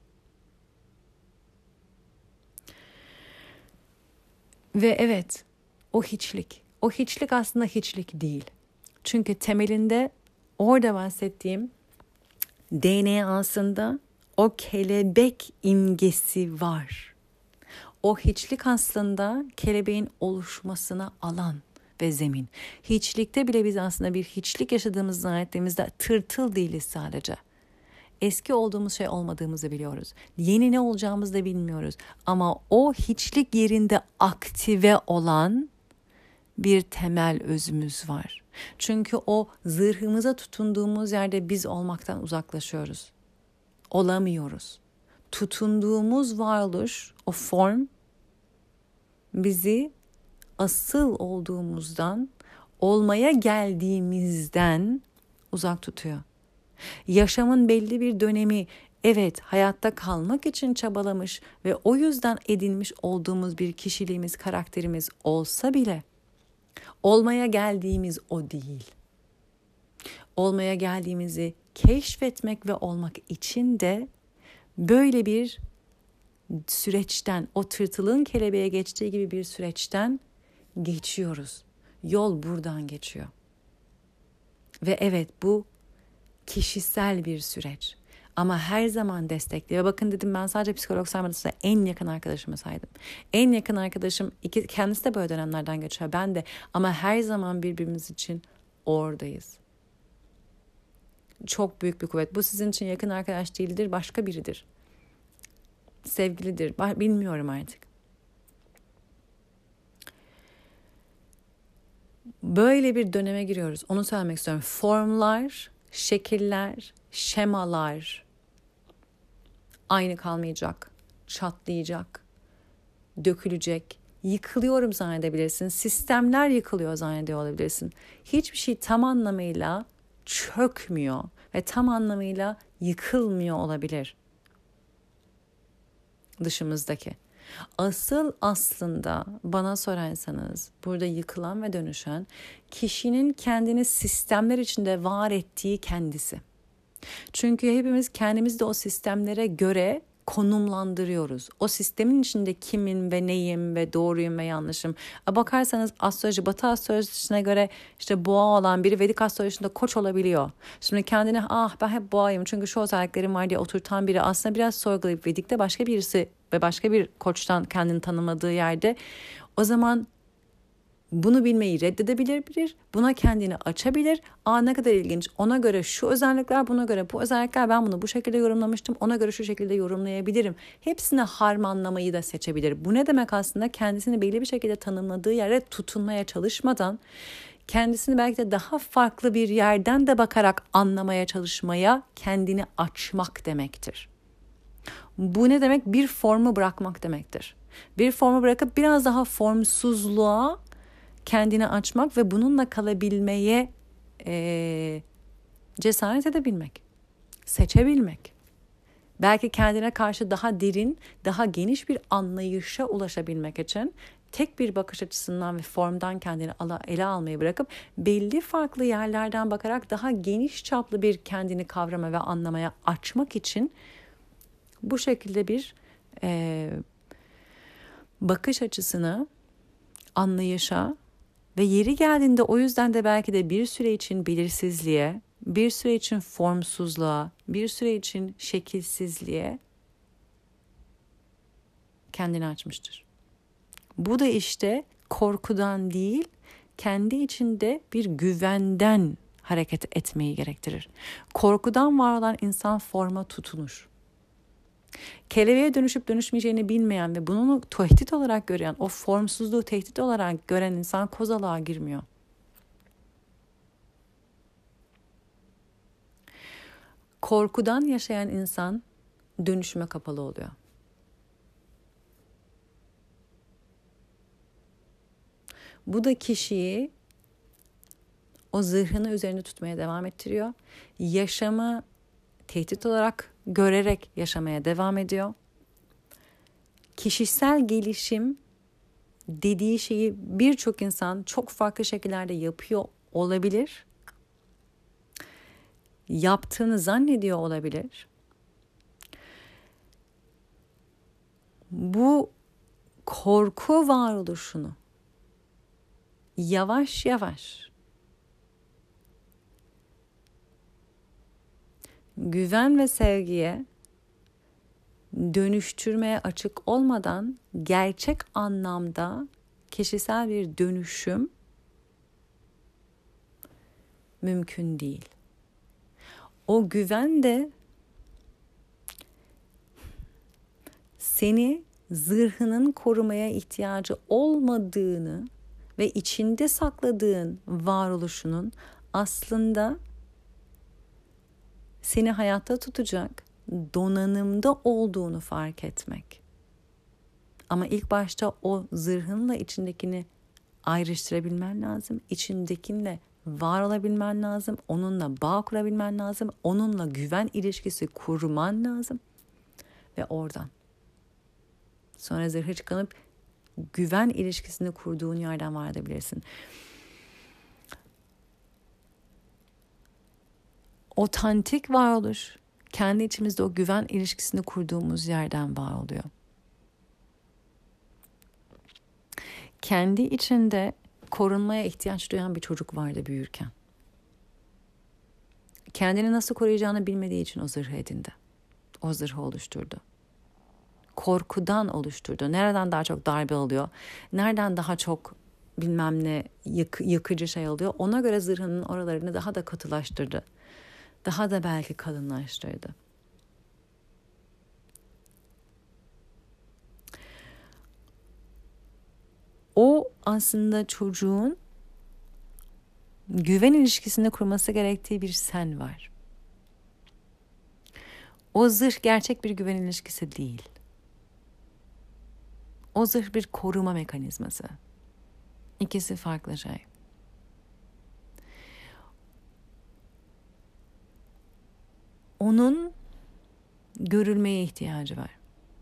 Ve evet, o hiçlik. O hiçlik aslında hiçlik değil. Çünkü temelinde orada bahsettiğim DNA'sında o kelebek imgesi var. O hiçlik aslında kelebeğin oluşmasına alan ve zemin. Hiçlikte bile biz aslında bir hiçlik yaşadığımızı zannettiğimizde tırtıl değiliz sadece. Eski olduğumuz şey olmadığımızı biliyoruz. Yeni ne olacağımızı da bilmiyoruz. Ama o hiçlik yerinde aktive olan bir temel özümüz var. Çünkü o zırhımıza tutunduğumuz yerde biz olmaktan uzaklaşıyoruz. Olamıyoruz. Tutunduğumuz varoluş, o form bizi asıl olduğumuzdan, olmaya geldiğimizden uzak tutuyor. Yaşamın belli bir dönemi, evet, hayatta kalmak için çabalamış ve o yüzden edinmiş olduğumuz bir kişiliğimiz, karakterimiz olsa bile olmaya geldiğimiz o değil. Olmaya geldiğimizi keşfetmek ve olmak için de böyle bir süreçten, o tırtılın kelebeğe geçtiği gibi bir süreçten geçiyoruz. Yol buradan geçiyor. Ve evet, bu kişisel bir süreç. Ama her zaman destekli. Ve bakın dedim, ben sadece psikolog saymadım, size en yakın arkadaşımı saydım. En yakın arkadaşım, kendisi de böyle dönemlerden geçiyor. Ben de. Ama her zaman birbirimiz için oradayız. Çok büyük bir kuvvet. Bu sizin için yakın arkadaş değildir, başka biridir. Sevgilidir, bilmiyorum artık. Böyle bir döneme giriyoruz. Onu söylemek istiyorum. Formlar, şekiller, şemalar aynı kalmayacak, çatlayacak, dökülecek, yıkılıyorum zannedebilirsin. Sistemler yıkılıyor zannediyor olabilirsin. Hiçbir şey tam anlamıyla çökmüyor ve tam anlamıyla yıkılmıyor olabilir dışımızdaki. Asıl aslında bana sorarsanız burada yıkılan ve dönüşen kişinin kendini sistemler içinde var ettiği kendisi. Çünkü hepimiz kendimizi de o sistemlere göre konumlandırıyoruz. O sistemin içinde kimim ve neyim ve doğruyum ve yanlışım. Bakarsanız astroloji, Batı astrolojisine göre işte boğa olan biri Vedik astrolojisinde koç olabiliyor. Şimdi kendine ben hep boğayım çünkü şu özelliklerim var diye oturtan biri aslında biraz sorgulayıp Vedik'te başka birisi ve başka bir koçtan kendini tanımadığı yerde o zaman bunu bilmeyi reddedebilir, buna kendini açabilir. Ne kadar ilginç, ona göre şu özellikler, buna göre bu özellikler, ben bunu bu şekilde yorumlamıştım, ona göre şu şekilde yorumlayabilirim. Hepsini harmanlamayı da seçebilir. Bu ne demek aslında? Kendisini belli bir şekilde tanımladığı yere tutunmaya çalışmadan, kendisini belki de daha farklı bir yerden de bakarak anlamaya çalışmaya kendini açmak demektir. Bu ne demek? Bir formu bırakmak demektir. Bir formu bırakıp biraz daha formsuzluğa kendini açmak ve bununla kalabilmeye cesaret edebilmek, seçebilmek. Belki kendine karşı daha derin, daha geniş bir anlayışa ulaşabilmek için tek bir bakış açısından ve formdan kendini ele almayı bırakıp belli farklı yerlerden bakarak daha geniş çaplı bir kendini kavrama ve anlamaya açmak için bu şekilde bir bakış açısını, anlayışa ve yeri geldiğinde o yüzden de belki de bir süre için belirsizliğe, bir süre için formsuzluğa, bir süre için şekilsizliğe kendini açmıştır. Bu da işte korkudan değil, kendi içinde bir güvenden hareket etmeyi gerektirir. Korkudan var olan insan forma tutunur. Kelebeğe dönüşüp dönüşmeyeceğini bilmeyen ve bunu tehdit olarak gören, o formsuzluğu tehdit olarak gören insan kozalağa girmiyor. Korkudan yaşayan insan dönüşüme kapalı oluyor. Bu da kişiyi o zırhını üzerinde tutmaya devam ettiriyor. Yaşamı tehdit olarak görerek yaşamaya devam ediyor. Kişisel gelişim dediği şeyi birçok insan çok farklı şekillerde yapıyor olabilir. Yaptığını zannediyor olabilir. Bu korku varoluşunu yavaş yavaş güven ve sevgiye dönüştürmeye açık olmadan gerçek anlamda kişisel bir dönüşüm mümkün değil. O güven de seni zırhının korumaya ihtiyacı olmadığını ve içinde sakladığın varoluşunun aslında seni hayatta tutacak donanımda olduğunu fark etmek. Ama ilk başta o zırhınla içindekini ayrıştırabilmen lazım. İçindekinle var olabilmen lazım. Onunla bağ kurabilmen lazım. Onunla güven ilişkisi kurman lazım. Ve oradan sonra zırhı çıkarıp güven ilişkisini kurduğun yerden var edebilirsin. Otantik varoluş kendi içimizde o güven ilişkisini kurduğumuz yerden var oluyor. Kendi içinde korunmaya ihtiyaç duyan bir çocuk vardı büyürken. Kendini nasıl koruyacağını bilmediği için o zırhı edindi. O zırhı oluşturdu. Korkudan oluşturdu. Nereden daha çok darbe alıyor? Nereden daha çok bilmem ne yakıcı şey alıyor? Ona göre zırhının oralarını daha da katılaştırdı. Daha da belki kalınlaştırdı. O aslında çocuğun güven ilişkisinde kurması gerektiği bir sen var. O zırh gerçek bir güven ilişkisi değil. O zırh bir koruma mekanizması. İkisi farklı şey. Onun görülmeye ihtiyacı var.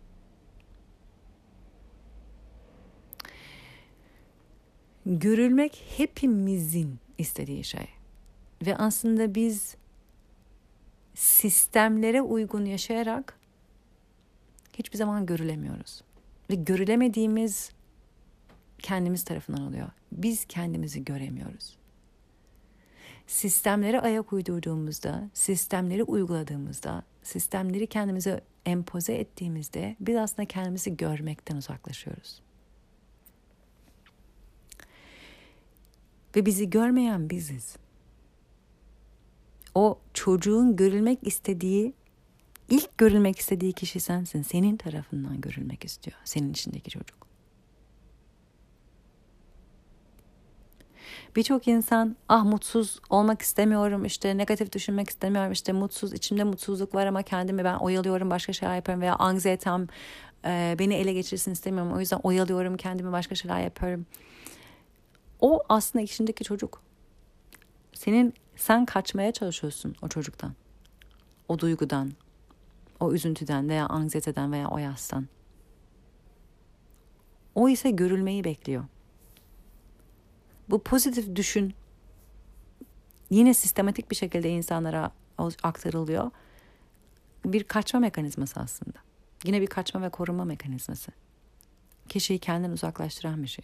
Görülmek hepimizin istediği şey. Ve aslında biz sistemlere uygun yaşayarak hiçbir zaman görülemiyoruz. Ve görülemediğimiz kendimiz tarafından oluyor. Biz kendimizi göremiyoruz. Sistemlere ayak uydurduğumuzda, sistemleri uyguladığımızda, sistemleri kendimize empoze ettiğimizde biz aslında kendimizi görmekten uzaklaşıyoruz. Ve bizi görmeyen biziz. O çocuğun görülmek istediği, ilk görülmek istediği kişi sensin. Senin tarafından görülmek istiyor. Senin içindeki çocuk. Birçok insan mutsuz olmak istemiyorum, işte negatif düşünmek istemiyorum, işte mutsuz, içimde mutsuzluk var ama kendimi ben oyalıyorum, başka şeyler yapıyorum veya anksiyetem beni ele geçirsin istemiyorum, o yüzden oyalıyorum, kendimi başka şeyler yapıyorum. O aslında içindeki çocuk. Sen kaçmaya çalışıyorsun o çocuktan, o duygudan, o üzüntüden veya anksiyeteden veya o yastan. O ise görülmeyi bekliyor. Bu pozitif düşün yine sistematik bir şekilde insanlara aktarılıyor. Bir kaçma mekanizması aslında. Yine bir kaçma ve korunma mekanizması. Kişiyi kendinden uzaklaştıran bir şey.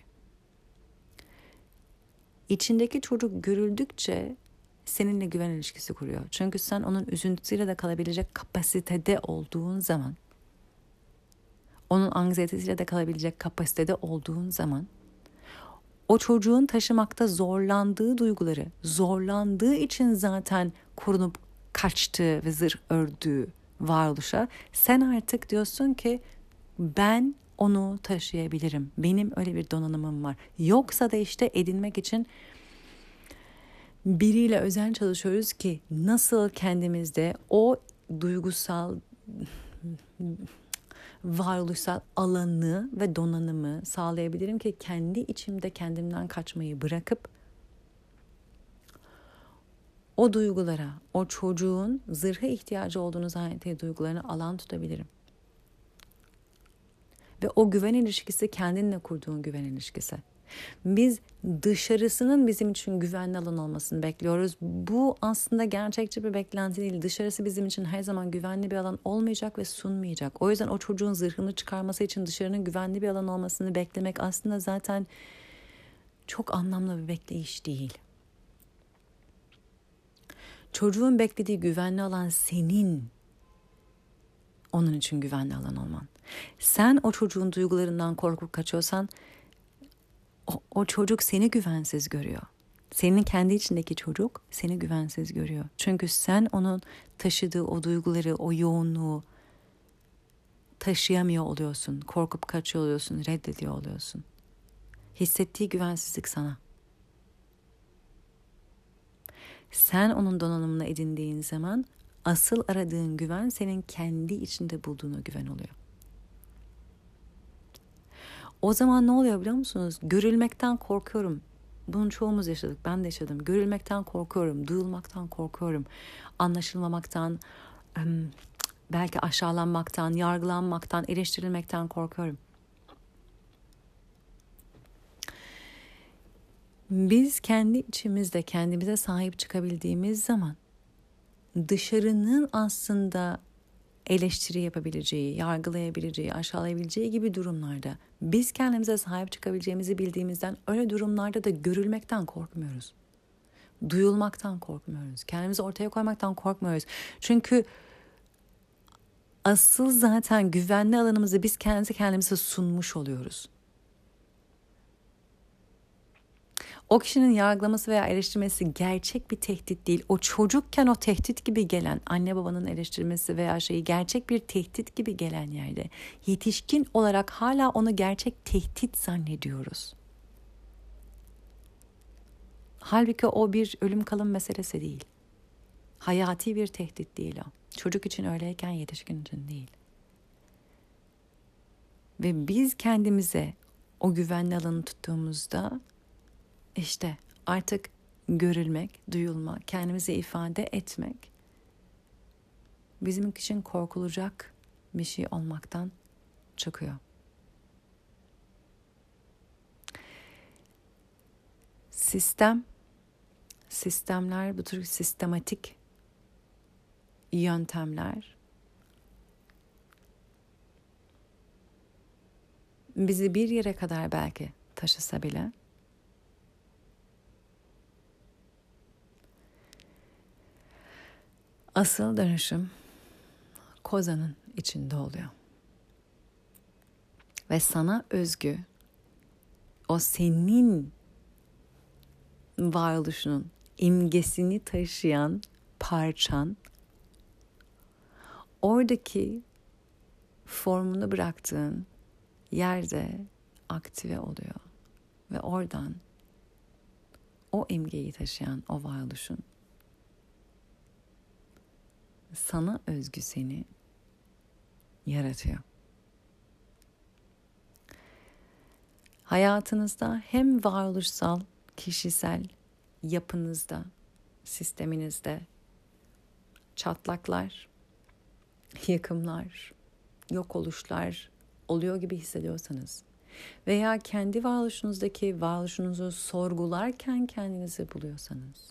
İçindeki çocuk görüldükçe seninle güven ilişkisi kuruyor. Çünkü sen onun üzüntüsüyle de kalabilecek kapasitede olduğun zaman, onun anksiyetesiyle de kalabilecek kapasitede olduğun zaman, o çocuğun taşımakta zorlandığı duyguları, zorlandığı için zaten korunup kaçtığı ve zırh ördüğü varoluşa sen artık diyorsun ki ben onu taşıyabilirim. Benim öyle bir donanımım var. Yoksa da işte edinmek için biriyle özen çalışıyoruz ki nasıl kendimizde o duygusal, varoluşsal alanı ve donanımı sağlayabilirim ki kendi içimde kendimden kaçmayı bırakıp o duygulara, o çocuğun zırha ihtiyacı olduğunu zannettiği duygularına alan tutabilirim. Ve o güven ilişkisi kendinle kurduğun güven ilişkisi. Biz dışarısının bizim için güvenli alan olmasını bekliyoruz. Bu aslında gerçekçi bir beklenti değil. Dışarısı bizim için her zaman güvenli bir alan olmayacak ve sunmayacak. O yüzden o çocuğun zırhını çıkarması için dışarının güvenli bir alan olmasını beklemek aslında zaten çok anlamlı bir bekleyiş değil. Çocuğun beklediği güvenli alan senin onun için güvenli alan olman. Sen o çocuğun duygularından korkup kaçıyorsan o çocuk seni güvensiz görüyor. Senin kendi içindeki çocuk seni güvensiz görüyor. Çünkü sen onun taşıdığı o duyguları, o yoğunluğu taşıyamıyor oluyorsun. Korkup kaçıyor oluyorsun, reddediyor oluyorsun. Hissettiği güvensizlik sana. Sen onun donanımını edindiğin zaman asıl aradığın güven senin kendi içinde bulduğun o güven oluyor. O zaman ne oluyor biliyor musunuz? Görülmekten korkuyorum. Bunu çoğumuz yaşadık. Ben de yaşadım. Görülmekten korkuyorum. Duyulmaktan korkuyorum. Anlaşılmamaktan, belki aşağılanmaktan, yargılanmaktan, eleştirilmekten korkuyorum. Biz kendi içimizde kendimize sahip çıkabildiğimiz zaman dışarının aslında eleştiri yapabileceği, yargılayabileceği, aşağılayabileceği gibi durumlarda biz kendimize sahip çıkabileceğimizi bildiğimizden öyle durumlarda da görülmekten korkmuyoruz. Duyulmaktan korkmuyoruz. Kendimizi ortaya koymaktan korkmuyoruz. Çünkü asıl zaten güvenli alanımızı biz kendimize sunmuş oluyoruz. O kişinin yargılaması veya eleştirmesi gerçek bir tehdit değil. O çocukken o tehdit gibi gelen, anne babanın eleştirmesi veya gerçek bir tehdit gibi gelen yerde yetişkin olarak hala onu gerçek tehdit zannediyoruz. Halbuki o bir ölüm kalım meselesi değil. Hayati bir tehdit değil o. Çocuk için öyleyken yetişkin için değil. Ve biz kendimize o güvenli alanı tuttuğumuzda İşte artık görülmek, duyulmak, kendimizi ifade etmek bizim için korkulacak bir şey olmaktan çıkıyor. Sistemler, bu tür sistematik yöntemler bizi bir yere kadar belki taşısa bile asıl dönüşüm kozanın içinde oluyor. Ve sana özgü o senin varoluşunun imgesini taşıyan parçan oradaki formunu bıraktığın yerde aktive oluyor. Ve oradan o imgeyi taşıyan o varoluşun sana özgü seni yaratıyor. Hayatınızda hem varoluşsal, kişisel yapınızda, sisteminizde çatlaklar, yıkımlar, yok oluşlar oluyor gibi hissediyorsanız veya kendi varoluşunuzu sorgularken kendinizi buluyorsanız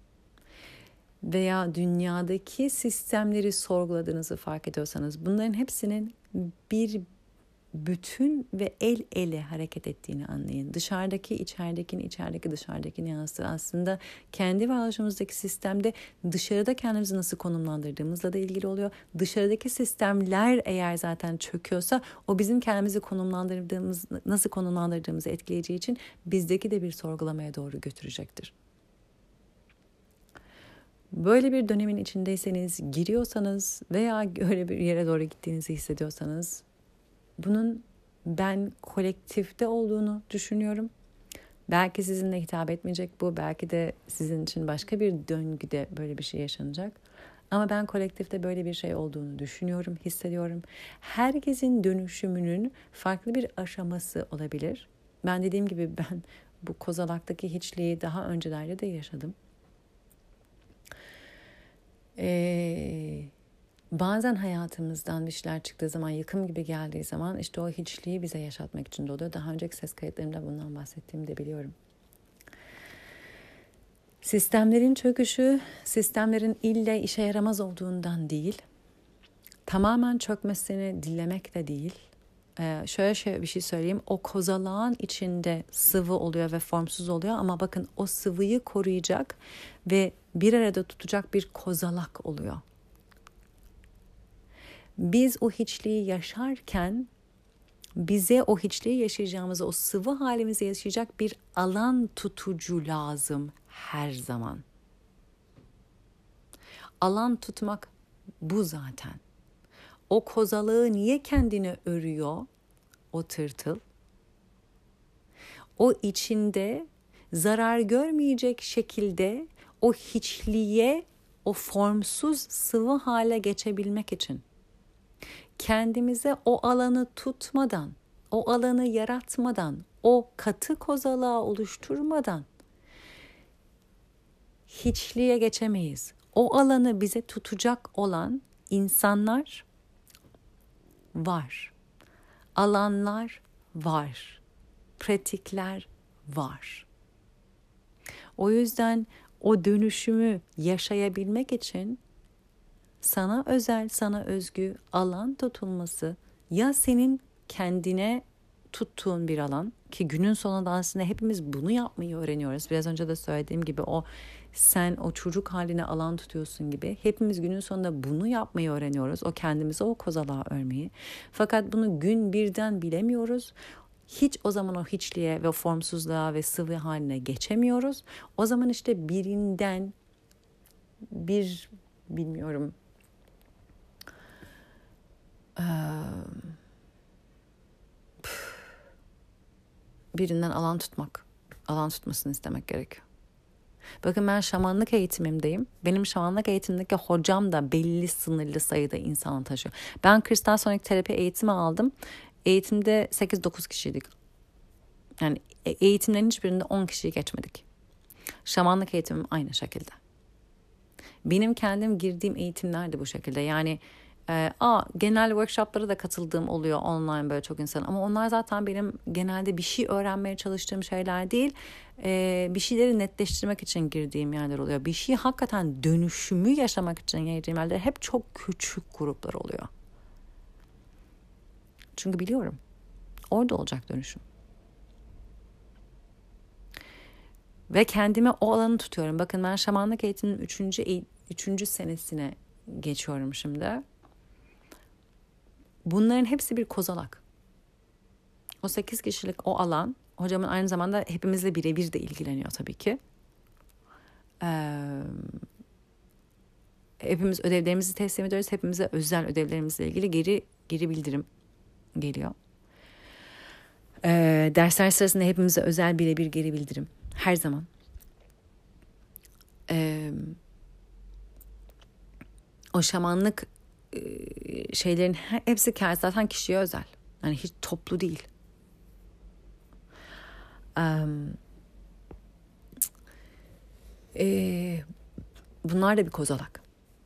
veya dünyadaki sistemleri sorguladığınızı fark ediyorsanız bunların hepsinin bir bütün ve el ele hareket ettiğini anlayın. Dışarıdaki içeridekini, içerideki dışarıdakini yansıtır. Aslında kendi varoluşumuzdaki sistemde dışarıda kendimizi nasıl konumlandırdığımızla da ilgili oluyor. Dışarıdaki sistemler eğer zaten çöküyorsa o bizim kendimizi nasıl konumlandırdığımızı etkileyeceği için bizdeki de bir sorgulamaya doğru götürecektir. Böyle bir dönemin içindeyseniz, giriyorsanız veya öyle bir yere doğru gittiğinizi hissediyorsanız bunun ben kolektifte olduğunu düşünüyorum. Belki sizinle hitap etmeyecek bu. Belki de sizin için başka bir döngüde böyle bir şey yaşanacak. Ama ben kolektifte böyle bir şey olduğunu düşünüyorum, hissediyorum. Herkesin dönüşümünün farklı bir aşaması olabilir. Ben dediğim gibi ben bu kozalaktaki hiçliği daha öncelerde de yaşadım. Bazen hayatımızdan bir şeyler çıktığı zaman, yıkım gibi geldiği zaman işte o hiçliği bize yaşatmak için de oluyor. Daha önceki ses kayıtlarımda bundan bahsettiğimi de biliyorum. Sistemlerin çöküşü, sistemlerin ille işe yaramaz olduğundan değil, tamamen çökmesini dilemek de değil. Şöyle bir şey söyleyeyim. O kozalağın içinde sıvı oluyor ve formsuz oluyor ama bakın o sıvıyı koruyacak ve bir arada tutacak bir kozalak oluyor. Biz o hiçliği yaşarken bize o hiçliği yaşayacağımız, o sıvı halimizi yaşayacak bir alan tutucu lazım her zaman. Alan tutmak bu zaten. O kozalığı niye kendine örüyor o tırtıl? O içinde zarar görmeyecek şekilde o hiçliğe, o formsuz sıvı hale geçebilmek için. Kendimize o alanı tutmadan, o alanı yaratmadan, o katı kozalağı oluşturmadan hiçliğe geçemeyiz. O alanı bize tutacak olan insanlar var. Alanlar var. Pratikler var. O yüzden o dönüşümü yaşayabilmek için sana özel, sana özgü alan tutulması, ya senin kendine tuttuğun bir alan ki günün sonunda aslında hepimiz bunu yapmayı öğreniyoruz. Biraz önce de söylediğim gibi sen o çocuk haline alan tutuyorsun gibi hepimiz günün sonunda bunu yapmayı öğreniyoruz. O kendimize o kozalağı örmeyi. Fakat bunu gün birden bilemiyoruz. Hiç o zaman o hiçliğe ve formsuzluğa ve sıvı haline geçemiyoruz. O zaman işte birinden bilmiyorum birinden alan tutmasını istemek gerekiyor. Bakın ben şamanlık eğitimimdeyim. Benim şamanlık eğitimindeki hocam da belli sınırlı sayıda insanı taşıyor. Ben kristal sonik terapi eğitimi aldım. Eğitimde 8-9 kişiydik. Yani eğitimlerin hiçbirinde 10 kişiyi geçmedik. Şamanlık eğitimim aynı şekilde. Benim kendim girdiğim eğitimler de bu şekilde. Yani genel workshoplara da katıldığım oluyor online böyle çok insan. Ama onlar zaten benim genelde bir şey öğrenmeye çalıştığım şeyler değil. Bir şeyleri netleştirmek için girdiğim yerler oluyor. Bir şey hakikaten dönüşümü yaşamak için girdiğim yerler hep çok küçük gruplar oluyor. Çünkü biliyorum orada olacak dönüşüm. Ve kendime o alanı tutuyorum. Bakın ben şamanlık eğitiminin 3. senesine geçiyorum şimdi. Bunların hepsi bir kozalak. O 8 kişilik o alan, hocamın aynı zamanda hepimizle birebir de ilgileniyor tabii ki. Hepimiz ödevlerimizi teslim ediyoruz. Hepimize özel ödevlerimizle ilgili geri bildirim geliyor. Dersler sırasında hepimize özel birebir geri bildirim. Her zaman. O şamanlık şeylerin hepsi zaten kişiye özel. Yani hiç toplu değil. Bunlar da bir kozalak.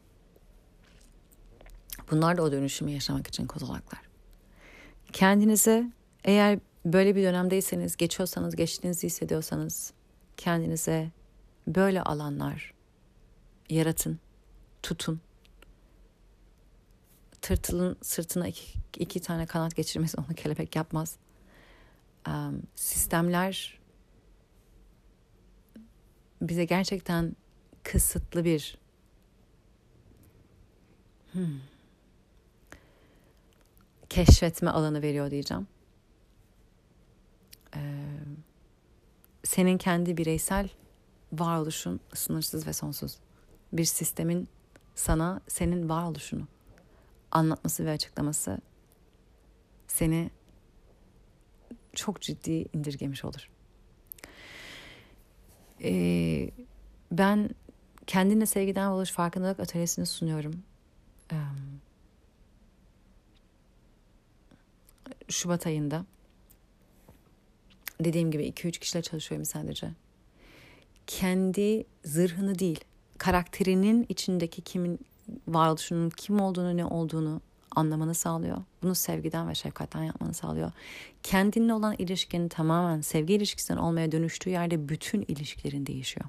Bunlar da o dönüşümü yaşamak için kozalaklar. Kendinize eğer böyle bir dönemdeyseniz, geçtiğinizi hissediyorsanız kendinize böyle alanlar yaratın, tutun. Tırtılın sırtına iki tane kanat geçirmesi onu kelebek yapmaz. Sistemler bize gerçekten kısıtlı bir keşfetme alanı veriyor diyeceğim. Senin kendi bireysel varoluşun sınırsız ve sonsuz. Bir sistemin sana senin varoluşunu anlatması ve açıklaması seni çok ciddi indirgemiş olur. Ben Kendine sevgiden oluş farkındalık atölyesini sunuyorum. Şubat ayında. Dediğim gibi 2-3 kişiyle çalışıyorum sadece. Kendi zırhını değil, karakterinin içindeki kimin varoluşunun kim olduğunu, ne olduğunu anlamanı sağlıyor. Bunu sevgiden ve şefkatten yapmanı sağlıyor. Kendinle olan ilişkinin tamamen sevgi ilişkisinden olmaya dönüştüğü yerde bütün ilişkilerin değişiyor.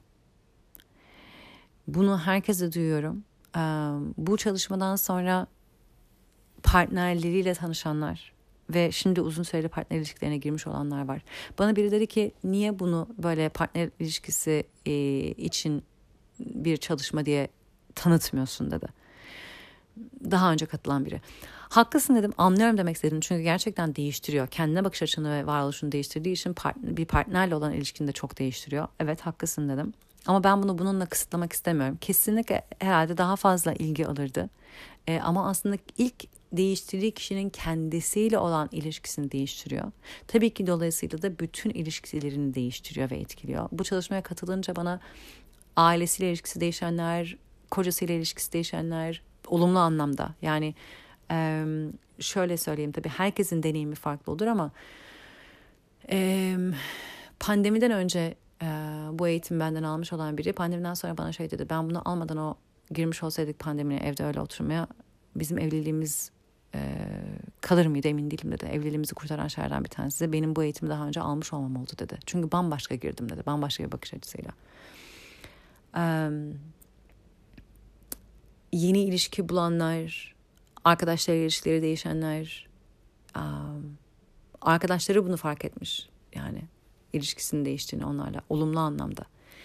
Bunu herkese duyuyorum. Bu çalışmadan sonra partnerleriyle tanışanlar ve şimdi uzun süreli partner ilişkilerine girmiş olanlar var. Bana biri dedi ki niye bunu böyle partner ilişkisi için bir çalışma diye tanıtmıyorsun dedi. Daha önce katılan biri. Haklısın dedim, anlıyorum demek istedim. Çünkü gerçekten değiştiriyor. Kendine bakış açını ve varoluşunu değiştirdiği için bir partnerle olan ilişkini de çok değiştiriyor. Evet, haklısın dedim. Ama ben bunu bununla kısıtlamak istemiyorum. Kesinlikle herhalde daha fazla ilgi alırdı. Ama aslında ilk değiştirdiği kişinin kendisiyle olan ilişkisini değiştiriyor. Tabii ki dolayısıyla da bütün ilişkilerini değiştiriyor ve etkiliyor. Bu çalışmaya katılınca bana ailesiyle ilişkisi değişenler, kocasıyla ilişkisi değişenler, olumlu anlamda. Yani şöyle söyleyeyim, tabii herkesin deneyimi farklı olur ama pandemiden önce bu eğitimi benden almış olan biri pandemiden sonra bana şey dedi. Ben bunu almadan o girmiş olsaydık pandemiye evde öyle oturmaya bizim evliliğimiz kalır mıydı emin değilim dedi. Evliliğimizi kurtaran şeylerden bir tanesi de benim bu eğitimi daha önce almış olmam oldu dedi. Çünkü bambaşka girdim dedi. Bambaşka bir bakış açısıyla. Yeni ilişki bulanlar, arkadaşlarıyla ilişkileri değişenler, arkadaşları bunu fark etmiş. Yani ilişkisinin değiştiğini onlarla olumlu anlamda.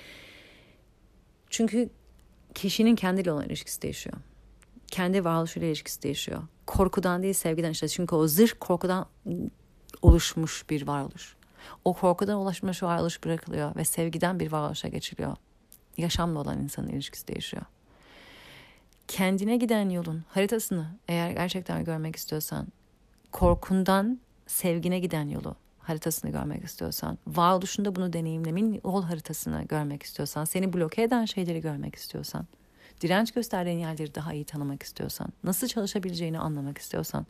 Çünkü kişinin kendiyle olan ilişkisi değişiyor. Kendi varoluşuyla ilişkisi değişiyor. Korkudan değil, sevgiden işte. Çünkü o zırh korkudan oluşmuş bir varoluş. O korkudan oluşmuş varoluş bırakılıyor ve sevgiden bir varoluşa geçiliyor. Yaşamla olan insanın ilişkisi değişiyor. Kendine giden yolun haritasını eğer gerçekten görmek istiyorsan, korkundan sevgine giden yolu haritasını görmek istiyorsan, varoluşunda bunu deneyimlemin yol haritasını görmek istiyorsan, seni bloke eden şeyleri görmek istiyorsan, direnç gösterdiğin yerleri daha iyi tanımak istiyorsan, nasıl çalışabileceğini anlamak istiyorsan,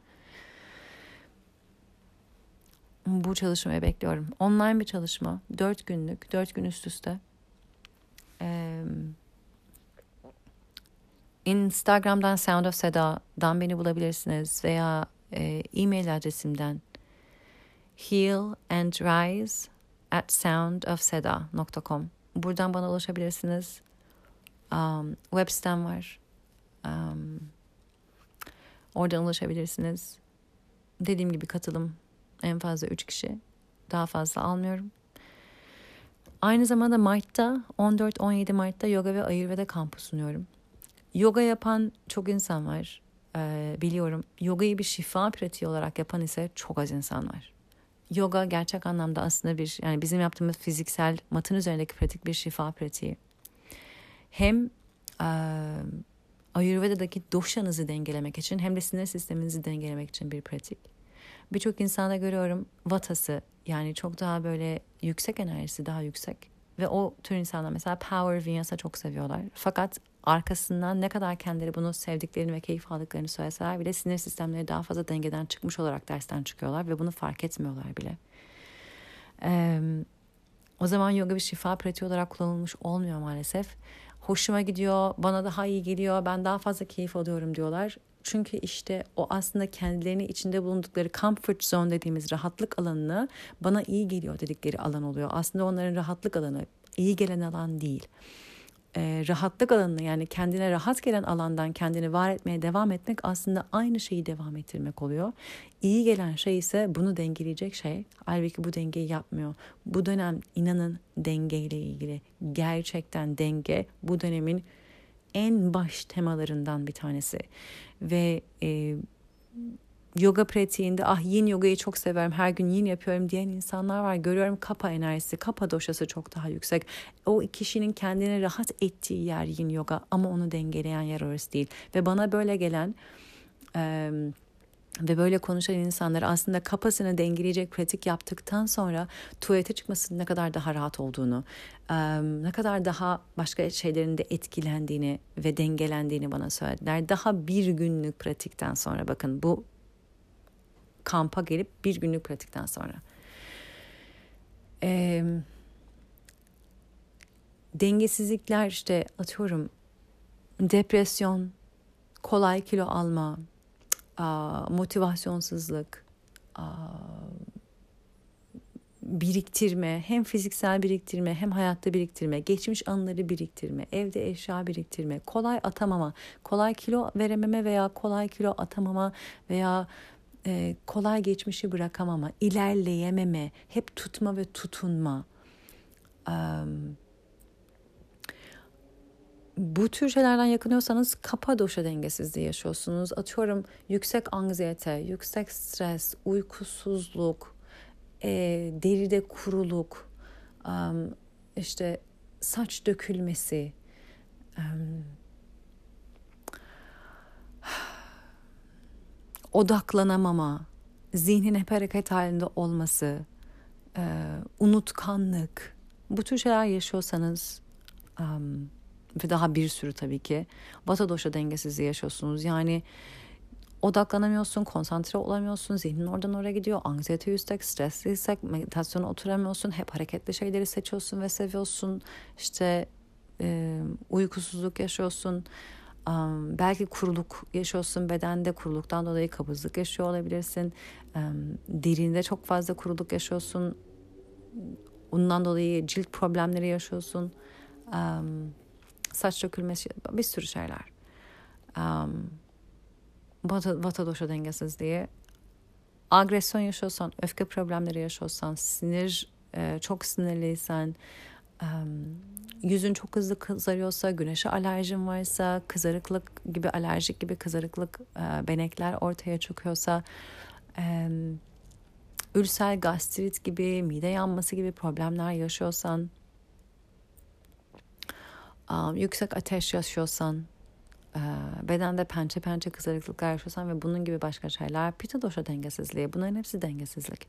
bu çalışmayı bekliyorum. Online bir çalışma, 4 günlük, 4 gün üst üste. Instagram'dan Sound of Seda'dan beni bulabilirsiniz veya e-mail adresimden healandrise@soundofseda.com. Buradan bana ulaşabilirsiniz. Web sitem var. Oradan ulaşabilirsiniz. Dediğim gibi katılım en fazla 3 kişi. Daha fazla almıyorum. Aynı zamanda Mart'ta 14-17 Mart'ta yoga ve Ayurveda kampı sunuyorum. Yoga yapan çok insan var. Biliyorum. Yogayı bir şifa pratiği olarak yapan ise çok az insan var. Yoga gerçek anlamda aslında bir, yani bizim yaptığımız fiziksel matın üzerindeki pratik bir şifa pratiği. Hem Ayurveda'daki doshanızı dengelemek için hem de sinir sisteminizi dengelemek için bir pratik. Birçok insanda görüyorum vatası, yani çok daha böyle yüksek enerjisi daha yüksek. Ve o tür insanlar mesela Power Vinyasa çok seviyorlar. Fakat arkasından ne kadar kendileri bunu sevdiklerini ve keyif aldıklarını söyleseler bile sinir sistemleri daha fazla dengeden çıkmış olarak dersten çıkıyorlar ve bunu fark etmiyorlar bile. O zaman yoga bir şifa pratiği olarak kullanılmış olmuyor maalesef. Hoşuma gidiyor, bana daha iyi geliyor, ben daha fazla keyif alıyorum diyorlar. Çünkü işte o aslında kendilerini içinde bulundukları comfort zone dediğimiz rahatlık alanını bana iyi geliyor dedikleri alan oluyor. Aslında onların rahatlık alanı iyi gelen alan değil. Rahatlık alanını, yani kendine rahat gelen alandan kendini var etmeye devam etmek aslında aynı şeyi devam ettirmek oluyor. İyi gelen şey ise bunu dengeleyecek şey. Halbuki bu dengeyi yapmıyor. Bu dönem inanın dengeyle ilgili. Gerçekten denge bu dönemin en baş temalarından bir tanesi. Ve yoga pratiğinde yin yogayı çok severim, her gün yin yapıyorum diyen insanlar var. Görüyorum kapha enerjisi, kapha doşası çok daha yüksek. O kişinin kendini rahat ettiği yer yin yoga ama onu dengeleyen yer orası değil. Ve bana böyle gelen Ve böyle konuşan insanlar aslında kafasını dengeleyecek pratik yaptıktan sonra tuvalete çıkmasının ne kadar daha rahat olduğunu, ne kadar daha başka şeylerin de etkilendiğini ve dengelendiğini bana söylediler. Daha bir günlük pratikten sonra, bakın bu kampa gelip bir günlük pratikten sonra. Dengesizlikler, işte atıyorum depresyon, kolay kilo alma, motivasyonsuzluk, biriktirme, hem fiziksel biriktirme hem hayatta biriktirme, geçmiş anıları biriktirme, evde eşya biriktirme, kolay atamama, kolay kilo verememe veya kolay kilo atamama veya kolay geçmişi bırakamama, ilerleyememe, hep tutma ve tutunma. Bu tür şeylerden yakınıyorsanız Kapadokya dengesizliği yaşıyorsunuz. Atıyorum yüksek anksiyete, yüksek stres, uykusuzluk, deride kuruluk, işte saç dökülmesi, odaklanamama, zihnin hep hareket halinde olması, unutkanlık, bu tür şeyler yaşıyorsanız ve daha bir sürü tabii ki Vata Dosha dengesizliği yaşıyorsunuz. Yani odaklanamıyorsun, konsantre olamıyorsun, zihnin oradan oraya gidiyor, anksiyete yüksek, stresli yüksek, meditasyona oturamıyorsun, hep hareketli şeyleri seçiyorsun ve seviyorsun, işte uykusuzluk yaşıyorsun, belki kuruluk yaşıyorsun, bedende kuruluktan dolayı kabızlık yaşıyor olabilirsin, derinde çok fazla kuruluk yaşıyorsun, ondan dolayı cilt problemleri yaşıyorsun, saç dökülmesi, bir sürü şeyler. Vata Dosha dengesizliği, agresyon yaşıyorsan, öfke problemleri yaşıyorsan, çok sinirliysen, yüzün çok hızlı kızarıyorsa, güneşe alerjin varsa, kızarıklık gibi, alerjik gibi kızarıklık, benekler ortaya çıkıyorsa, ülser gastrit gibi, mide yanması gibi problemler yaşıyorsan, yüksek ateş yaşıyorsan, bedende pençe pençe kızarıklıklar yaşıyorsan ve bunun gibi başka şeyler, Pitta Dosha dengesizliği, bunların hepsi dengesizlik.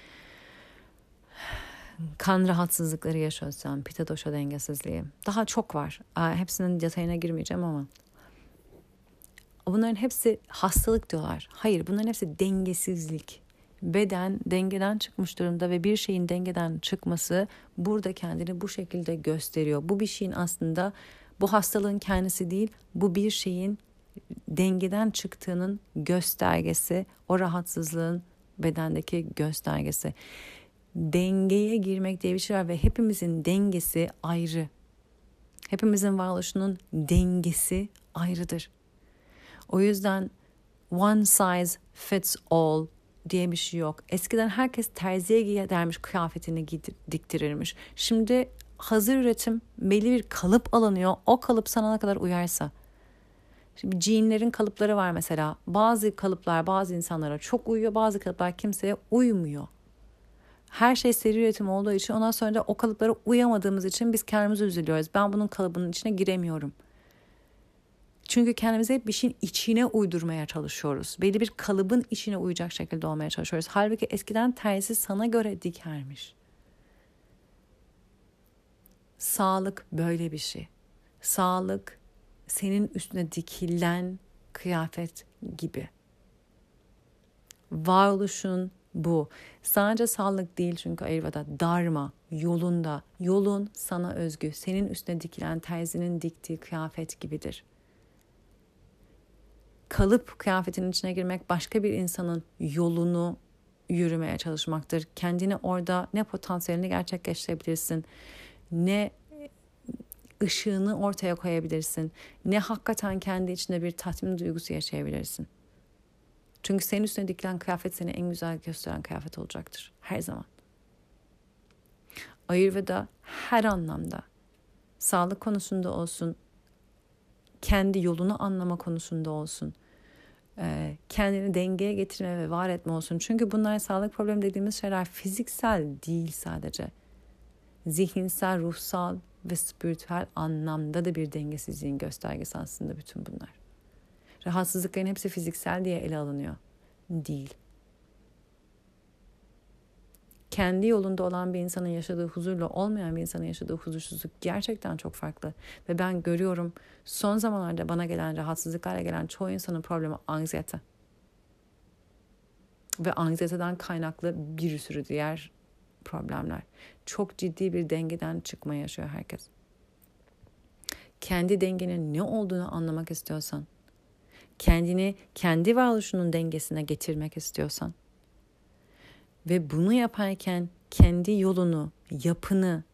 Kan rahatsızlıkları yaşıyorsan, Pitta Dosha dengesizliği, daha çok var. Hepsinin detayına girmeyeceğim ama bunların hepsi hastalık diyorlar. Hayır, bunların hepsi dengesizlik. Beden dengeden çıkmış durumda ve bir şeyin dengeden çıkması burada kendini bu şekilde gösteriyor. Bu bir şeyin aslında, bu hastalığın kendisi değil, bu bir şeyin dengeden çıktığının göstergesi, o rahatsızlığın bedendeki göstergesi. Dengeye girmek diye bir şey var ve hepimizin dengesi ayrı. Hepimizin varoluşunun dengesi ayrıdır. O yüzden one size fits all diye bir şey yok. Eskiden herkes terziye gidermiş, kıyafetini diktirirmiş. Şimdi hazır üretim, belli bir kalıp alınıyor. O kalıp sana ne kadar uyarsa. Şimdi jeanlerin kalıpları var mesela. Bazı kalıplar bazı insanlara çok uyuyor, bazı kalıplar kimseye uymuyor. Her şey seri üretim olduğu için ondan sonra da o kalıplara uyamadığımız için biz kendimize üzülüyoruz. Ben bunun kalıbının içine giremiyorum. Çünkü kendimize hep bir şeyin içine uydurmaya çalışıyoruz. Belli bir kalıbın içine uyacak şekilde olmaya çalışıyoruz. Halbuki eskiden terzi sana göre dikermiş. Sağlık böyle bir şey. Sağlık senin üstüne dikilen kıyafet gibi. Varoluşun bu. Sadece sağlık değil, çünkü Ayurveda dharma, yolunda. Yolun sana özgü. Senin üstüne dikilen terzinin diktiği kıyafet gibidir. Kalıp kıyafetinin içine girmek başka bir insanın yolunu yürümeye çalışmaktır. Kendini orada ne potansiyelini gerçekleştirebilirsin, ne ışığını ortaya koyabilirsin, ne hakikaten kendi içinde bir tatmin duygusu yaşayabilirsin. Çünkü senin üstüne dikilen kıyafet seni en güzel gösteren kıyafet olacaktır. Her zaman. Ayurveda her anlamda, sağlık konusunda olsun, kendi yolunu anlama konusunda olsun, kendini dengeye getirme ve var etme olsun. Çünkü bunlar, sağlık problemi dediğimiz şeyler fiziksel değil sadece. Zihinsel, ruhsal ve spiritüel anlamda da bir dengesizliğin göstergesi aslında bütün bunlar. Rahatsızlıkların hepsi fiziksel diye ele alınıyor. değil. Kendi yolunda olan bir insanın yaşadığı huzurla olmayan bir insanın yaşadığı huzursuzluk gerçekten çok farklı. Ve ben görüyorum, son zamanlarda bana gelen rahatsızlıklarla gelen çoğu insanın problemi anksiyete. Ve anksiyeteden kaynaklı bir sürü diğer problemler. Çok ciddi bir dengeden çıkma yaşıyor herkes. Kendi dengenin ne olduğunu anlamak istiyorsan, kendini kendi varoluşunun dengesine getirmek istiyorsan ve bunu yaparken kendi yolunu, yapını,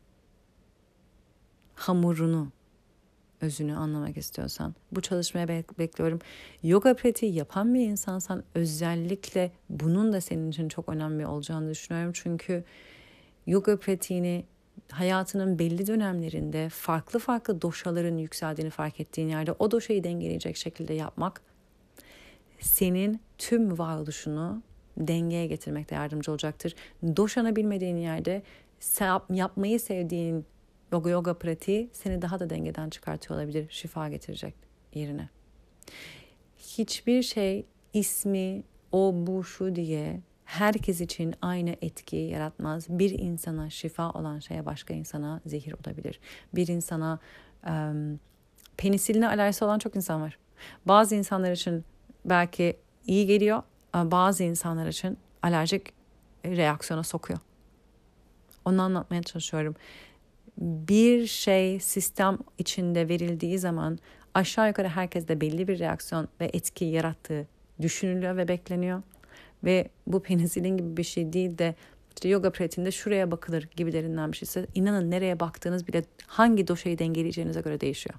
hamurunu, özünü anlamak istiyorsan bu çalışmaya bekliyorum. Yoga pratiği yapan bir insansan özellikle bunun da senin için çok önemli olacağını düşünüyorum. Çünkü yoga pratiğini hayatının belli dönemlerinde farklı farklı doşaların yükseldiğini fark ettiğin yerde o doşayı dengeleyecek şekilde yapmak senin tüm varoluşunu dengeye getirmekte yardımcı olacaktır. Doşanı bilmediğin yerde yapmayı sevdiğin yoga pratiği seni daha da dengeden çıkartıyor olabilir. Şifa getirecek yerine. Hiçbir şey ismi o bu şu diye herkes için aynı etkiyi yaratmaz. Bir insana şifa olan şeye başka insana zehir olabilir. Bir insana penisiline alerjisi olan çok insan var. Bazı insanlar için belki iyi geliyor ama bazı insanlar için alerjik reaksiyona sokuyor. Onu anlatmaya çalışıyorum. Bir şey sistem içinde verildiği zaman aşağı yukarı herkeste belli bir reaksiyon ve etki yarattığı düşünülüyor ve bekleniyor. Ve bu penisilin gibi bir şey değil de işte yoga pratiğinde şuraya bakılır gibilerinden bir şeyse inanın nereye baktığınız bile hangi doşayı dengeleyeceğinize göre değişiyor.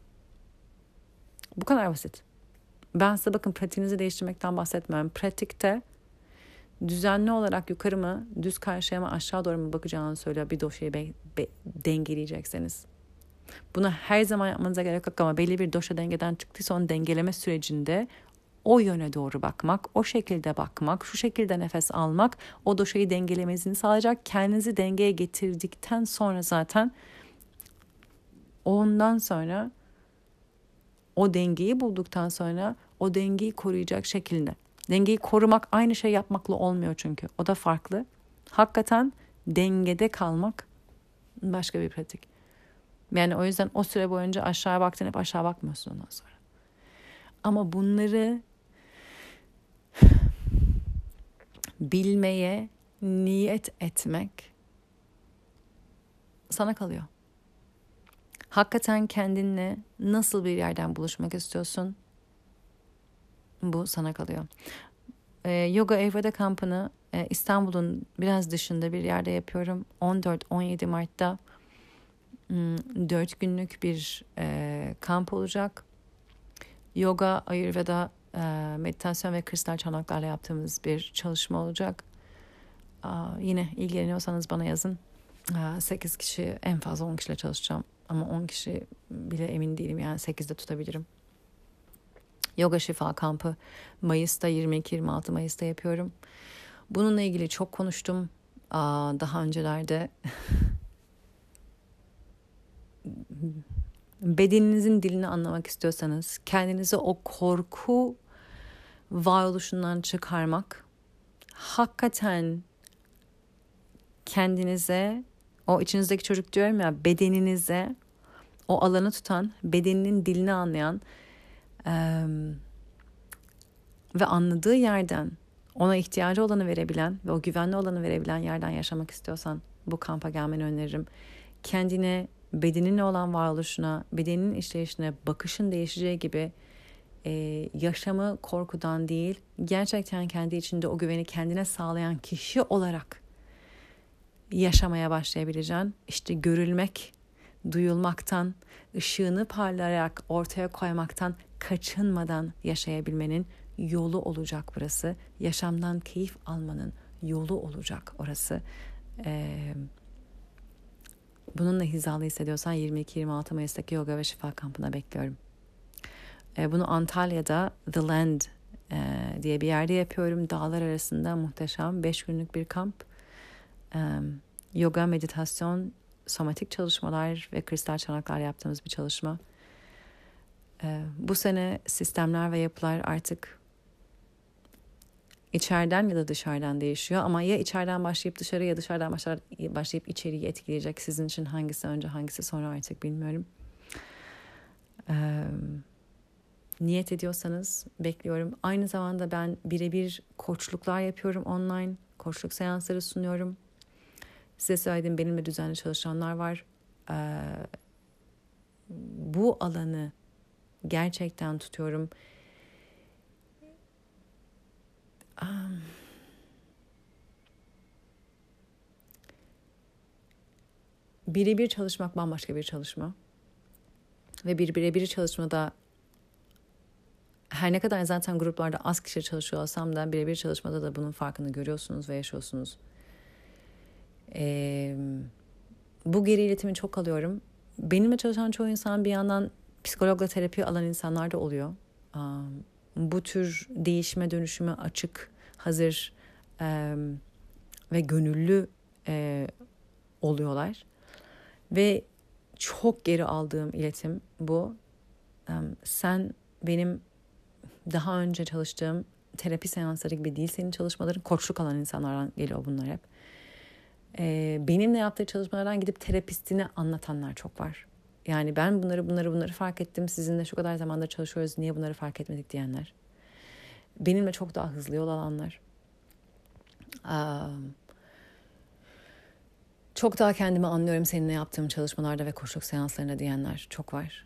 Bu kadar basit. Ben size bakın pratiğinizi değiştirmekten bahsetmiyorum. Pratikte düzenli olarak yukarı mı, düz karşıya mı, aşağı doğru mu bakacağını söylüyor bir doşayı dengeleyecekseniz. Bunu her zaman yapmanıza gerek yok ama belli bir doşa dengeden çıktıysa onun dengeleme sürecinde o yöne doğru bakmak, o şekilde bakmak, şu şekilde nefes almak o doşayı dengelemesini sağlayacak. Kendinizi dengeye getirdikten sonra zaten ondan sonra o dengeyi bulduktan sonra o dengeyi koruyacak şekilde. Dengeyi korumak aynı şey yapmakla olmuyor çünkü. O da farklı. Hakikaten dengede kalmak başka bir pratik. Yani o yüzden o süre boyunca aşağıya baktın hep aşağı bakmıyorsun ondan sonra. Ama bunları bilmeye niyet etmek sana kalıyor. Hakikaten kendinle nasıl bir yerden buluşmak istiyorsun? Bu sana kalıyor. Yoga Ayurveda kampını İstanbul'un biraz dışında bir yerde yapıyorum. 14-17 Mart'ta 4 günlük bir kamp olacak. Yoga, Ayurveda, meditasyon ve kristal çanaklarla yaptığımız bir çalışma olacak. Yine ilgileniyorsanız bana yazın. 8 kişi, en fazla 10 kişiyle çalışacağım. Ama 10 kişi bile emin değilim, yani 8'de tutabilirim. Yoga Şifa kampı Mayıs'ta 22-26 Mayıs'ta yapıyorum. Bununla ilgili çok konuştum. Daha öncelerde bedeninizin dilini anlamak istiyorsanız kendinizi o korku varoluşundan çıkarmak, hakikaten kendinize, o içinizdeki çocuk diyorum ya, bedeninize o alanı tutan, bedeninin dilini anlayan ve anladığı yerden ona ihtiyacı olanı verebilen ve o güvenli olanı verebilen yerden yaşamak istiyorsan bu kampa gelmeni öneririm. Kendine, bedeninle olan varoluşuna, bedeninin işleyişine bakışın değişeceği gibi yaşamı korkudan değil, gerçekten kendi içinde o güveni kendine sağlayan kişi olarak yaşamaya başlayabileceksin. İşte görülmek, duyulmaktan, ışığını parlayarak ortaya koymaktan kaçınmadan yaşayabilmenin yolu olacak burası. Yaşamdan keyif almanın yolu olacak orası. Bununla hizalı hissediyorsan 22-26 Mayıs'taki yoga ve şifa kampına bekliyorum. Bunu Antalya'da The Land diye bir yerde yapıyorum. Dağlar arasında muhteşem 5 günlük bir kamp. Yoga, meditasyon, somatik çalışmalar ve kristal çanaklar yaptığımız bir çalışma. Bu sene sistemler ve yapılar artık İçeriden ya da dışarıdan değişiyor ama ya içeriden başlayıp dışarı ya dışarıdan başlayıp içeriği etkileyecek. Sizin için hangisi önce hangisi sonra artık bilmiyorum. Niyet ediyorsanız bekliyorum. Aynı zamanda ben birebir koçluklar yapıyorum online. Koçluk seansları sunuyorum. Size söylediğim benimle düzenli çalışanlar var. Bu alanı gerçekten tutuyorum. Birebir çalışmak bambaşka bir çalışma. Ve birebir çalışmada her ne kadar zaten gruplarda az kişi çalışıyor olsam da birebir çalışmada da bunun farkını görüyorsunuz ve yaşıyorsunuz. Bu geri iletimi çok alıyorum. Benimle çalışan çoğu insan bir yandan psikologla terapi alan insanlar da oluyor. Bu tür değişime dönüşüme açık, hazır ve gönüllü oluyorlar. Ve çok geri aldığım iletim bu. Sen benim daha önce çalıştığım terapi seansları gibi değil, senin çalışmaların koçluk alan insanlardan geliyor bunlar hep. Benimle yaptığı çalışmalardan gidip terapistine anlatanlar çok var. Yani ben bunları fark ettim. Sizinle şu kadar zamandır çalışıyoruz. Niye bunları fark etmedik diyenler. Benimle çok daha hızlı yol alanlar. Çok daha kendimi anlıyorum seninle yaptığım çalışmalarda ve koçluk seanslarında diyenler çok var.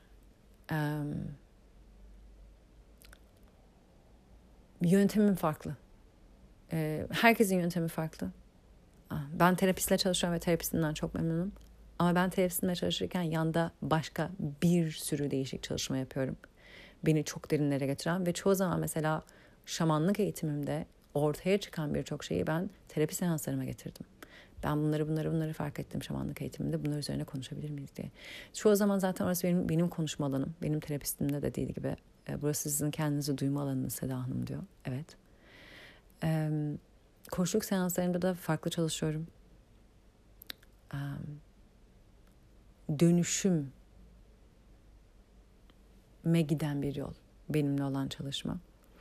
Yöntemim farklı. Herkesin yöntemi farklı. Ben terapistle çalışıyorum ve terapistimden çok memnunum. Ama ben terapistimle çalışırken yanda başka bir sürü değişik çalışma yapıyorum. Beni çok derinlere getiren ve çoğu zaman mesela şamanlık eğitimimde ortaya çıkan birçok şeyi ben terapi seanslarıma getirdim. Ben bunları fark ettim şamanlık eğitiminde. Bunlar üzerine konuşabilir miyiz diye. Çoğu zaman zaten orası benim konuşma alanım. Benim terapistimde dediği gibi. Burası sizin kendinizi duyma alanınız Seda Hanım diyor. Evet. Koçluk seanslarında da farklı çalışıyorum. Dönüşüme giden bir yol benimle olan çalışma.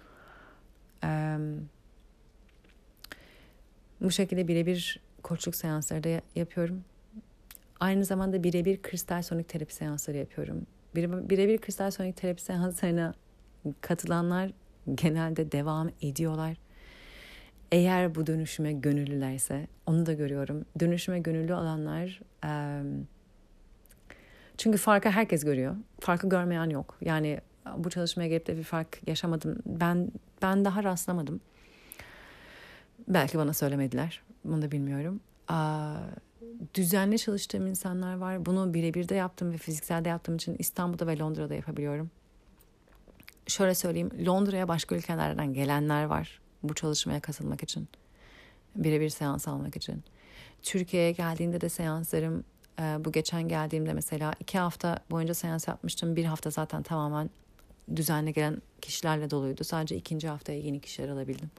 Bu şekilde birebir koçluk seansları da yapıyorum. Aynı zamanda birebir kristal sonik terapi seansları yapıyorum. Birebir kristal sonik terapi seanslarına katılanlar genelde devam ediyorlar. Eğer bu dönüşüme gönüllülerse, onu da görüyorum. Dönüşüme gönüllü olanlar, çünkü farkı herkes görüyor. Farkı görmeyen yok. Yani bu çalışmaya gelip de bir fark yaşamadım. Ben daha rastlamadım. Belki bana söylemediler. Bunu da bilmiyorum. Düzenli çalıştığım insanlar var. Bunu birebir de yaptım ve fiziksel de yaptığım için İstanbul'da ve Londra'da yapabiliyorum. Şöyle söyleyeyim, Londra'ya başka ülkelerden gelenler var bu çalışmaya katılmak için. Birebir seans almak için. Türkiye'ye geldiğinde de seanslarım, bu geçen geldiğimde mesela 2 hafta boyunca seans yapmıştım. 1 hafta zaten tamamen düzenli gelen kişilerle doluydu. Sadece 2. haftaya yeni kişiler alabildim.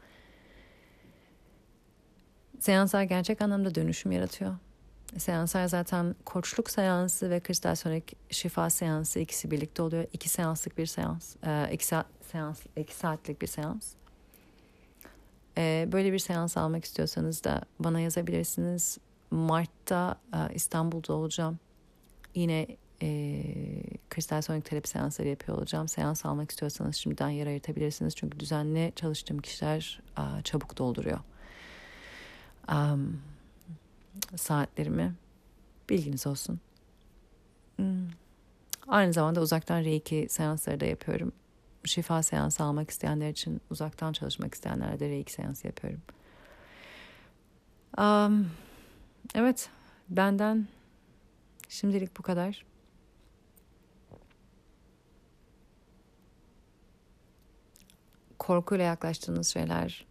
Seanslar gerçek anlamda dönüşüm yaratıyor. Seanslar zaten koçluk seansı ve kristal sonik şifa seansı ikisi birlikte oluyor. 2 seanslık bir seans. 2 saatlik bir seans. Böyle bir seans almak istiyorsanız da bana yazabilirsiniz. Mart'ta İstanbul'da olacağım. Yine kristal sonik terapi seansları yapıyor olacağım. Seans almak istiyorsanız şimdiden yer ayırtabilirsiniz. Çünkü düzenli çalıştığım kişiler çabuk dolduruyor saatlerimi. Bilginiz olsun. Aynı zamanda uzaktan Reiki seansları da yapıyorum. Şifa seansı almak isteyenler için, uzaktan çalışmak isteyenlere de Reiki seansı yapıyorum. Evet, benden şimdilik bu kadar. Korkuyla yaklaştığınız şeyler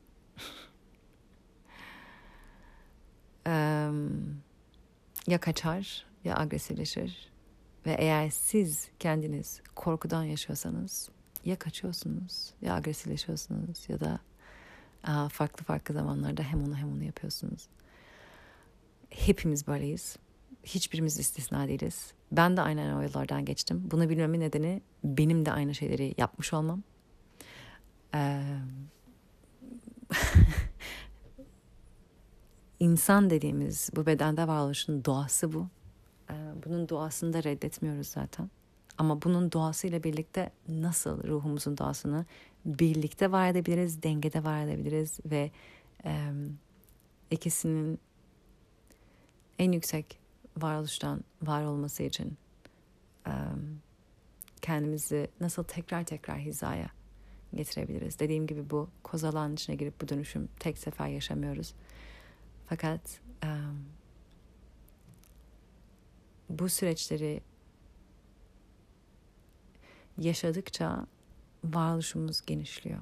ya kaçar ya agresifleşir. Ve eğer siz kendiniz korkudan yaşıyorsanız ya kaçıyorsunuz ya agresifleşiyorsunuz ya da farklı zamanlarda hem onu yapıyorsunuz. Hepimiz böyleyiz. Hiçbirimiz istisna değiliz. Ben de aynen o yollardan geçtim. Bunu bilmemin nedeni benim de aynı şeyleri yapmış olmam. İnsan dediğimiz bu bedende varoluşun doğası bu. Bunun doğasını da reddetmiyoruz zaten. Ama bunun doğasıyla birlikte nasıl ruhumuzun doğasını birlikte var edebiliriz, dengede var edebiliriz ve ikisinin en yüksek varoluştan var olması için kendimizi nasıl tekrar hizaya getirebiliriz. Dediğim gibi bu kozalağın içine girip bu dönüşüm tek sefer yaşamıyoruz. Fakat bu süreçleri yaşadıkça varoluşumuz genişliyor.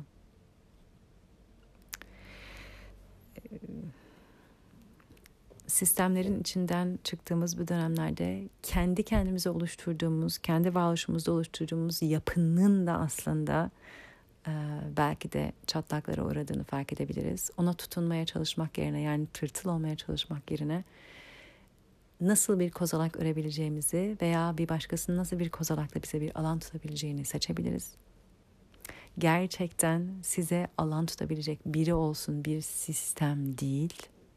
Sistemlerin içinden çıktığımız bu dönemlerde kendi kendimize oluşturduğumuz, kendi varoluşumuzda oluşturduğumuz yapının da aslında belki de çatlaklara uğradığını fark edebiliriz. Ona tutunmaya çalışmak yerine, yani tırtıl olmaya çalışmak yerine nasıl bir kozalak örebileceğimizi veya bir başkasının nasıl bir kozalakla bize bir alan tutabileceğini seçebiliriz. Gerçekten size alan tutabilecek biri olsun, bir sistem değil.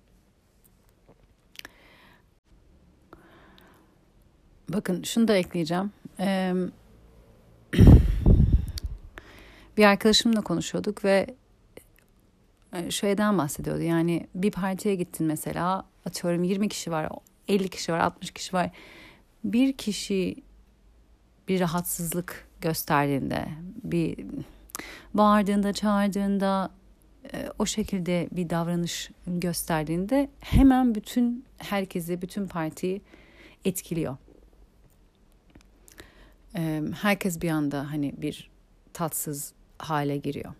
Bakın şunu da ekleyeceğim. Bir arkadaşımla konuşuyorduk ve şeyden bahsediyordu. Yani bir partiye gittin mesela, atıyorum 20 kişi var, 50 kişi var, 60 kişi var. Bir kişi bir rahatsızlık gösterdiğinde, bir bağırdığında, çağırdığında, o şekilde bir davranış gösterdiğinde hemen bütün herkesi, bütün partiyi etkiliyor. Herkes bir anda hani bir tatsız hale giriyor.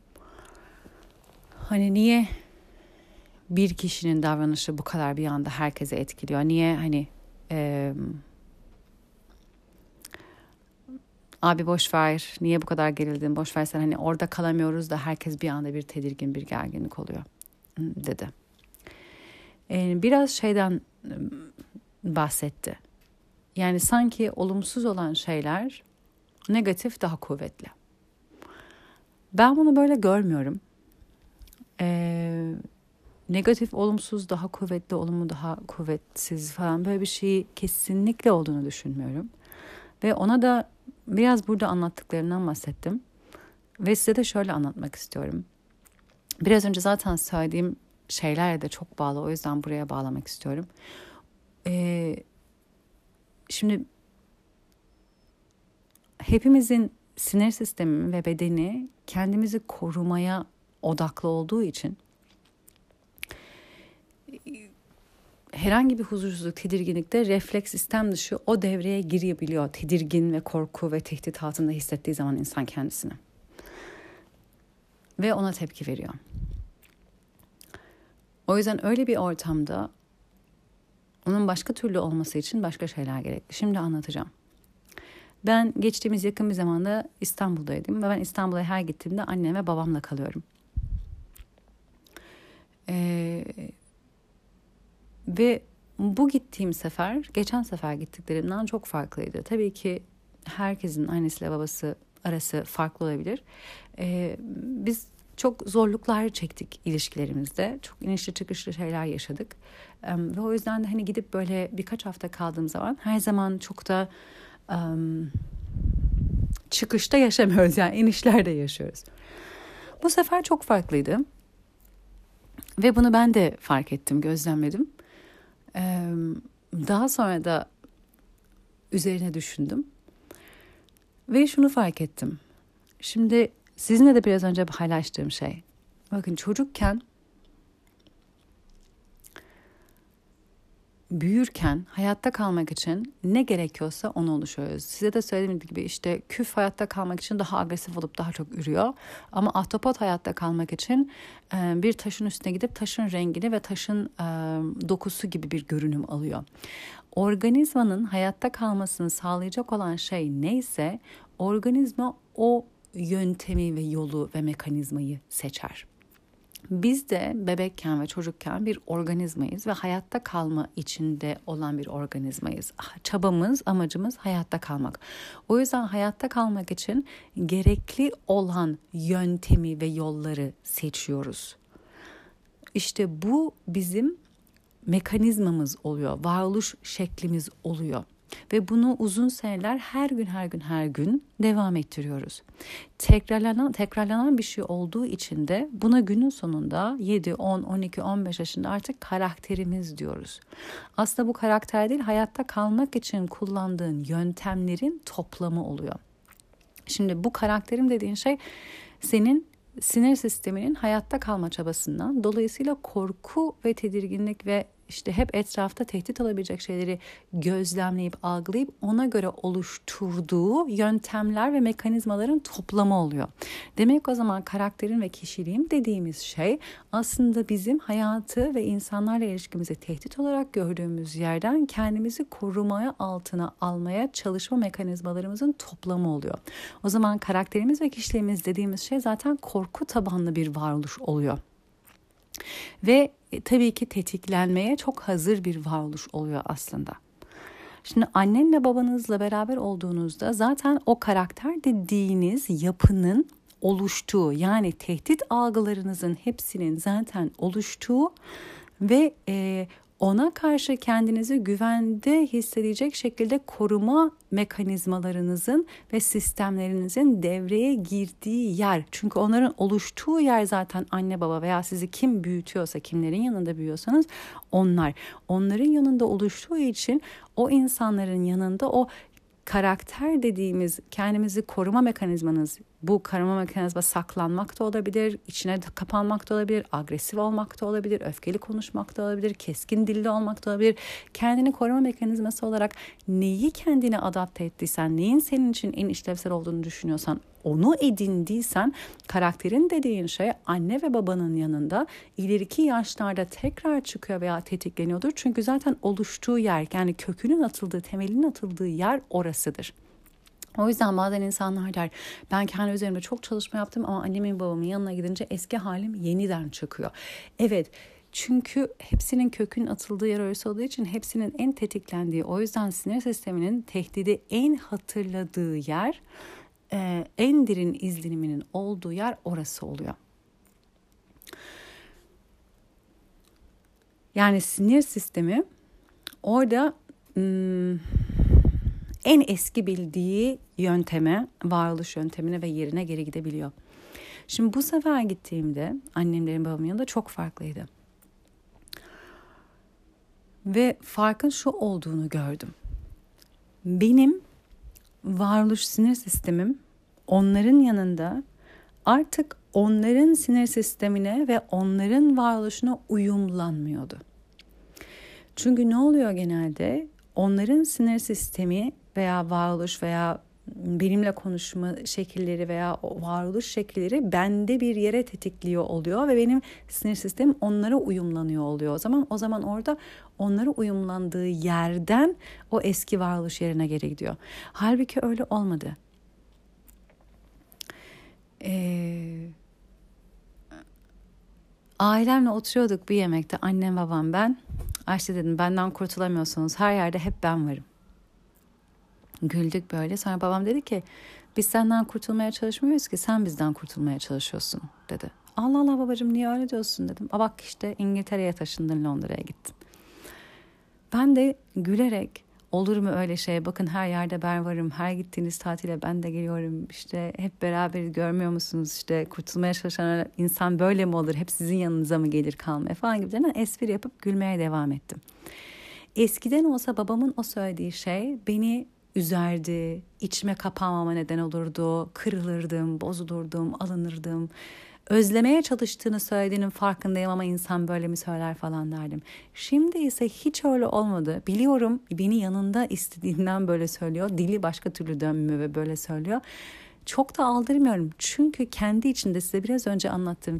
Hani niye bir kişinin davranışı bu kadar bir anda herkese etkiliyor? Niye hani abi boş ver, niye bu kadar gerildin, boş ver sen, hani orada kalamıyoruz da herkes bir anda bir tedirgin, bir gerginlik oluyor dedi. Biraz şeyden bahsetti. Yani sanki olumsuz olan şeyler negatif daha kuvvetli. Ben bunu böyle görmüyorum. Negatif, olumsuz daha kuvvetli, olumlu daha kuvvetsiz falan böyle bir şey kesinlikle olduğunu düşünmüyorum. Ve ona da biraz burada anlattıklarından bahsettim. Ve size de şöyle anlatmak istiyorum. Biraz önce zaten söylediğim şeyler de çok bağlı. O yüzden buraya bağlamak istiyorum. Şimdi hepimizin sinir sistemi ve bedeni kendimizi korumaya odaklı olduğu için herhangi bir huzursuzluk, tedirginlikte refleks, sistem dışı o devreye girebiliyor. Tedirgin ve korku ve tehdit altında hissettiği zaman insan kendisini. Ve ona tepki veriyor. O yüzden öyle bir ortamda onun başka türlü olması için başka şeyler gerekli. Şimdi anlatacağım. Ben geçtiğimiz yakın bir zamanda İstanbul'daydım ve ben İstanbul'a her gittiğimde annem ve babamla kalıyorum. Ve bu gittiğim sefer, geçen sefer gittiklerimden çok farklıydı. Tabii ki herkesin annesiyle babası arası farklı olabilir. Biz çok zorluklar çektik ilişkilerimizde. Çok inişli çıkışlı şeyler yaşadık. Ve o yüzden de hani gidip böyle birkaç hafta kaldığım zaman her zaman çok da çıkışta yaşamıyoruz, yani inişlerde yaşıyoruz. Bu sefer çok farklıydı. Ve bunu ben de fark ettim, gözlemledim. Daha sonra da üzerine düşündüm. Ve şunu fark ettim. Şimdi sizinle de biraz önce paylaştığım şey. Bakın, çocukken, büyürken hayatta kalmak için ne gerekiyorsa onu oluşuyoruz. Size de söylediğim gibi işte küf hayatta kalmak için daha agresif olup daha çok ürüyor. Ama ahtapot hayatta kalmak için bir taşın üstüne gidip taşın rengini ve taşın dokusu gibi bir görünüm alıyor. Organizmanın hayatta kalmasını sağlayacak olan şey neyse organizma o yöntemi ve yolu ve mekanizmayı seçer. Biz de bebekken ve çocukken bir organizmayız ve hayatta kalma içinde olan bir organizmayız. Çabamız, amacımız hayatta kalmak. O yüzden hayatta kalmak için gerekli olan yöntemi ve yolları seçiyoruz. İşte bu bizim mekanizmamız oluyor, varoluş şeklimiz oluyor. Ve bunu uzun seneler her gün devam ettiriyoruz. Tekrarlanan bir şey olduğu için de buna günün sonunda 7, 10, 12, 15 yaşında artık karakterimiz diyoruz. Aslında bu karakter değil, hayatta kalmak için kullandığın yöntemlerin toplamı oluyor. Şimdi bu karakterim dediğin şey senin sinir sisteminin hayatta kalma çabasından, dolayısıyla korku ve tedirginlik ve işte hep etrafta tehdit olabilecek şeyleri gözlemleyip algılayıp ona göre oluşturduğu yöntemler ve mekanizmaların toplamı oluyor. Demek o zaman karakterin ve kişiliğim dediğimiz şey aslında bizim hayatı ve insanlarla ilişkimizi tehdit olarak gördüğümüz yerden kendimizi korumaya altına almaya çalışma mekanizmalarımızın toplamı oluyor. O zaman karakterimiz ve kişiliğimiz dediğimiz şey zaten korku tabanlı bir varoluş oluyor. Ve tabii ki tetiklenmeye çok hazır bir varoluş oluyor aslında. Şimdi annenle babanızla beraber olduğunuzda zaten o karakter dediğiniz yapının oluştuğu, yani tehdit algılarınızın hepsinin zaten oluştuğu ve ona karşı kendinizi güvende hissedecek şekilde koruma mekanizmalarınızın ve sistemlerinizin devreye girdiği yer. Çünkü onların oluştuğu yer zaten anne baba veya sizi kim büyütüyorsa, kimlerin yanında büyüyorsanız onlar. Onların yanında oluştuğu için o insanların yanında o karakter dediğimiz kendimizi koruma mekanizmanız, bu koruma mekanizma saklanmak da olabilir, içine kapanmak da olabilir, agresif olmak da olabilir, öfkeli konuşmak da olabilir, keskin dilli olmak da olabilir. Kendini koruma mekanizması olarak neyi kendine adapte ettiysen, neyin senin için en işlevsel olduğunu düşünüyorsan, onu edindiysen, karakterin dediğin şey anne ve babanın yanında ileriki yaşlarda tekrar çıkıyor veya tetikleniyordur. Çünkü zaten oluştuğu yer, yani kökünün atıldığı, temelinin atıldığı yer orasıdır. O yüzden bazen insanlar der, ben kendi üzerimde çok çalışma yaptım ama annemin babamın yanına gidince eski halim yeniden çıkıyor. Evet, çünkü hepsinin kökünün atıldığı yer orası olduğu için hepsinin en tetiklendiği, o yüzden sinir sisteminin tehdidi en hatırladığı yer, en derin izleniminin olduğu yer orası oluyor. Yani sinir sistemi orada en eski bildiği yönteme, varoluş yöntemine ve yerine geri gidebiliyor. Şimdi bu sefer gittiğimde annemlerin babamın yanında çok farklıydı. Ve farkın şu olduğunu gördüm. Benim varoluş sinir sistemim onların yanında artık onların sinir sistemine ve onların varoluşuna uyumlanmıyordu. Çünkü ne oluyor genelde? Onların sinir sistemi veya varoluş veya benimle konuşma şekilleri veya varoluş şekilleri bende bir yere tetikliyor oluyor ve benim sinir sistemim onlara uyumlanıyor oluyor. O zaman orada onlara uyumlandığı yerden o eski varoluş yerine geri gidiyor. Halbuki öyle olmadı. Ailemle oturuyorduk bir yemekte, annem babam ben. Ayşe dedim, benden kurtulamıyorsunuz, her yerde hep ben varım. Güldük böyle. Sonra babam dedi ki, biz senden kurtulmaya çalışmıyoruz ki, sen bizden kurtulmaya çalışıyorsun dedi. Allah Allah babacığım, niye öyle diyorsun dedim. Bak işte İngiltere'ye taşındın, Londra'ya gittin. Ben de gülerek, olur mu öyle şey, bakın her yerde ben varım, her gittiğiniz tatile ben de geliyorum, işte hep beraber, görmüyor musunuz, işte kurtulmaya çalışan insan böyle mi olur, hep sizin yanınıza mı gelir kalmaya falan gibi espri yapıp gülmeye devam ettim. Eskiden olsa babamın o söylediği şey beni üzerdi, içime kapanmama neden olurdu, kırılırdım, bozulurdum, alınırdım. Özlemeye çalıştığını söylediğinin farkındayım ama insan böyle mi söyler falan derdim. Şimdi ise hiç öyle olmadı. Biliyorum beni yanında istediğinden böyle söylüyor. Dili başka türlü dönmüyor ve böyle söylüyor. Çok da aldırmıyorum. Çünkü kendi içinde, size biraz önce anlattığım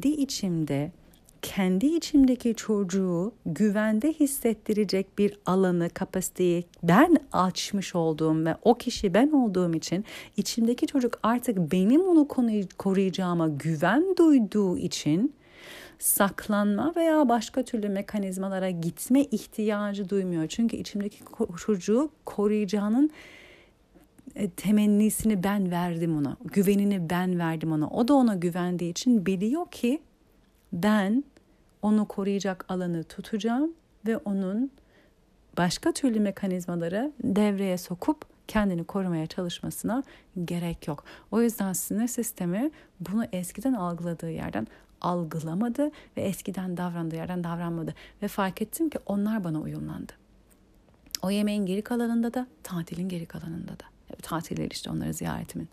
kendi içimdeki çocuğu güvende hissettirecek bir alanı, kapasiteyi ben açmış olduğum ve o kişi ben olduğum için içimdeki çocuk artık benim onu koruyacağıma güven duyduğu için saklanma veya başka türlü mekanizmalara gitme ihtiyacı duymuyor. Çünkü içimdeki çocuğu koruyacağının temennisini ben verdim ona, güvenini ben verdim ona. O da ona güvendiği için biliyor ki ben onu koruyacak alanı tutacağım ve onun başka türlü mekanizmaları devreye sokup kendini korumaya çalışmasına gerek yok. O yüzden sinir sistemi bunu eskiden algıladığı yerden algılamadı ve eskiden davrandığı yerden davranmadı. Ve fark ettim ki onlar bana uyumlandı. O yemeğin geri kalanında da, tatilin geri kalanında da. Tatiller işte onları ziyaretimin.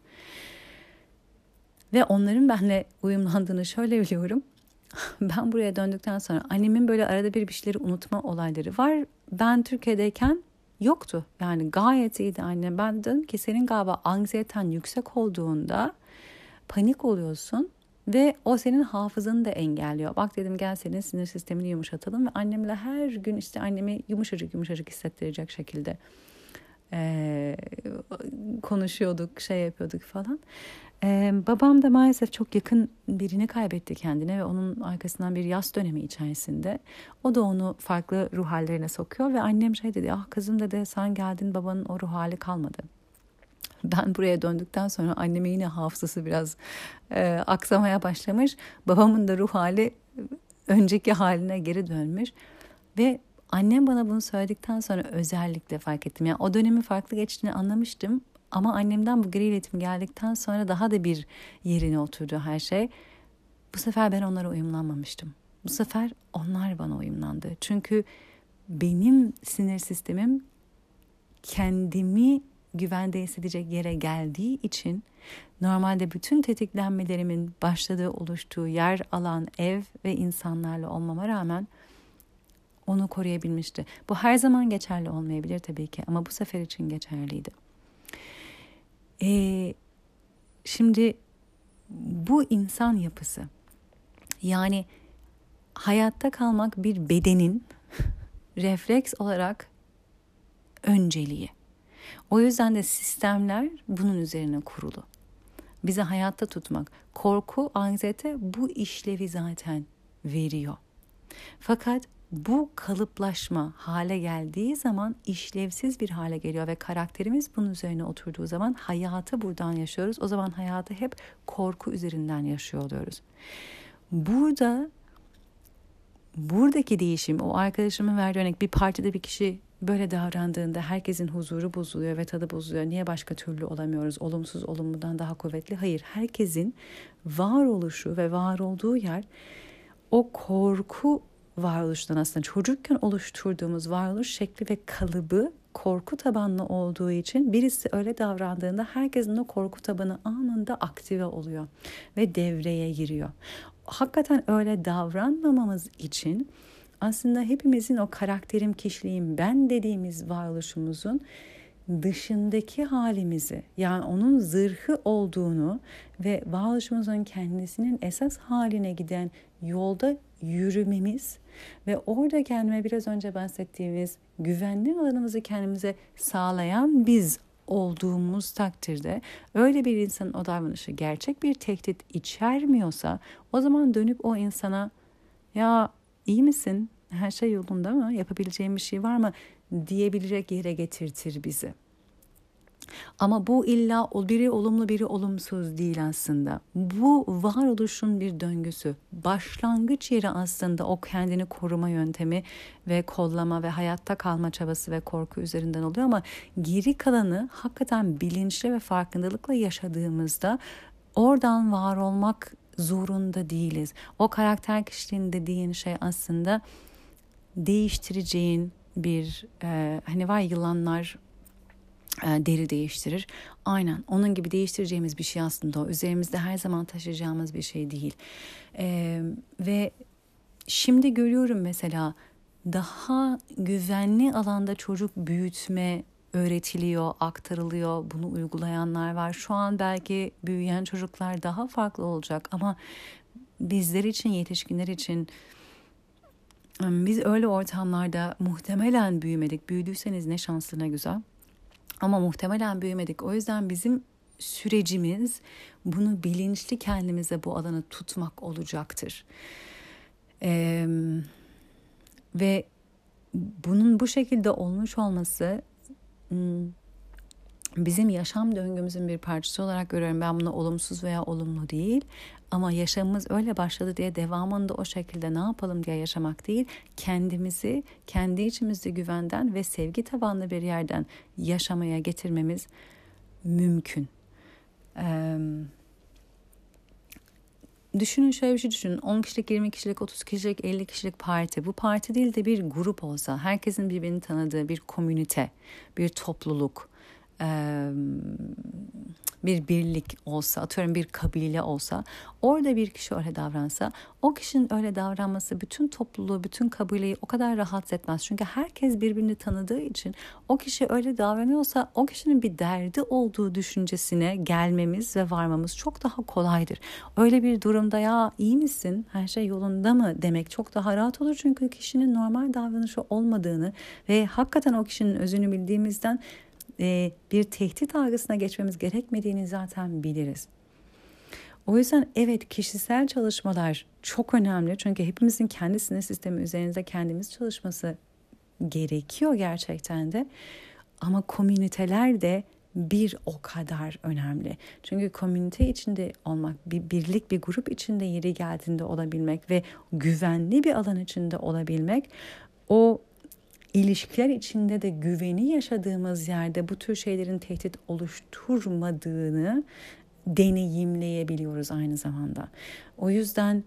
Ve onların benimle uyumlandığını şöyle biliyorum. Ben buraya döndükten sonra annemin böyle arada bir şeyleri unutma olayları var. Ben Türkiye'deyken yoktu. Yani gayet iyiydi annem. Ben dedim ki senin galiba anksiyeten yüksek olduğunda panik oluyorsun ve o senin hafızanı da engelliyor. Bak dedim gel senin sinir sistemini yumuşatalım ve annemle her gün işte annemi yumuşacık yumuşacık hissettirecek şekilde konuşuyorduk, şey yapıyorduk falan. Babam da maalesef çok yakın birini kaybetti kendine ve onun arkasından bir yas dönemi içerisinde. O da onu farklı ruh hallerine sokuyor ve annem şey dedi, ah kızım dedi sen geldin babanın o ruh hali kalmadı. Ben buraya döndükten sonra annemin yine hafızası biraz aksamaya başlamış. Babamın da ruh hali önceki haline geri dönmüş ve annem bana bunu söyledikten sonra özellikle fark ettim. Yani o dönemin farklı geçtiğini anlamıştım. Ama annemden bu geri iletim geldikten sonra daha da bir yerine oturdu her şey. Bu sefer ben onlara uyumlanmamıştım. Bu sefer onlar bana uyumlandı. Çünkü benim sinir sistemim kendimi güvende hissedecek yere geldiği için normalde bütün tetiklenmelerimin başladığı, oluştuğu yer, alan, ev ve insanlarla olmama rağmen onu koruyabilmişti. Bu her zaman geçerli olmayabilir tabii ki ama bu sefer için geçerliydi. Şimdi bu insan yapısı, yani hayatta kalmak bir bedenin refleks olarak önceliği. O yüzden de sistemler bunun üzerine kurulu. Bizi hayatta tutmak, korku, anksiyete bu işlevi zaten veriyor. Fakat bu kalıplaşma hale geldiği zaman işlevsiz bir hale geliyor ve karakterimiz bunun üzerine oturduğu zaman hayatı buradan yaşıyoruz. O zaman hayatı hep korku üzerinden yaşıyor oluyoruz. Buradaki değişim, o arkadaşımın verdiği örnek, bir partide bir kişi böyle davrandığında herkesin huzuru bozuluyor ve tadı bozuluyor. Niye başka türlü olamıyoruz? Olumsuz olumludan daha kuvvetli. Hayır, herkesin varoluşu ve var olduğu yer o korku varoluştan, aslında çocukken oluşturduğumuz varoluş şekli ve kalıbı korku tabanlı olduğu için birisi öyle davrandığında herkesin o korku tabanı anında aktive oluyor ve devreye giriyor. Hakikaten öyle davranmamamız için aslında hepimizin o karakterim, kişiliğim, ben dediğimiz varoluşumuzun dışındaki halimizi, yani onun zırhı olduğunu ve varoluşumuzun kendisinin esas haline giden yolda yürümemiz ve orada kendime biraz önce bahsettiğimiz güvenli alanımızı kendimize sağlayan biz olduğumuz takdirde, öyle bir insanın o davranışı gerçek bir tehdit içermiyorsa, o zaman dönüp o insana ya iyi misin, her şey yolunda mı, yapabileceğim bir şey var mı diyebilecek yere getirtir bizi. Ama bu illa biri olumlu biri olumsuz değil aslında. Bu varoluşun bir döngüsü. Başlangıç yeri aslında o kendini koruma yöntemi ve kollama ve hayatta kalma çabası ve korku üzerinden oluyor ama geri kalanı hakikaten bilinçli ve farkındalıkla yaşadığımızda oradan var olmak zorunda değiliz. O karakter kişiliğin dediğin şey aslında değiştireceğin bir hani var yılanlar deri değiştirir. Aynen onun gibi değiştireceğimiz bir şey aslında o. Üzerimizde her zaman taşıyacağımız bir şey değil. Ve şimdi görüyorum mesela daha güvenli alanda çocuk büyütme öğretiliyor, aktarılıyor. Bunu uygulayanlar var. Şu an belki büyüyen çocuklar daha farklı olacak ama bizler için, yetişkinler için biz öyle ortamlarda muhtemelen büyümedik. Büyüdüyseniz ne şanslı, ne güzel. Ama muhtemelen büyümedik. O yüzden bizim sürecimiz bunu bilinçli kendimize bu alanı tutmak olacaktır. Ve bunun bu şekilde olmuş olması bizim yaşam döngümüzün bir parçası olarak görüyorum. Ben bunu olumsuz veya olumlu değil. Ama yaşamımız öyle başladı diye devamında o şekilde ne yapalım diye yaşamak değil. Kendimizi kendi içimizde güvenden ve sevgi tabanlı bir yerden yaşamaya getirmemiz mümkün. Düşünün, şöyle bir şey düşünün. 10 kişilik, 20 kişilik, 30 kişilik, 50 kişilik parti. Bu parti değil de bir grup olsa, herkesin birbirini tanıdığı bir komünite, bir topluluk, bir birlik olsa, atıyorum bir kabile olsa, orada bir kişi öyle davransa, o kişinin öyle davranması bütün topluluğu, bütün kabileyi o kadar rahatsız etmez. Çünkü herkes birbirini tanıdığı için o kişi öyle davranıyorsa o kişinin bir derdi olduğu düşüncesine gelmemiz ve varmamız çok daha kolaydır. Öyle bir durumda ya iyi misin, her şey yolunda mı demek çok daha rahat olur. Çünkü kişinin normal davranışı olmadığını ve hakikaten o kişinin özünü bildiğimizden bir tehdit algısına geçmemiz gerekmediğini zaten biliriz. O yüzden evet, kişisel çalışmalar çok önemli. Çünkü hepimizin kendi sinir sistemi üzerinde kendimiz çalışması gerekiyor gerçekten de. Ama komüniteler de bir o kadar önemli. Çünkü komünite içinde olmak, bir birlik, bir grup içinde yeri geldiğinde olabilmek ve güvenli bir alan içinde olabilmek, o İlişkiler içinde de güveni yaşadığımız yerde bu tür şeylerin tehdit oluşturmadığını deneyimleyebiliyoruz aynı zamanda. O yüzden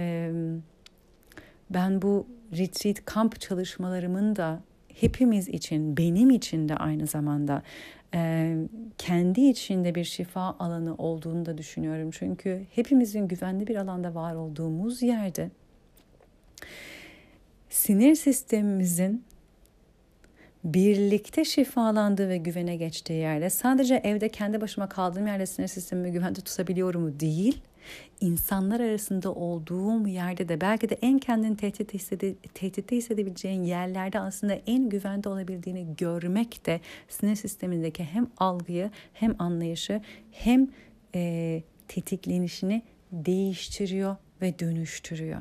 ben bu retreat kamp çalışmalarımın da hepimiz için, benim için de aynı zamanda kendi içinde bir şifa alanı olduğunu da düşünüyorum. Çünkü hepimizin güvenli bir alanda var olduğumuz yerde sinir sistemimizin birlikte şifalandığı ve güvene geçtiği yerde, sadece evde kendi başıma kaldığım yerde sinir sistemimi güvende tutabiliyorum değil, insanlar arasında olduğum yerde de belki de en kendini tehditte hissedebileceğin yerlerde aslında en güvende olabildiğini görmek de sinir sistemindeki hem algıyı hem anlayışı hem tetiklenişini değiştiriyor ve dönüştürüyor.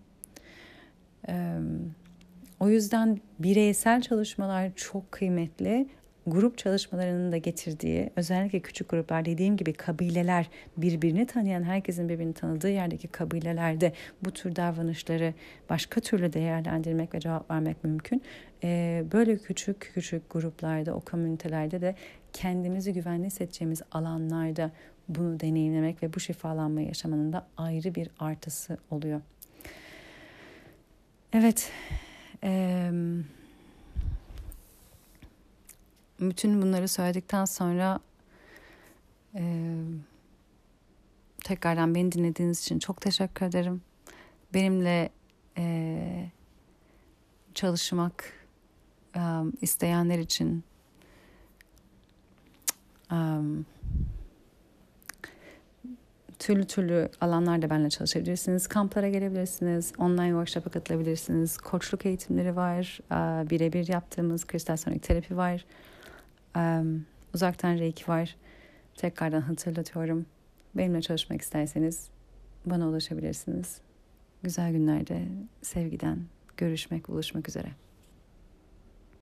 O yüzden bireysel çalışmalar çok kıymetli. Grup çalışmalarının da getirdiği, özellikle küçük gruplar, dediğim gibi kabileler, birbirini tanıyan, herkesin birbirini tanıdığı yerdeki kabilelerde bu tür davranışları başka türlü değerlendirmek ve cevap vermek mümkün. Böyle küçük küçük gruplarda, o komünitelerde de kendimizi güvenli hissedeceğimiz alanlarda bunu deneyimlemek ve bu şifalanmayı yaşamanın da ayrı bir artısı oluyor. Evet. Bütün bunları söyledikten sonra tekrardan beni dinlediğiniz için çok teşekkür ederim. Benimle çalışmak isteyenler için türlü alanlarda benimle çalışabilirsiniz. Kamplara gelebilirsiniz. Online workshop'a katılabilirsiniz. Koçluk eğitimleri var. Birebir yaptığımız kristal sonik terapi var. Uzaktan reiki var. Tekrardan hatırlatıyorum. Benimle çalışmak isterseniz bana ulaşabilirsiniz. Güzel günlerde sevgiden görüşmek, buluşmak üzere.